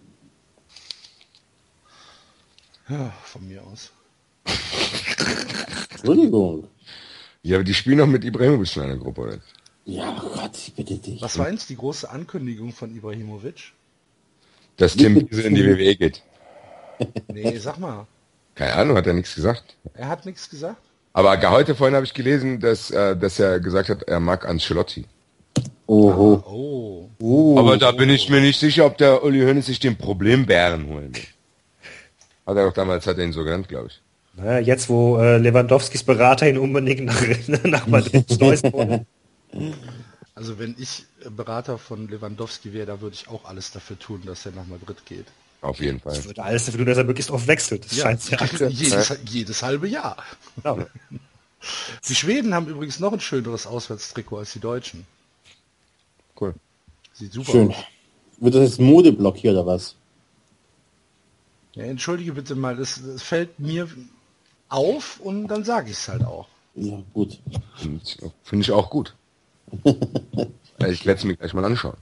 Ja, von mir aus. Entschuldigung. Ja, aber die spielen noch mit Ibrahimovic in einer Gruppe, oder? Ja, Gott, ich bitte dich. Was war jetzt die große Ankündigung von Ibrahimovic? Dass Tim Wiese in die WWE geht. Nee, sag mal. Keine Ahnung, hat er nichts gesagt. Er hat nichts gesagt? Aber vorhin habe ich gelesen, dass er gesagt hat, er mag Ancelotti. Oho. Aber da bin ich mir nicht sicher, ob der Uli Hoeneß sich den Problembären holen will. Hat er ihn so genannt, glaube ich. Naja, jetzt, wo Lewandowskis Berater ihn unbedingt nach Madrid steuern wollen. Also wenn ich Berater von Lewandowski wäre, da würde ich auch alles dafür tun, dass er nach Madrid geht. Auf jeden Fall. Ich würde alles dafür tun, dass er möglichst oft wechselt. Das scheint ja jedes halbe Jahr. Genau. Die Schweden haben übrigens noch ein schöneres Auswärtstrikot als die Deutschen. Cool. Sieht super Schön. aus. Wird das jetzt Modeblock hier oder was? Ja, entschuldige bitte mal, das fällt mir auf und dann sage ich es halt auch. Ja, gut. Finde ich auch gut. Ich werde es mir gleich mal anschauen.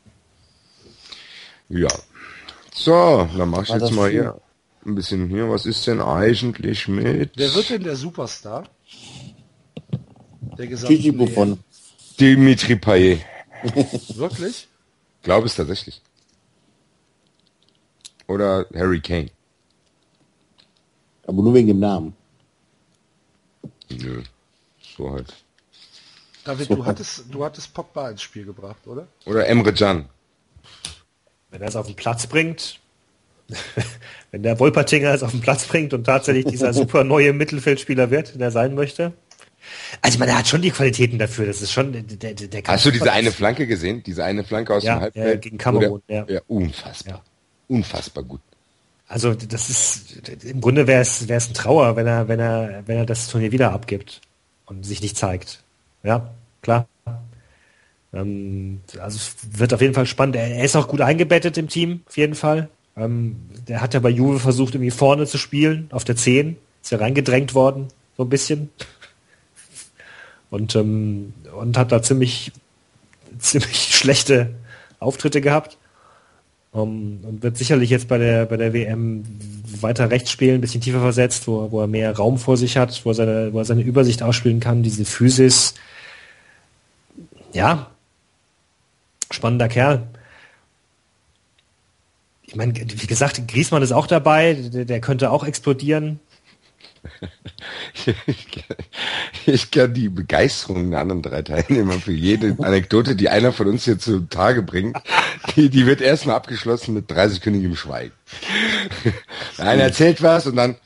Ja. So, dann mach ich jetzt mal hier ein bisschen hier. Was ist denn eigentlich mit... Wer wird denn der Superstar? Der gesamten Buffon. Dimitri Payet. Wirklich? Ich glaube es tatsächlich. Oder Harry Kane. Aber nur wegen dem Namen. Nö. So halt. David, du hattest Pogba ins Spiel gebracht, oder? Oder Emre Can. Wenn er es auf den Platz bringt, wenn der Wolpertinger es auf den Platz bringt und tatsächlich dieser super neue Mittelfeldspieler wird, der sein möchte. Also ich meine, er hat schon die Qualitäten dafür. Das ist schon der Hast du diese eine Flanke gesehen? Diese eine Flanke aus dem Halbfeld? Ja, gegen Kamerun. Ja, unfassbar. Ja. Unfassbar gut. Also das ist im Grunde wäre es ein Trauer, wenn er das Turnier wieder abgibt und sich nicht zeigt. Ja, klar. Also es wird auf jeden Fall spannend. Er ist auch gut eingebettet im Team, auf jeden Fall. Der hat ja bei Juve versucht, irgendwie vorne zu spielen, auf der 10. Ist ja reingedrängt worden, so ein bisschen. Und hat da ziemlich schlechte Auftritte gehabt. Und wird sicherlich jetzt bei der WM weiter rechts spielen, ein bisschen tiefer versetzt, wo er mehr Raum vor sich hat, wo er seine Übersicht ausspielen kann, diese Physis. Ja, spannender Kerl. Ich meine, wie gesagt, Griezmann ist auch dabei, der könnte auch explodieren. Ich kann die Begeisterung der anderen 3 Teilnehmer für jede Anekdote, die einer von uns hier zutage bringt, die wird erstmal abgeschlossen mit 30-kündigem Schweigen. Einer erzählt was und dann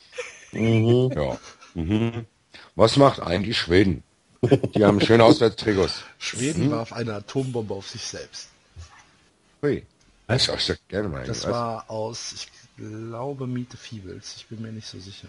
Was macht eigentlich Schweden? Die haben schöne Auswärtstrikots. Schweden warf eine Atombombe auf sich selbst. Ui. Das gerne mal. Das war aus, ich glaube, Meet the Feebles. Ich bin mir nicht so sicher.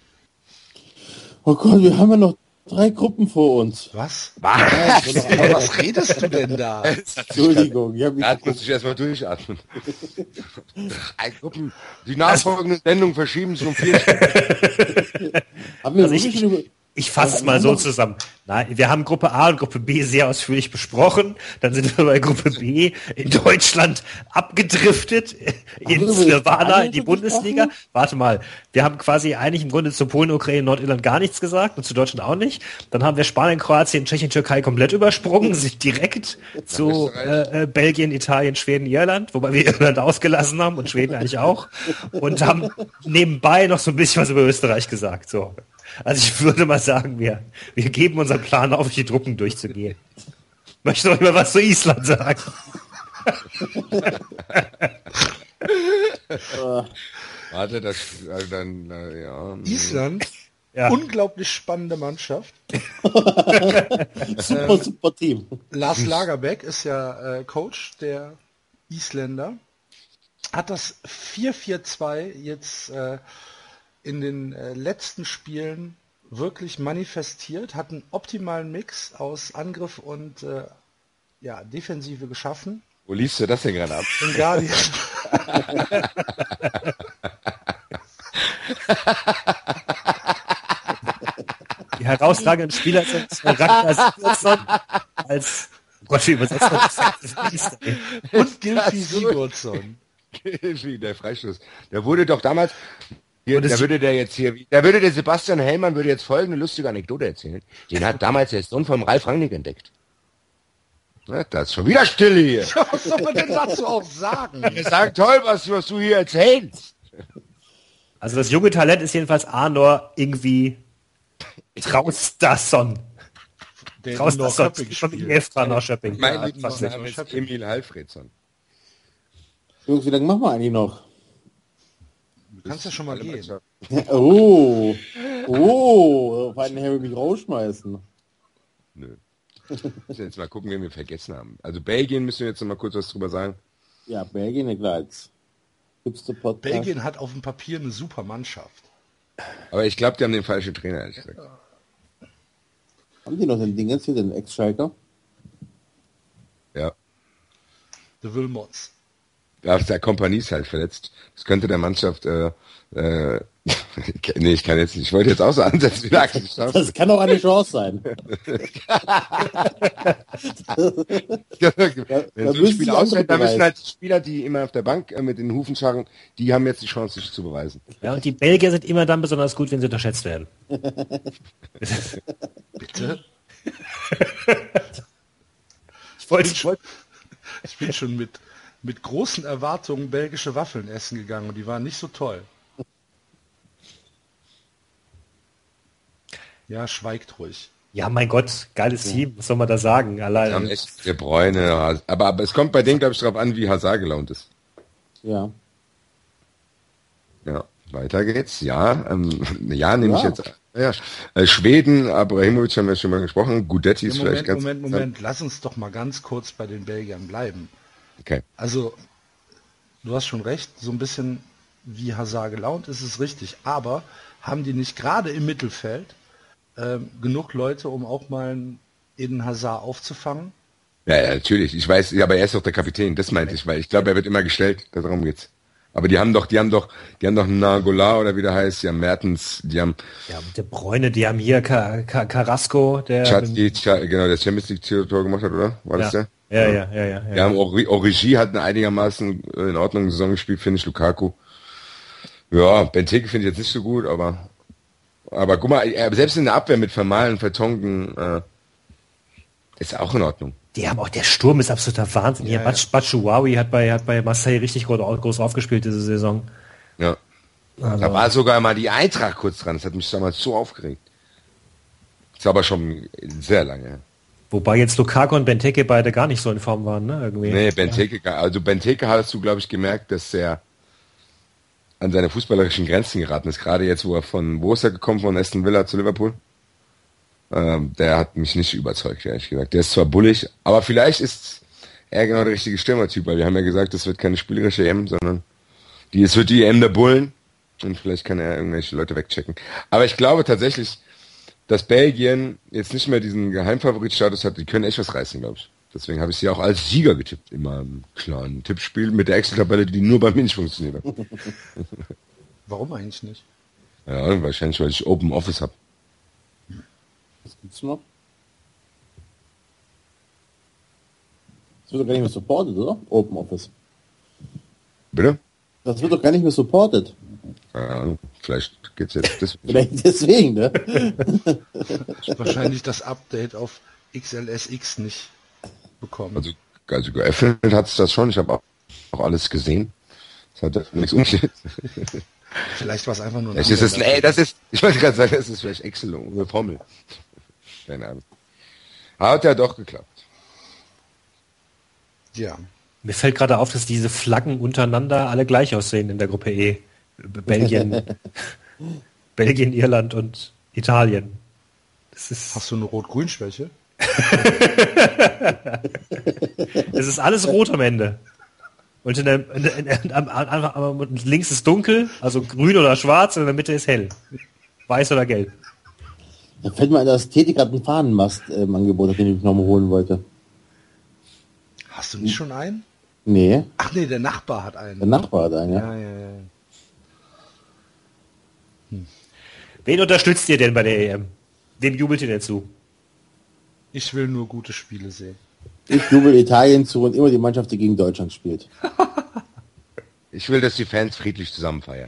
Oh Gott, wir haben ja noch 3 Gruppen vor uns. Was? Was redest du denn da? Entschuldigung, ich habe mich... Da muss ich erstmal durchatmen. 3 Gruppen. Die nachfolgende Sendung verschieben sich um 4 Stunden. Also ich fasse es mal so zusammen. Nein, wir haben Gruppe A und Gruppe B sehr ausführlich besprochen. Dann sind wir bei Gruppe B in Deutschland abgedriftet ins Nirvana, in die Bundesliga. Warte mal, wir haben quasi eigentlich im Grunde zu Polen, Ukraine, Nordirland gar nichts gesagt und zu Deutschland auch nicht. Dann haben wir Spanien, Kroatien, Tschechien, Türkei komplett übersprungen, sind direkt zu Belgien, Italien, Schweden, Irland, wobei wir Irland ausgelassen haben und Schweden eigentlich auch. Und haben nebenbei noch so ein bisschen was über Österreich gesagt. So. Also ich würde mal sagen, wir geben unseren Plan auf, die Gruppen durchzugehen. Möchte noch mal was zu Island sagen. Warte, dann, ja. Island, unglaublich spannende Mannschaft. super Team. Lars Lagerbäck ist ja Coach der Isländer. Hat das 4-4-2 jetzt in den letzten Spielen wirklich manifestiert, hat einen optimalen Mix aus Angriff und Defensive geschaffen. Wo liest du das denn gerade ab? In Guardian. Die herausragenden Spieler sind Ragnar Sigurdsson als Gott, wie übersetzt das? Und Gylfi Sigurdsson. Gylfi, der Freistoß. Der wurde doch damals... da würde der Sebastian Hellmann würde jetzt folgende lustige Anekdote erzählen. Den hat damals der Sohn vom Ralf Rangnick entdeckt. Ja, das ist schon wieder still hier. Ja, was soll man denn dazu auch sagen? Wir sagen toll, was du hier erzählst. Also das junge Talent ist jedenfalls Arnor irgendwie Traustason. Traustason von Schöpping. Mein Lieblingsname ist Emil Alfredsson. Jungs, wie lange machen wir eigentlich noch? Du kannst ja schon mal gehen. Oh, auf einen her will mich rausschmeißen. Nö. Jetzt mal gucken, wen wir vergessen haben. Also Belgien müssen wir jetzt noch mal kurz was drüber sagen. Ja, Belgien, ja klar. Belgien hat auf dem Papier eine super Mannschaft. Aber ich glaube, die haben den falschen Trainer, ehrlich gesagt. Haben die noch den Ding jetzt hier, den Ex-Schalker? Ja. Der Wilmots. Ja, der Kompanie ist halt verletzt. Das könnte der Mannschaft, nee, ich kann jetzt nicht. Ich wollte jetzt auch so ansetzen wie Axel Stamm. Das kann auch eine Chance sein. Wenn so ein Spiel ausfällt, dann müssen halt die Spieler, die immer auf der Bank mit den Hufen scharren, die haben jetzt die Chance, sich zu beweisen. Ja, und die Belgier sind immer dann besonders gut, wenn sie unterschätzt werden. Bitte? Ich bin schon mit großen Erwartungen belgische Waffeln essen gegangen und die waren nicht so toll. Ja, schweigt ruhig. Ja, mein Gott, geiles Team, was soll man da sagen? Allein. haben echt der Bräune, aber es kommt bei denen, glaube ich, darauf an, wie Hazard gelaunt ist. Ja. Ja, weiter geht's. Ja, nehme ich jetzt. Ja, Schweden, Abrahimovic haben wir schon mal gesprochen. Gudetti ist vielleicht ganz... Moment, lass uns doch mal ganz kurz bei den Belgiern bleiben. Okay. Also, du hast schon recht, so ein bisschen wie Hazard gelaunt ist es richtig, aber haben die nicht gerade im Mittelfeld genug Leute, um auch mal einen Eden Hazard aufzufangen? Ja, natürlich. Ich weiß, aber er ist doch der Kapitän, das meinte ich, weil ich glaube, er wird immer gestellt, darum geht's. Aber die haben doch Nagola oder wie der heißt, die haben Mertens, die haben... Ja, De Bruyne, die haben hier Carrasco, der... genau, der Champions League-Tor gemacht hat, oder? War das der? Ja. Wir haben Origi hat eine einigermaßen in Ordnung Saison gespielt, finde ich, Lukaku. Ja, Benteke finde ich jetzt nicht so gut, aber guck mal, selbst in der Abwehr mit Vermalen, Vertongen, ist auch in Ordnung. Die haben auch, der Sturm ist absoluter Wahnsinn. Hier, Batshuayi hat bei Marseille richtig groß aufgespielt diese Saison. Ja. Also. Da war sogar mal die Eintracht kurz dran. Das hat mich damals so aufgeregt. Das ist aber schon sehr lange. Wobei jetzt Lukaku und Benteke beide gar nicht so in Form waren, ne? Irgendwie. Nee, Benteke hast du, glaube ich, gemerkt, dass er an seine fußballerischen Grenzen geraten ist. Gerade jetzt, wo ist er gekommen? Von Aston Villa zu Liverpool? Der hat mich nicht überzeugt, ehrlich gesagt. Der ist zwar bullig, aber vielleicht ist er genau der richtige Stürmertyp, weil wir haben ja gesagt, das wird keine spielerische EM, sondern es wird die EM der Bullen und vielleicht kann er irgendwelche Leute wegchecken. Aber ich glaube tatsächlich, dass Belgien jetzt nicht mehr diesen Geheimfavoritstatus hat, die können echt was reißen, glaube ich. Deswegen habe ich sie auch als Sieger getippt in meinem kleinen Tippspiel mit der Excel-Tabelle, die nur bei mir nicht funktioniert. Warum eigentlich nicht? Ja, wahrscheinlich, weil ich Open Office habe. Was gibt's noch? Das wird doch gar nicht mehr supported, oder? Open Office. Bitte? Das wird doch gar nicht mehr supported. Ja, vielleicht geht's jetzt. Vielleicht deswegen, ne? Wahrscheinlich das Update auf XLSX nicht bekommen. Also geöffnet hat es das schon. Ich habe auch alles gesehen. Das hat nichts umgestellt. Vielleicht war es einfach nur ein ich wollte gerade sagen, das ist vielleicht Excel oder Formel. Keine Ahnung. Hat ja doch geklappt. Ja. Mir fällt gerade auf, dass diese Flaggen untereinander alle gleich aussehen in der Gruppe E. Belgien, Irland und Italien. Hast du eine Rot-Grün-Schwäche? Es ist alles rot am Ende. Und links ist dunkel, also grün oder schwarz, und in der Mitte ist hell. Weiß oder gelb. Da fällt mir ein, dass Teti gerade einen Fahnenmast im Angebot hat, den ich nochmal holen wollte. Hast du nicht schon einen? Nee. Ach nee, der Nachbar hat einen. Der Nachbar hat einen, ja. Ja. Wen unterstützt ihr denn bei der EM? Wem jubelt ihr denn zu? Ich will nur gute Spiele sehen. Ich jubel Italien zu und immer die Mannschaft, die gegen Deutschland spielt. Ich will, dass die Fans friedlich zusammen feiern.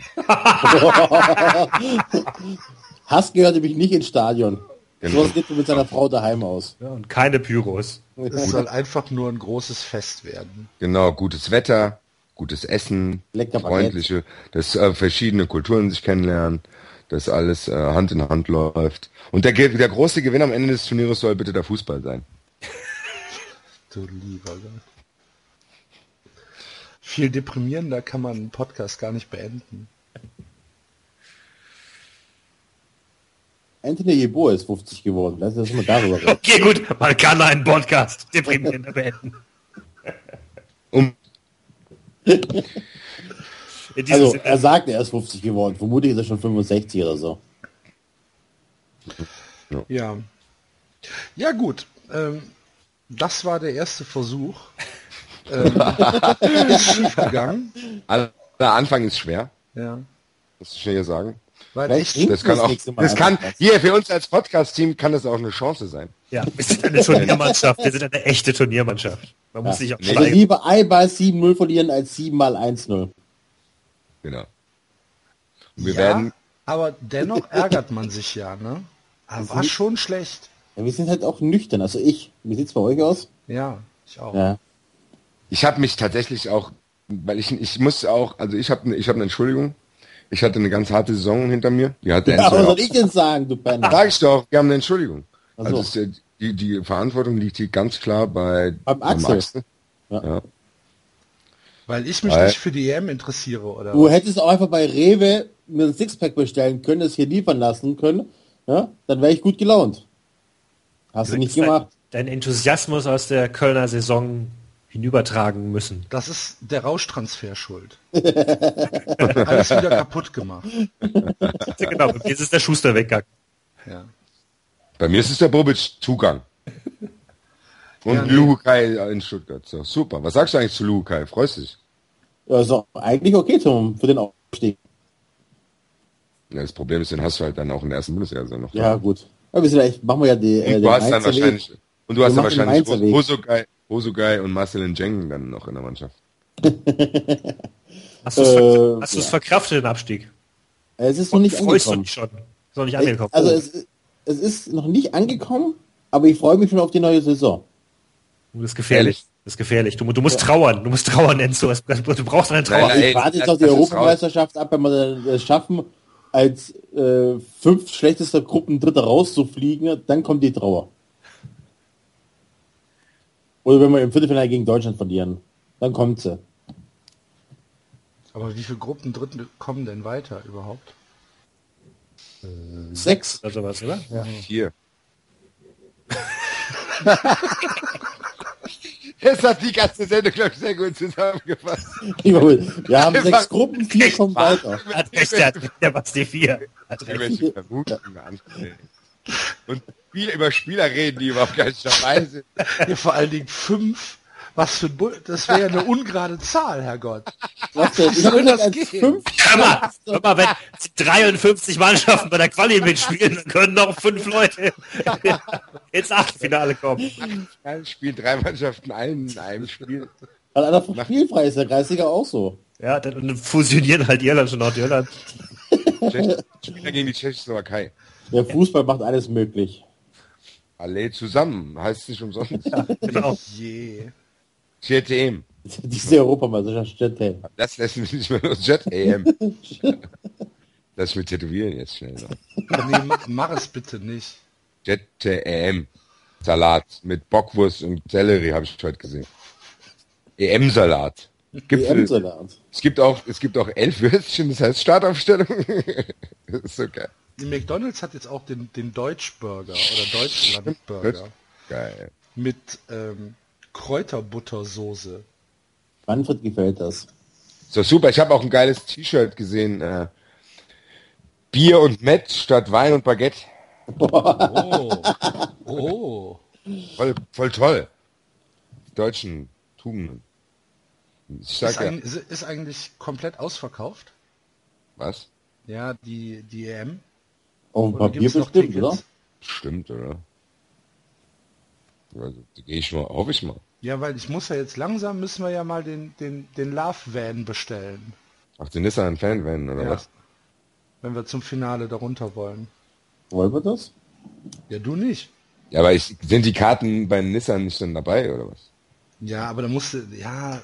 Hass gehört nämlich nicht ins Stadion. Genau. So geht er mit seiner Frau daheim aus. Ja, und keine Pyros. Es soll einfach nur ein großes Fest werden. Genau, gutes Wetter, gutes Essen, Lecker freundliche, dass verschiedene Kulturen sich kennenlernen, dass alles Hand in Hand läuft. Und der große Gewinn am Ende des Turnieres soll bitte der Fußball sein. Du lieber Gott. Viel deprimierender kann man einen Podcast gar nicht beenden. Anthony Yeboah ist 50 geworden. Lass uns mal darüber reden. Okay, gut, man kann einen Podcast deprimierender beenden. Also, er sagt, er ist 50 geworden. Vermutlich ist er schon 65 oder so. Ja. Ja, gut. Das war der erste Versuch. Ist schief gegangen. Der Anfang ist schwer. Ja. Das ich hier sagen. Das kann hier für uns als Podcast-Team kann das auch eine Chance sein. Ja, wir sind eine Turniermannschaft. Wir sind eine echte Turniermannschaft. Man muss sich auch also lieber einmal 7-0 verlieren als 7-mal 1-0. Genau. Wir werden. Aber dennoch ärgert man sich ja, ne? Aber war schon schlecht. Ja, wir sind halt auch nüchtern. Also wie sieht's bei euch aus? Ja, ich auch. Ja. Ich habe mich tatsächlich auch, weil ich muss auch, also ich habe eine Entschuldigung. Ich hatte eine ganz harte Saison hinter mir. Die hatte was soll ich denn sagen, du Penner? Sag ich doch, wir haben eine Entschuldigung. So. Also die Verantwortung liegt hier ganz klar beim Axel. Ja. Weil ich mich nicht für die EM interessiere, oder? Du hättest auch einfach bei Rewe mir ein Sixpack bestellen können, das hier liefern lassen können. Ja? Dann wäre ich gut gelaunt. Hast du nicht gemacht. Dein Enthusiasmus aus der Kölner Saison hinübertragen müssen. Das ist der Rauschtransfer schuld. Alles wieder kaputt gemacht. Genau, jetzt ist der Schuster weggegangen. Ja. Bei mir ist es der Bobic-Zugang. Und Luhukai in Stuttgart. So, super. Was sagst du eigentlich zu Luhukai? Freust du dich? Ja, ist doch eigentlich okay für den Aufstieg. Ja, das Problem ist, den hast du halt dann auch in der ersten Bundesliga noch. Ja, gut. Aber vielleicht machen wir ja die. Und du hast dann wahrscheinlich Hosogai und Marcel Njengen dann noch in der Mannschaft. Hast du es verkraftet, den Abstieg? Es ist noch nicht angekommen. Ist noch nicht angekommen. Also es ist noch nicht angekommen, aber ich freue mich schon auf die neue Saison. Das ist gefährlich. Das ist gefährlich. Du musst trauern. Du musst trauern, Enzo. Du brauchst eine Trauer. Ich warte jetzt auf die Europameisterschaft ab, wenn wir es schaffen, als 5 schlechtester Gruppen Dritter rauszufliegen, dann kommt die Trauer. Oder wenn wir im Viertelfinale gegen Deutschland verlieren, dann kommt sie. Aber wie viele Gruppen Dritten kommen denn weiter überhaupt? 6 oder sowas, oder? Ja. 4. Das hat die ganze Sendung, glaube ich, sehr gut zusammengefasst. Wir haben 6 Gruppen, 4 kommen weiter. Hat recht, der was die 4. Und viel über Spieler reden, die überhaupt gar nicht dabei sind. Ja, vor allen Dingen 5. Was für ein das wäre ja eine ungerade Zahl, Herrgott. Was denn? Wie soll das gehen? Hör mal, wenn 53 Mannschaften bei der Quali mitspielen, dann können noch 5 Leute ins Achtelfinale kommen. Spielen 3 Mannschaften in einem Spiel. Weil einer spielfrei ist der Kreisliga auch so. Ja, dann fusionieren halt Irland und Nordirland. Spieler gegen die Tschechoslowakei. Der Fußball macht alles möglich. Alle zusammen, heißt es nicht umsonst. Ja, genau. Je. Jet-EM. Diese Europameisterschaft Jet-EM. Das lässt mich nicht mehr los. Jet-EM. Lass ich mir tätowieren jetzt schnell noch. Nee, mach es bitte nicht. Jet-EM. Salat mit Bockwurst und Sellerie habe ich heute gesehen. EM-Salat. EM-Salat. Es gibt auch 11 Würstchen, das heißt Startaufstellung. Das ist so geil. Die McDonald's hat jetzt auch den Deutschburger oder Deutschlandburger. Geil. Mit Kräuterbuttersoße. Manfred gefällt das. So, super. Ich habe auch ein geiles T-Shirt gesehen. Bier und Met statt Wein und Baguette. Oh. Voll toll. Die deutschen Tugenden. Ist eigentlich komplett ausverkauft? Was? Ja, die EM. Auf dem Papier bestimmt, oder? Stimmt, oder? Also, gehe ich mal, hoffe ich mal. Ja, weil müssen wir ja mal den Love Van bestellen. Ach, den Nissan Fan Van, oder was? Wenn wir zum Finale darunter wollen. Wollen wir das? Ja, du nicht. Ja, aber sind die Karten bei Nissan nicht dann dabei, oder was? Ja, aber da musst du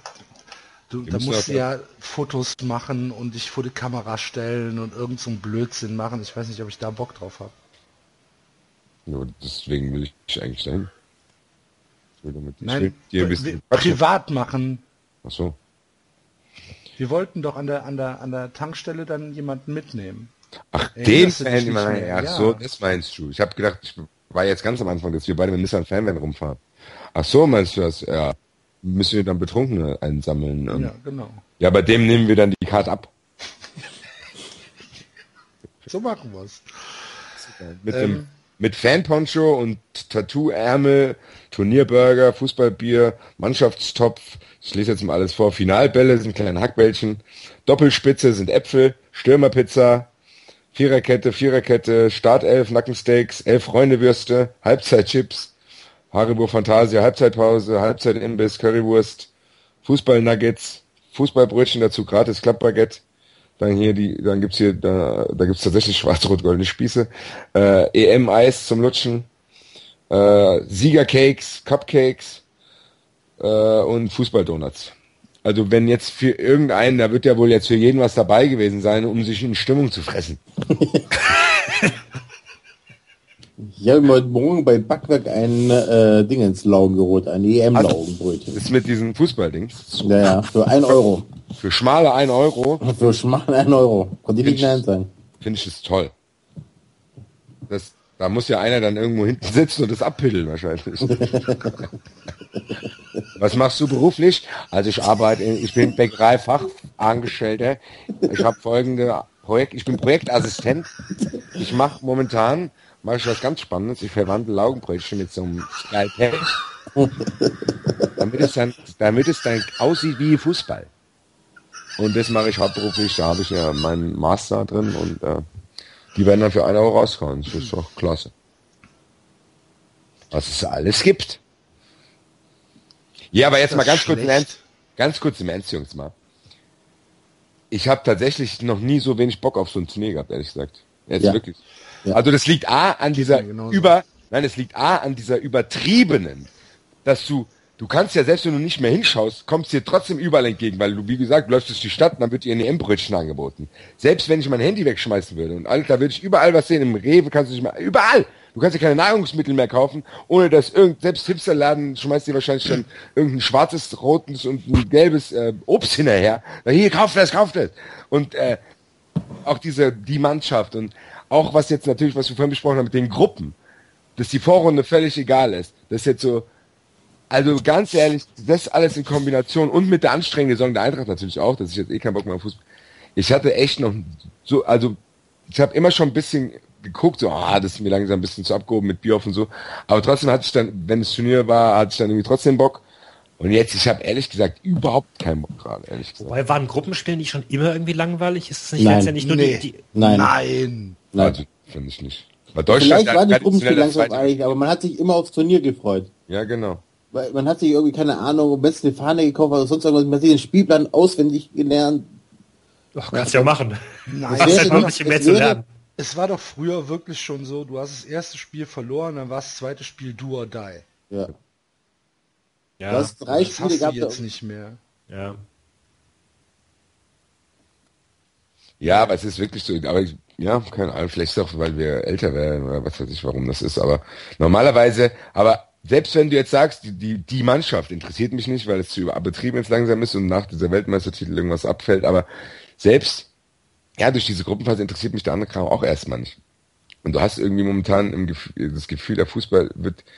ja Fotos machen und dich vor die Kamera stellen und irgend so einen Blödsinn machen. Ich weiß nicht, ob ich da Bock drauf habe. Ja, deswegen will ich eigentlich dahin. Nein, privat machen. Ach so. Wir wollten doch an der Tankstelle dann jemanden mitnehmen. Ach, den Fan, so, das meinst du. Ich habe gedacht, ich war jetzt ganz am Anfang, dass wir beide mit Nissan Fan rumfahren. Ach so, meinst du das? Ja. Müssen wir dann Betrunkene einsammeln. Ja, genau. Ja, bei dem nehmen wir dann die Karte ab. So machen wir's. Mit Fanponcho und Tattoo-Ärmel, Turnierburger, Fußballbier, Mannschaftstopf, ich lese jetzt mal alles vor, Finalbälle sind kleine Hackbällchen, Doppelspitze sind Äpfel, Stürmerpizza, Viererkette, Startelf, Nackensteaks, 11 Freundewürste, Halbzeitchips, Haribo Fantasia, Halbzeitpause, Halbzeitimbiss, Currywurst, Fußballnuggets, Fußballbrötchen dazu, gratis Klappbaguette. Dann gibt's tatsächlich schwarz-rot-goldene Spieße, EM-Eis zum Lutschen, Siegercakes, Cupcakes und Fußballdonuts. Also wenn jetzt für irgendeinen, da wird ja wohl jetzt für jeden was dabei gewesen sein, um sich in Stimmung zu fressen. Ich habe heute Morgen bei Backwerk ein Dingenslaugen geholt, ein EM-Laugenbrötchen. Das ist mit diesen Fußballdings? Ja, für 1 Euro. Für schmale 1 Euro? Für schmale 1 Euro. Konnte ich nicht nein sagen. Finde ich das toll. Da muss ja einer dann irgendwo hinten sitzen und das abpiddeln wahrscheinlich. Was machst du beruflich? Also ich bin Bäckereifachangestellter. Ich habe folgende ich bin Projektassistent. Mache ich was ganz Spannendes. Ich verwandle Laugenbrötchen mit so einem Skalpell damit es dann aussieht wie Fußball. Und das mache ich hauptberuflich, da habe ich ja meinen Master drin und die werden dann für 1 Euro rauskommen. Das ist doch klasse. Was es alles gibt. Ja, aber jetzt mal ganz kurz im Ernst, Jungs, mal. Ich habe tatsächlich noch nie so wenig Bock auf so ein Turnier gehabt, ehrlich gesagt. Jetzt wirklich. Ja. Also das liegt an dieser an dieser übertriebenen, dass du kannst ja selbst, wenn du nicht mehr hinschaust, kommst dir trotzdem überall entgegen, weil du, wie gesagt, läufst durch die Stadt und dann wird dir eine EM-Brötchen angeboten. Selbst wenn ich mein Handy wegschmeißen würde und da würde ich überall was sehen, im Rewe kannst du nicht mehr, überall! Du kannst ja keine Nahrungsmittel mehr kaufen, ohne dass selbst Hipsterladen schmeißt dir wahrscheinlich schon irgendein schwarzes, rotes und ein gelbes Obst hinterher. Na hier, kauf das! Und auch die Mannschaft und auch was jetzt natürlich, was wir vorhin besprochen haben mit den Gruppen, dass die Vorrunde völlig egal ist. Das ist jetzt so, also ganz ehrlich, das alles in Kombination und mit der anstrengenden Saison der Eintracht natürlich auch, dass ich jetzt keinen Bock mehr auf Fußball. Ich hatte echt noch so, also ich habe immer schon ein bisschen geguckt, so, das ist mir langsam ein bisschen zu abgehoben mit Bier auf und so. Aber trotzdem hatte ich dann, wenn das Turnier war, hatte ich dann irgendwie trotzdem Bock. Und jetzt, ich habe ehrlich gesagt überhaupt keinen Bock gerade, ehrlich gesagt. Wobei, waren Gruppenspiele nicht schon immer irgendwie langweilig? Ist es nicht jetzt ja nicht nur Nein. Also, finde ich nicht. Weil Deutschland vielleicht war die Gruppenspiel langsam eigentlich, aber man hat sich immer aufs Turnier gefreut. Ja, genau. Weil man hat sich irgendwie, keine Ahnung, am besten eine Fahne gekauft oder sonst irgendwas, man hat sich den Spielplan auswendig gelernt. Ach, kannst ja machen. Nein, das ist halt noch ein bisschen mehr zu lernen. Es war doch früher wirklich schon so, du hast das erste Spiel verloren, dann war das zweite Spiel do or die. Ja. Ja. Du hast 3 das Spiele hast gehabt. du jetzt nicht mehr. Ja. Ja, aber es ist wirklich so, aber keine Ahnung, vielleicht auch, weil wir älter werden oder was weiß ich, warum das ist, aber normalerweise, aber selbst wenn du jetzt sagst, die Mannschaft interessiert mich nicht, weil es zu übertrieben jetzt langsam ist und nach dieser Weltmeistertitel irgendwas abfällt, aber selbst, durch diese Gruppenphase interessiert mich der andere Kram auch erstmal nicht. Und du hast irgendwie momentan das Gefühl, der Fußball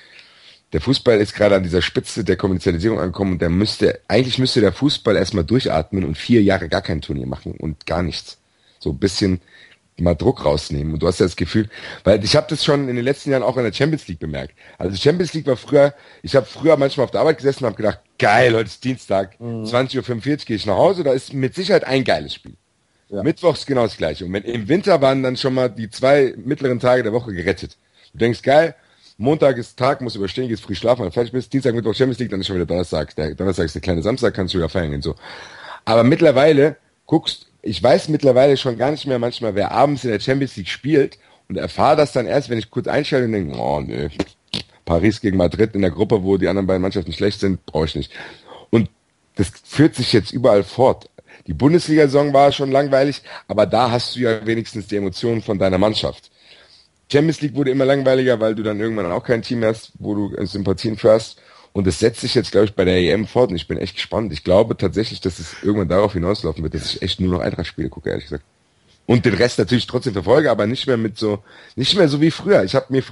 ist gerade an dieser Spitze der Kommerzialisierung angekommen und eigentlich müsste der Fußball erstmal durchatmen und 4 Jahre gar kein Turnier machen und gar nichts. So ein bisschen mal Druck rausnehmen. Und du hast ja das Gefühl, weil ich habe das schon in den letzten Jahren auch in der Champions League bemerkt. Also die Champions League war früher, ich habe früher manchmal auf der Arbeit gesessen und habe gedacht, geil, heute ist Dienstag, 20:45 Uhr gehe ich nach Hause, da ist mit Sicherheit ein geiles Spiel. Ja. Mittwochs genau das gleiche. Und im Winter waren dann schon mal die 2 mittleren Tage der Woche gerettet. Du denkst, geil, Montag ist Tag, musst überstehen, gehst früh schlafen, wenn du fertig bist, Dienstag, Mittwoch Champions League, dann ist schon wieder Donnerstag. Der Donnerstag ist der kleine Samstag, kannst du wieder feiern gehen, so. Aber mittlerweile ich weiß mittlerweile schon gar nicht mehr manchmal, wer abends in der Champions League spielt und erfahre das dann erst, wenn ich kurz einschalte und denke, oh nee, Paris gegen Madrid in der Gruppe, wo die anderen beiden Mannschaften schlecht sind, brauche ich nicht. Und das führt sich jetzt überall fort. Die Bundesliga-Saison war schon langweilig, aber da hast du ja wenigstens die Emotionen von deiner Mannschaft. Champions League wurde immer langweiliger, weil du dann irgendwann auch kein Team hast, wo du Sympathien für hast. Und das setzt sich jetzt, glaube ich, bei der EM fort und ich bin echt gespannt. Ich glaube tatsächlich, dass es irgendwann darauf hinauslaufen wird, dass ich echt nur noch Eintracht-Spiele gucke, ehrlich gesagt. Und den Rest natürlich trotzdem verfolge, aber nicht mehr so wie früher. Ich habe mir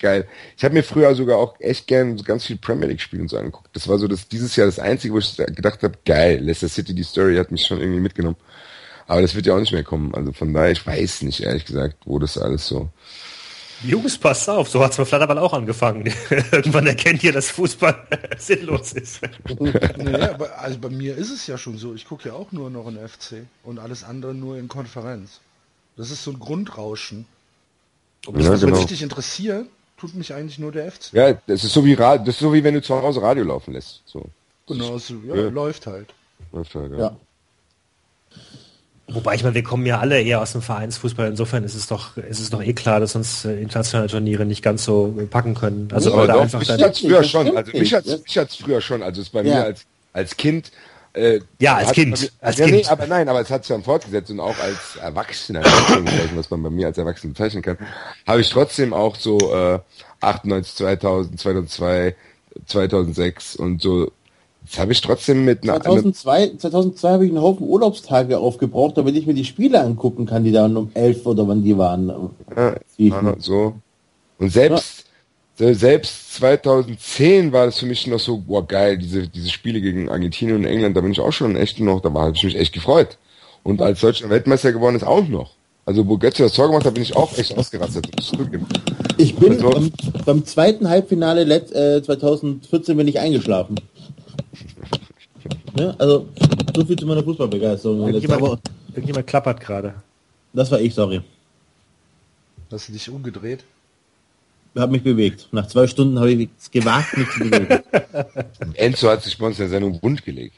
früher sogar auch echt gern so ganz viel Premier League-Spiele und so angeguckt. Das war so dieses Jahr das Einzige, wo ich gedacht habe, geil, Leicester City, die Story hat mich schon irgendwie mitgenommen. Aber das wird ja auch nicht mehr kommen. Also von daher, ich weiß nicht, ehrlich gesagt, wo das alles so... Jungs, passt auf, so hat's mit Flatterball auch angefangen. Irgendwann erkennt ihr, dass Fußball sinnlos ist. Naja, also bei mir ist es ja schon so, ich gucke ja auch nur noch in FC und alles andere nur in Konferenz. Das ist so ein Grundrauschen. Ob mich das richtig interessiert, tut mich eigentlich nur der FC. Ja, das ist so wie wenn du zu Hause Radio laufen lässt. So. Genau, so, läuft halt. Ja. Wobei, ich meine, wir kommen ja alle eher aus dem Vereinsfußball. Insofern ist es doch eh klar, dass uns internationale Turniere nicht ganz so packen können. Also aber doch, mich hat's früher schon. Also mich hat's früher schon. Also es bei mir als Kind. Als Kind. Nee, aber es hat sich dann fortgesetzt und auch als Erwachsener, was man bei mir als Erwachsener bezeichnen kann, habe ich trotzdem auch so 98, 2000, 2002, 2006 und so. Das habe ich trotzdem mit 2002 habe ich einen Haufen Urlaubstage aufgebraucht, damit ich mir die Spiele angucken kann, die dann um 11 oder wann die waren. So. Und selbst 2010 war das für mich noch so, boah geil, diese Spiele gegen Argentinien und England, da bin ich auch schon echt noch, habe ich mich echt gefreut. Und als Deutschland Weltmeister geworden ist auch noch. Also wo Götze das Tor gemacht hat, bin ich auch echt ausgerastet. Ich bin beim zweiten Halbfinale 2014 bin ich eingeschlafen. Ja, also, so viel zu meiner Fußballbegeisterung. Irgendjemand klappert gerade. Das war ich, sorry. Hast du dich umgedreht? Ich habe mich bewegt. Nach 2 Stunden habe ich es gewagt, mich zu bewegen. Enzo hat sich bei uns in der Sendung bunt gelegt.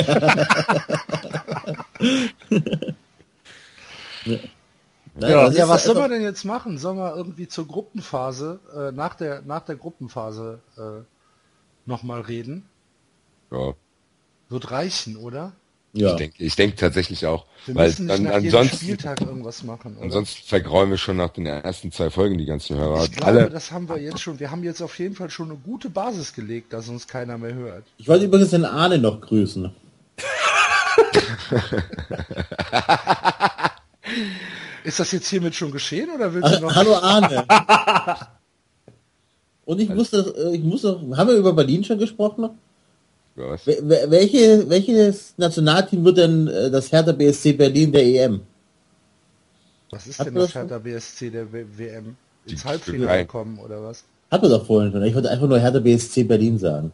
Ja, was soll man denn jetzt machen? Sollen wir irgendwie zur Gruppenphase, nach der Gruppenphase nochmal reden? Ja. Wird reichen, oder? Ja. Ich denke tatsächlich auch. Wir weil müssen nicht nach jedem Spieltag irgendwas machen. Oder? Ansonsten vergraulen wir schon nach den ersten 2 Folgen die ganzen Hörer. Ich glaube, das haben wir jetzt schon. Wir haben jetzt auf jeden Fall schon eine gute Basis gelegt, dass uns keiner mehr hört. Ich wollte übrigens den Arne noch grüßen. Ist das jetzt hiermit schon geschehen oder willst du noch? Hallo Arne. Und ich muss haben wir über Berlin schon gesprochen? Was? Welches Nationalteam wird denn das Hertha BSC Berlin der EM? Was ist denn das Hertha BSC der WM? Ins Halbfinale kommen oder was? Hatten wir doch vorhin schon. Ich wollte einfach nur Hertha BSC Berlin sagen.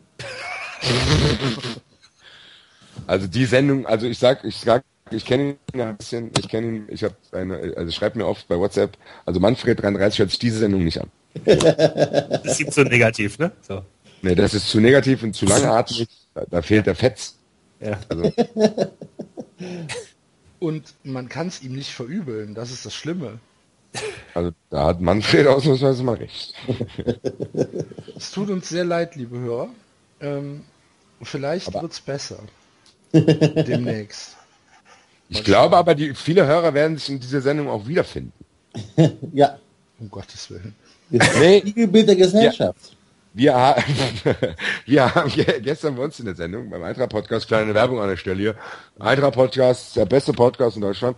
Also die Sendung, also ich kenne ihn ein bisschen, also schreibt mir oft bei WhatsApp, also Manfred 33 hört sich diese Sendung nicht an. Das ist ihm so negativ, ne? So. Ne, das ist zu negativ und zu langatmig, da fehlt der Fetz. Ja. Also. Und man kann es ihm nicht verübeln, das ist das Schlimme. Also da hat Manfred ausnahmsweise mal recht. Es tut uns sehr leid, liebe Hörer. Vielleicht wird's besser. Demnächst. Ich glaube aber, viele Hörer werden sich in dieser Sendung auch wiederfinden. Ja. Um Gottes Willen. Nee. Spiegelbild der Gesellschaft. Wir haben gestern bei uns in der Sendung, beim Eintracht-Podcast, kleine Werbung an der Stelle hier. Eintracht-Podcast, der beste Podcast in Deutschland.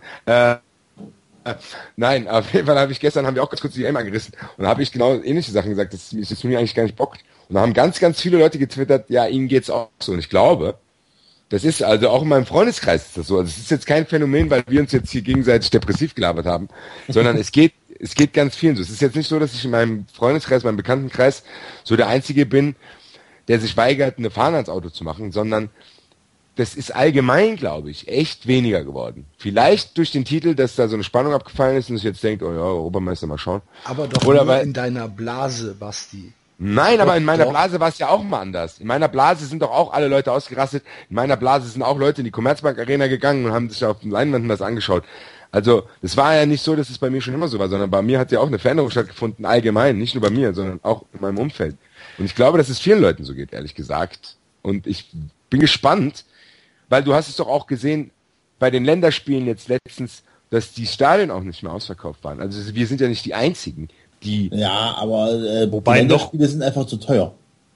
Nein, auf jeden Fall haben wir auch ganz kurz die EM angerissen und da habe ich genau ähnliche Sachen gesagt, das mir eigentlich gar nicht bockt. Und da haben ganz, ganz viele Leute getwittert, ja, ihnen geht's auch so. Und ich glaube, das ist also auch in meinem Freundeskreis ist das so. Also es ist jetzt kein Phänomen, weil wir uns jetzt hier gegenseitig depressiv gelabert haben, sondern es geht ganz vielen so. Es ist jetzt nicht so, dass ich in meinem Freundeskreis, meinem Bekanntenkreis so der Einzige bin, der sich weigert, eine Fahne ans Auto zu machen, sondern das ist allgemein, glaube ich, echt weniger geworden. Vielleicht durch den Titel, dass da so eine Spannung abgefallen ist und sich jetzt denkt, oh ja, Europameister, mal schauen. Aber doch nur in deiner Blase, Basti. Nein, aber in meiner Blase war es ja auch mal anders. In meiner Blase sind doch auch alle Leute ausgerastet. In meiner Blase sind auch Leute in die Commerzbank Arena gegangen und haben sich auf den Leinwänden das angeschaut. Also, es war ja nicht so, dass es bei mir schon immer so war, sondern bei mir hat ja auch eine Veränderung stattgefunden, allgemein. Nicht nur bei mir, sondern auch in meinem Umfeld. Und ich glaube, dass es vielen Leuten so geht, ehrlich gesagt. Und ich bin gespannt, weil du hast es doch auch gesehen, bei den Länderspielen jetzt letztens, dass die Stadien auch nicht mehr ausverkauft waren. Also wir sind ja nicht die Einzigen, die... Ja, aber wobei die Länderspiele sind einfach zu teuer.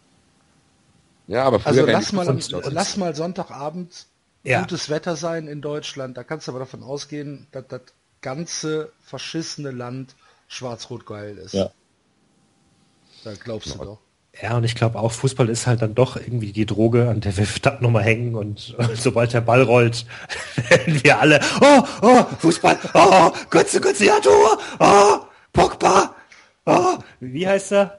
Ja, aber also lass mal Sonntagabend gutes Wetter sein in Deutschland. Da kannst du aber davon ausgehen, dass das ganze verschissene Land schwarz-rot-geil ist. Ja. Da glaubst du doch. Ja, und ich glaube auch, Fußball ist halt dann doch irgendwie die Droge, an der wir verdammt nochmal hängen und sobald der Ball rollt, werden wir alle, Fußball, Götze, ja, Tor, Pogba, wie heißt er?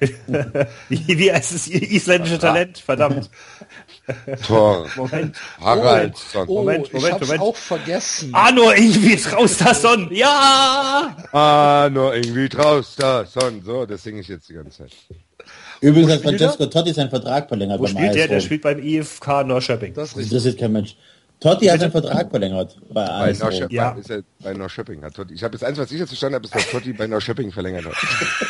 wie heißt das isländische Talent? Verdammt. Tor. Moment. Haraldsson. Moment. Ich hab's auch vergessen. Nur irgendwie Traustason. Ja! Nur irgendwie Traustason. So, das singe ich jetzt die ganze Zeit. Übrigens hat Francesco Totti seinen Vertrag verlängert. Wo spielt der? Der spielt beim IFK Norrköping. Das interessiert kein Mensch. Totti hat seinen Vertrag verlängert. Bei Norrköping. Ist er bei Norrköping. Ich habe jetzt eins, was ich jetzt verstanden habe, ist, dass Totti bei Norrköping verlängert hat.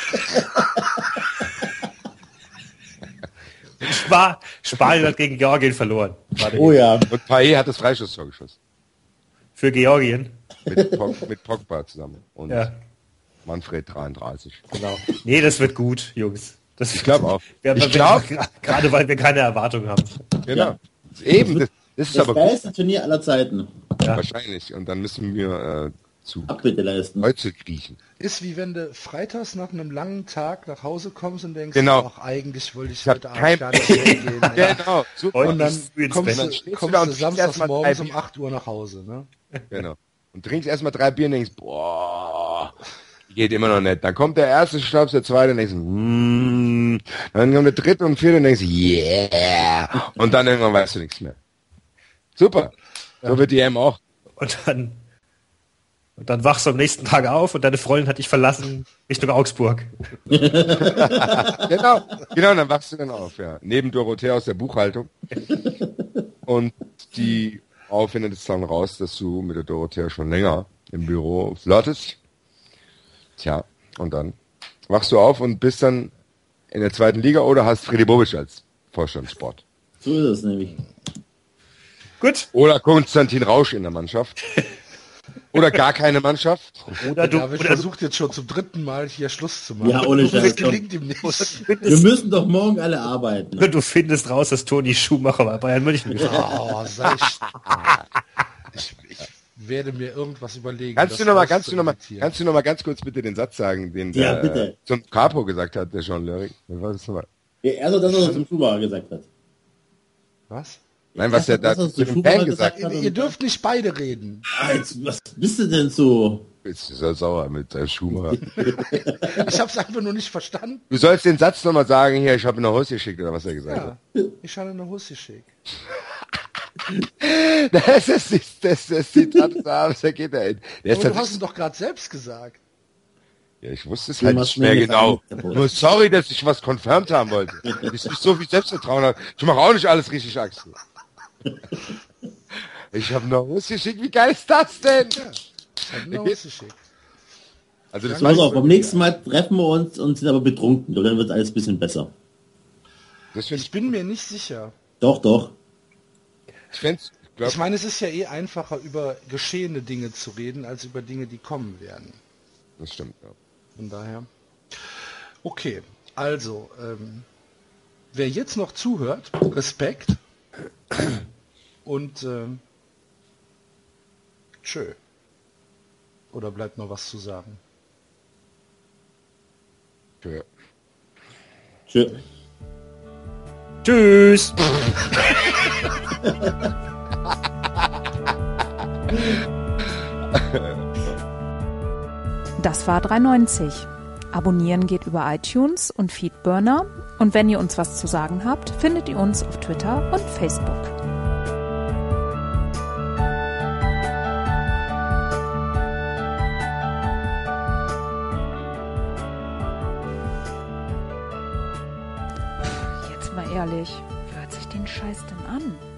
Spanien hat gegen Georgien verloren. Ja. Und Payet hat das Freischusstor geschossen. Für Georgien. Mit Pogba zusammen. Und Manfred 33. Genau. Nee, das wird gut, Jungs. Ich glaube auch. Gerade weil wir keine Erwartungen haben. Genau. Ja. Eben. Das ist aber geilste Turnier aller Zeiten. Ja. Wahrscheinlich. Und dann müssen wir zu Abbitte leisten. Heute kriechen. Ist wie wenn du freitags nach einem langen Tag nach Hause kommst und denkst, genau. ach, eigentlich wollte ich heute Abend gar nicht hingehen. Genau. Super. Und dann kommst du samstags morgens um 8 Uhr nach Hause. Ne? Genau. Und trinkst erstmal 3 Bier und denkst, boah, wie geht immer noch nicht. Dann kommt der erste Schnaps, der zweite, und denkst du, dann kommt der dritte und vierte und denkst du, yeah. Und dann irgendwann weißt du nichts mehr. Super. So wird die EM auch. Und dann wachst du am nächsten Tag auf und deine Freundin hat dich verlassen Richtung Augsburg. Genau, dann wachst du dann auf, ja. Neben Dorothea aus der Buchhaltung. Und die Frau findet es dann raus, dass du mit der Dorothea schon länger im Büro flirtest. Tja, und dann wachst du auf und bist dann in der zweiten Liga oder hast Freddy Bobic als Vorstandssport. So ist es nämlich. Gut. Oder Konstantin Rausch in der Mannschaft. Oder gar keine Mannschaft. Oder David versucht jetzt schon zum 3. Mal hier Schluss zu machen. Ja, ohne Scheiß. Das gelingt ihm nicht. Wir müssen doch morgen alle arbeiten. Du findest raus, dass Toni Schumacher bei Bayern München gespielt hat. Oh, ich werde mir irgendwas überlegen. Kannst du noch mal ganz kurz bitte den Satz sagen, den der zum Capo gesagt hat, der Jean Löring? Was ist nochmal? Ja, er das, was er zum Schumacher gesagt hat. Was? Nein, was er da zu dem Fan gesagt hat. Ihr dürft nicht beide reden. Was bist du denn so? Jetzt ist er sauer mit seinem Schumacher. Ich hab's einfach nur nicht verstanden. Du sollst den Satz nochmal sagen, hier, ich habe eine Hose geschickt, oder was er gesagt hat. Ich habe eine Hose geschickt. Das ist die Tatsache, da geht er hin. Aber du hast es doch gerade selbst gesagt. Ja, ich wusste es halt nicht mehr genau. Nur sorry, dass ich was confirmed haben wollte. Das ist nicht so viel Selbstvertrauen habe. Ich mache auch nicht alles richtig, Axel. Ich habe eine Hose geschickt. Wie geil ist das denn? Ja, ich habe eine Hose geschickt. Also das Pass auf, beim nächsten Mal treffen wir uns und sind aber betrunken. Dann wird alles ein bisschen besser. Ich bin mir nicht sicher. Doch. Ich meine, es ist ja eh einfacher, über geschehene Dinge zu reden, als über Dinge, die kommen werden. Das stimmt, ja. Von daher. Okay, also, wer jetzt noch zuhört, Respekt. Und tschö. Oder bleibt noch was zu sagen? Tschö. Tschüss. Das war 3,90. Abonnieren geht über iTunes und Feedburner. Und wenn ihr uns was zu sagen habt, findet ihr uns auf Twitter und Facebook. Jetzt mal ehrlich, wer hört sich den Scheiß denn an?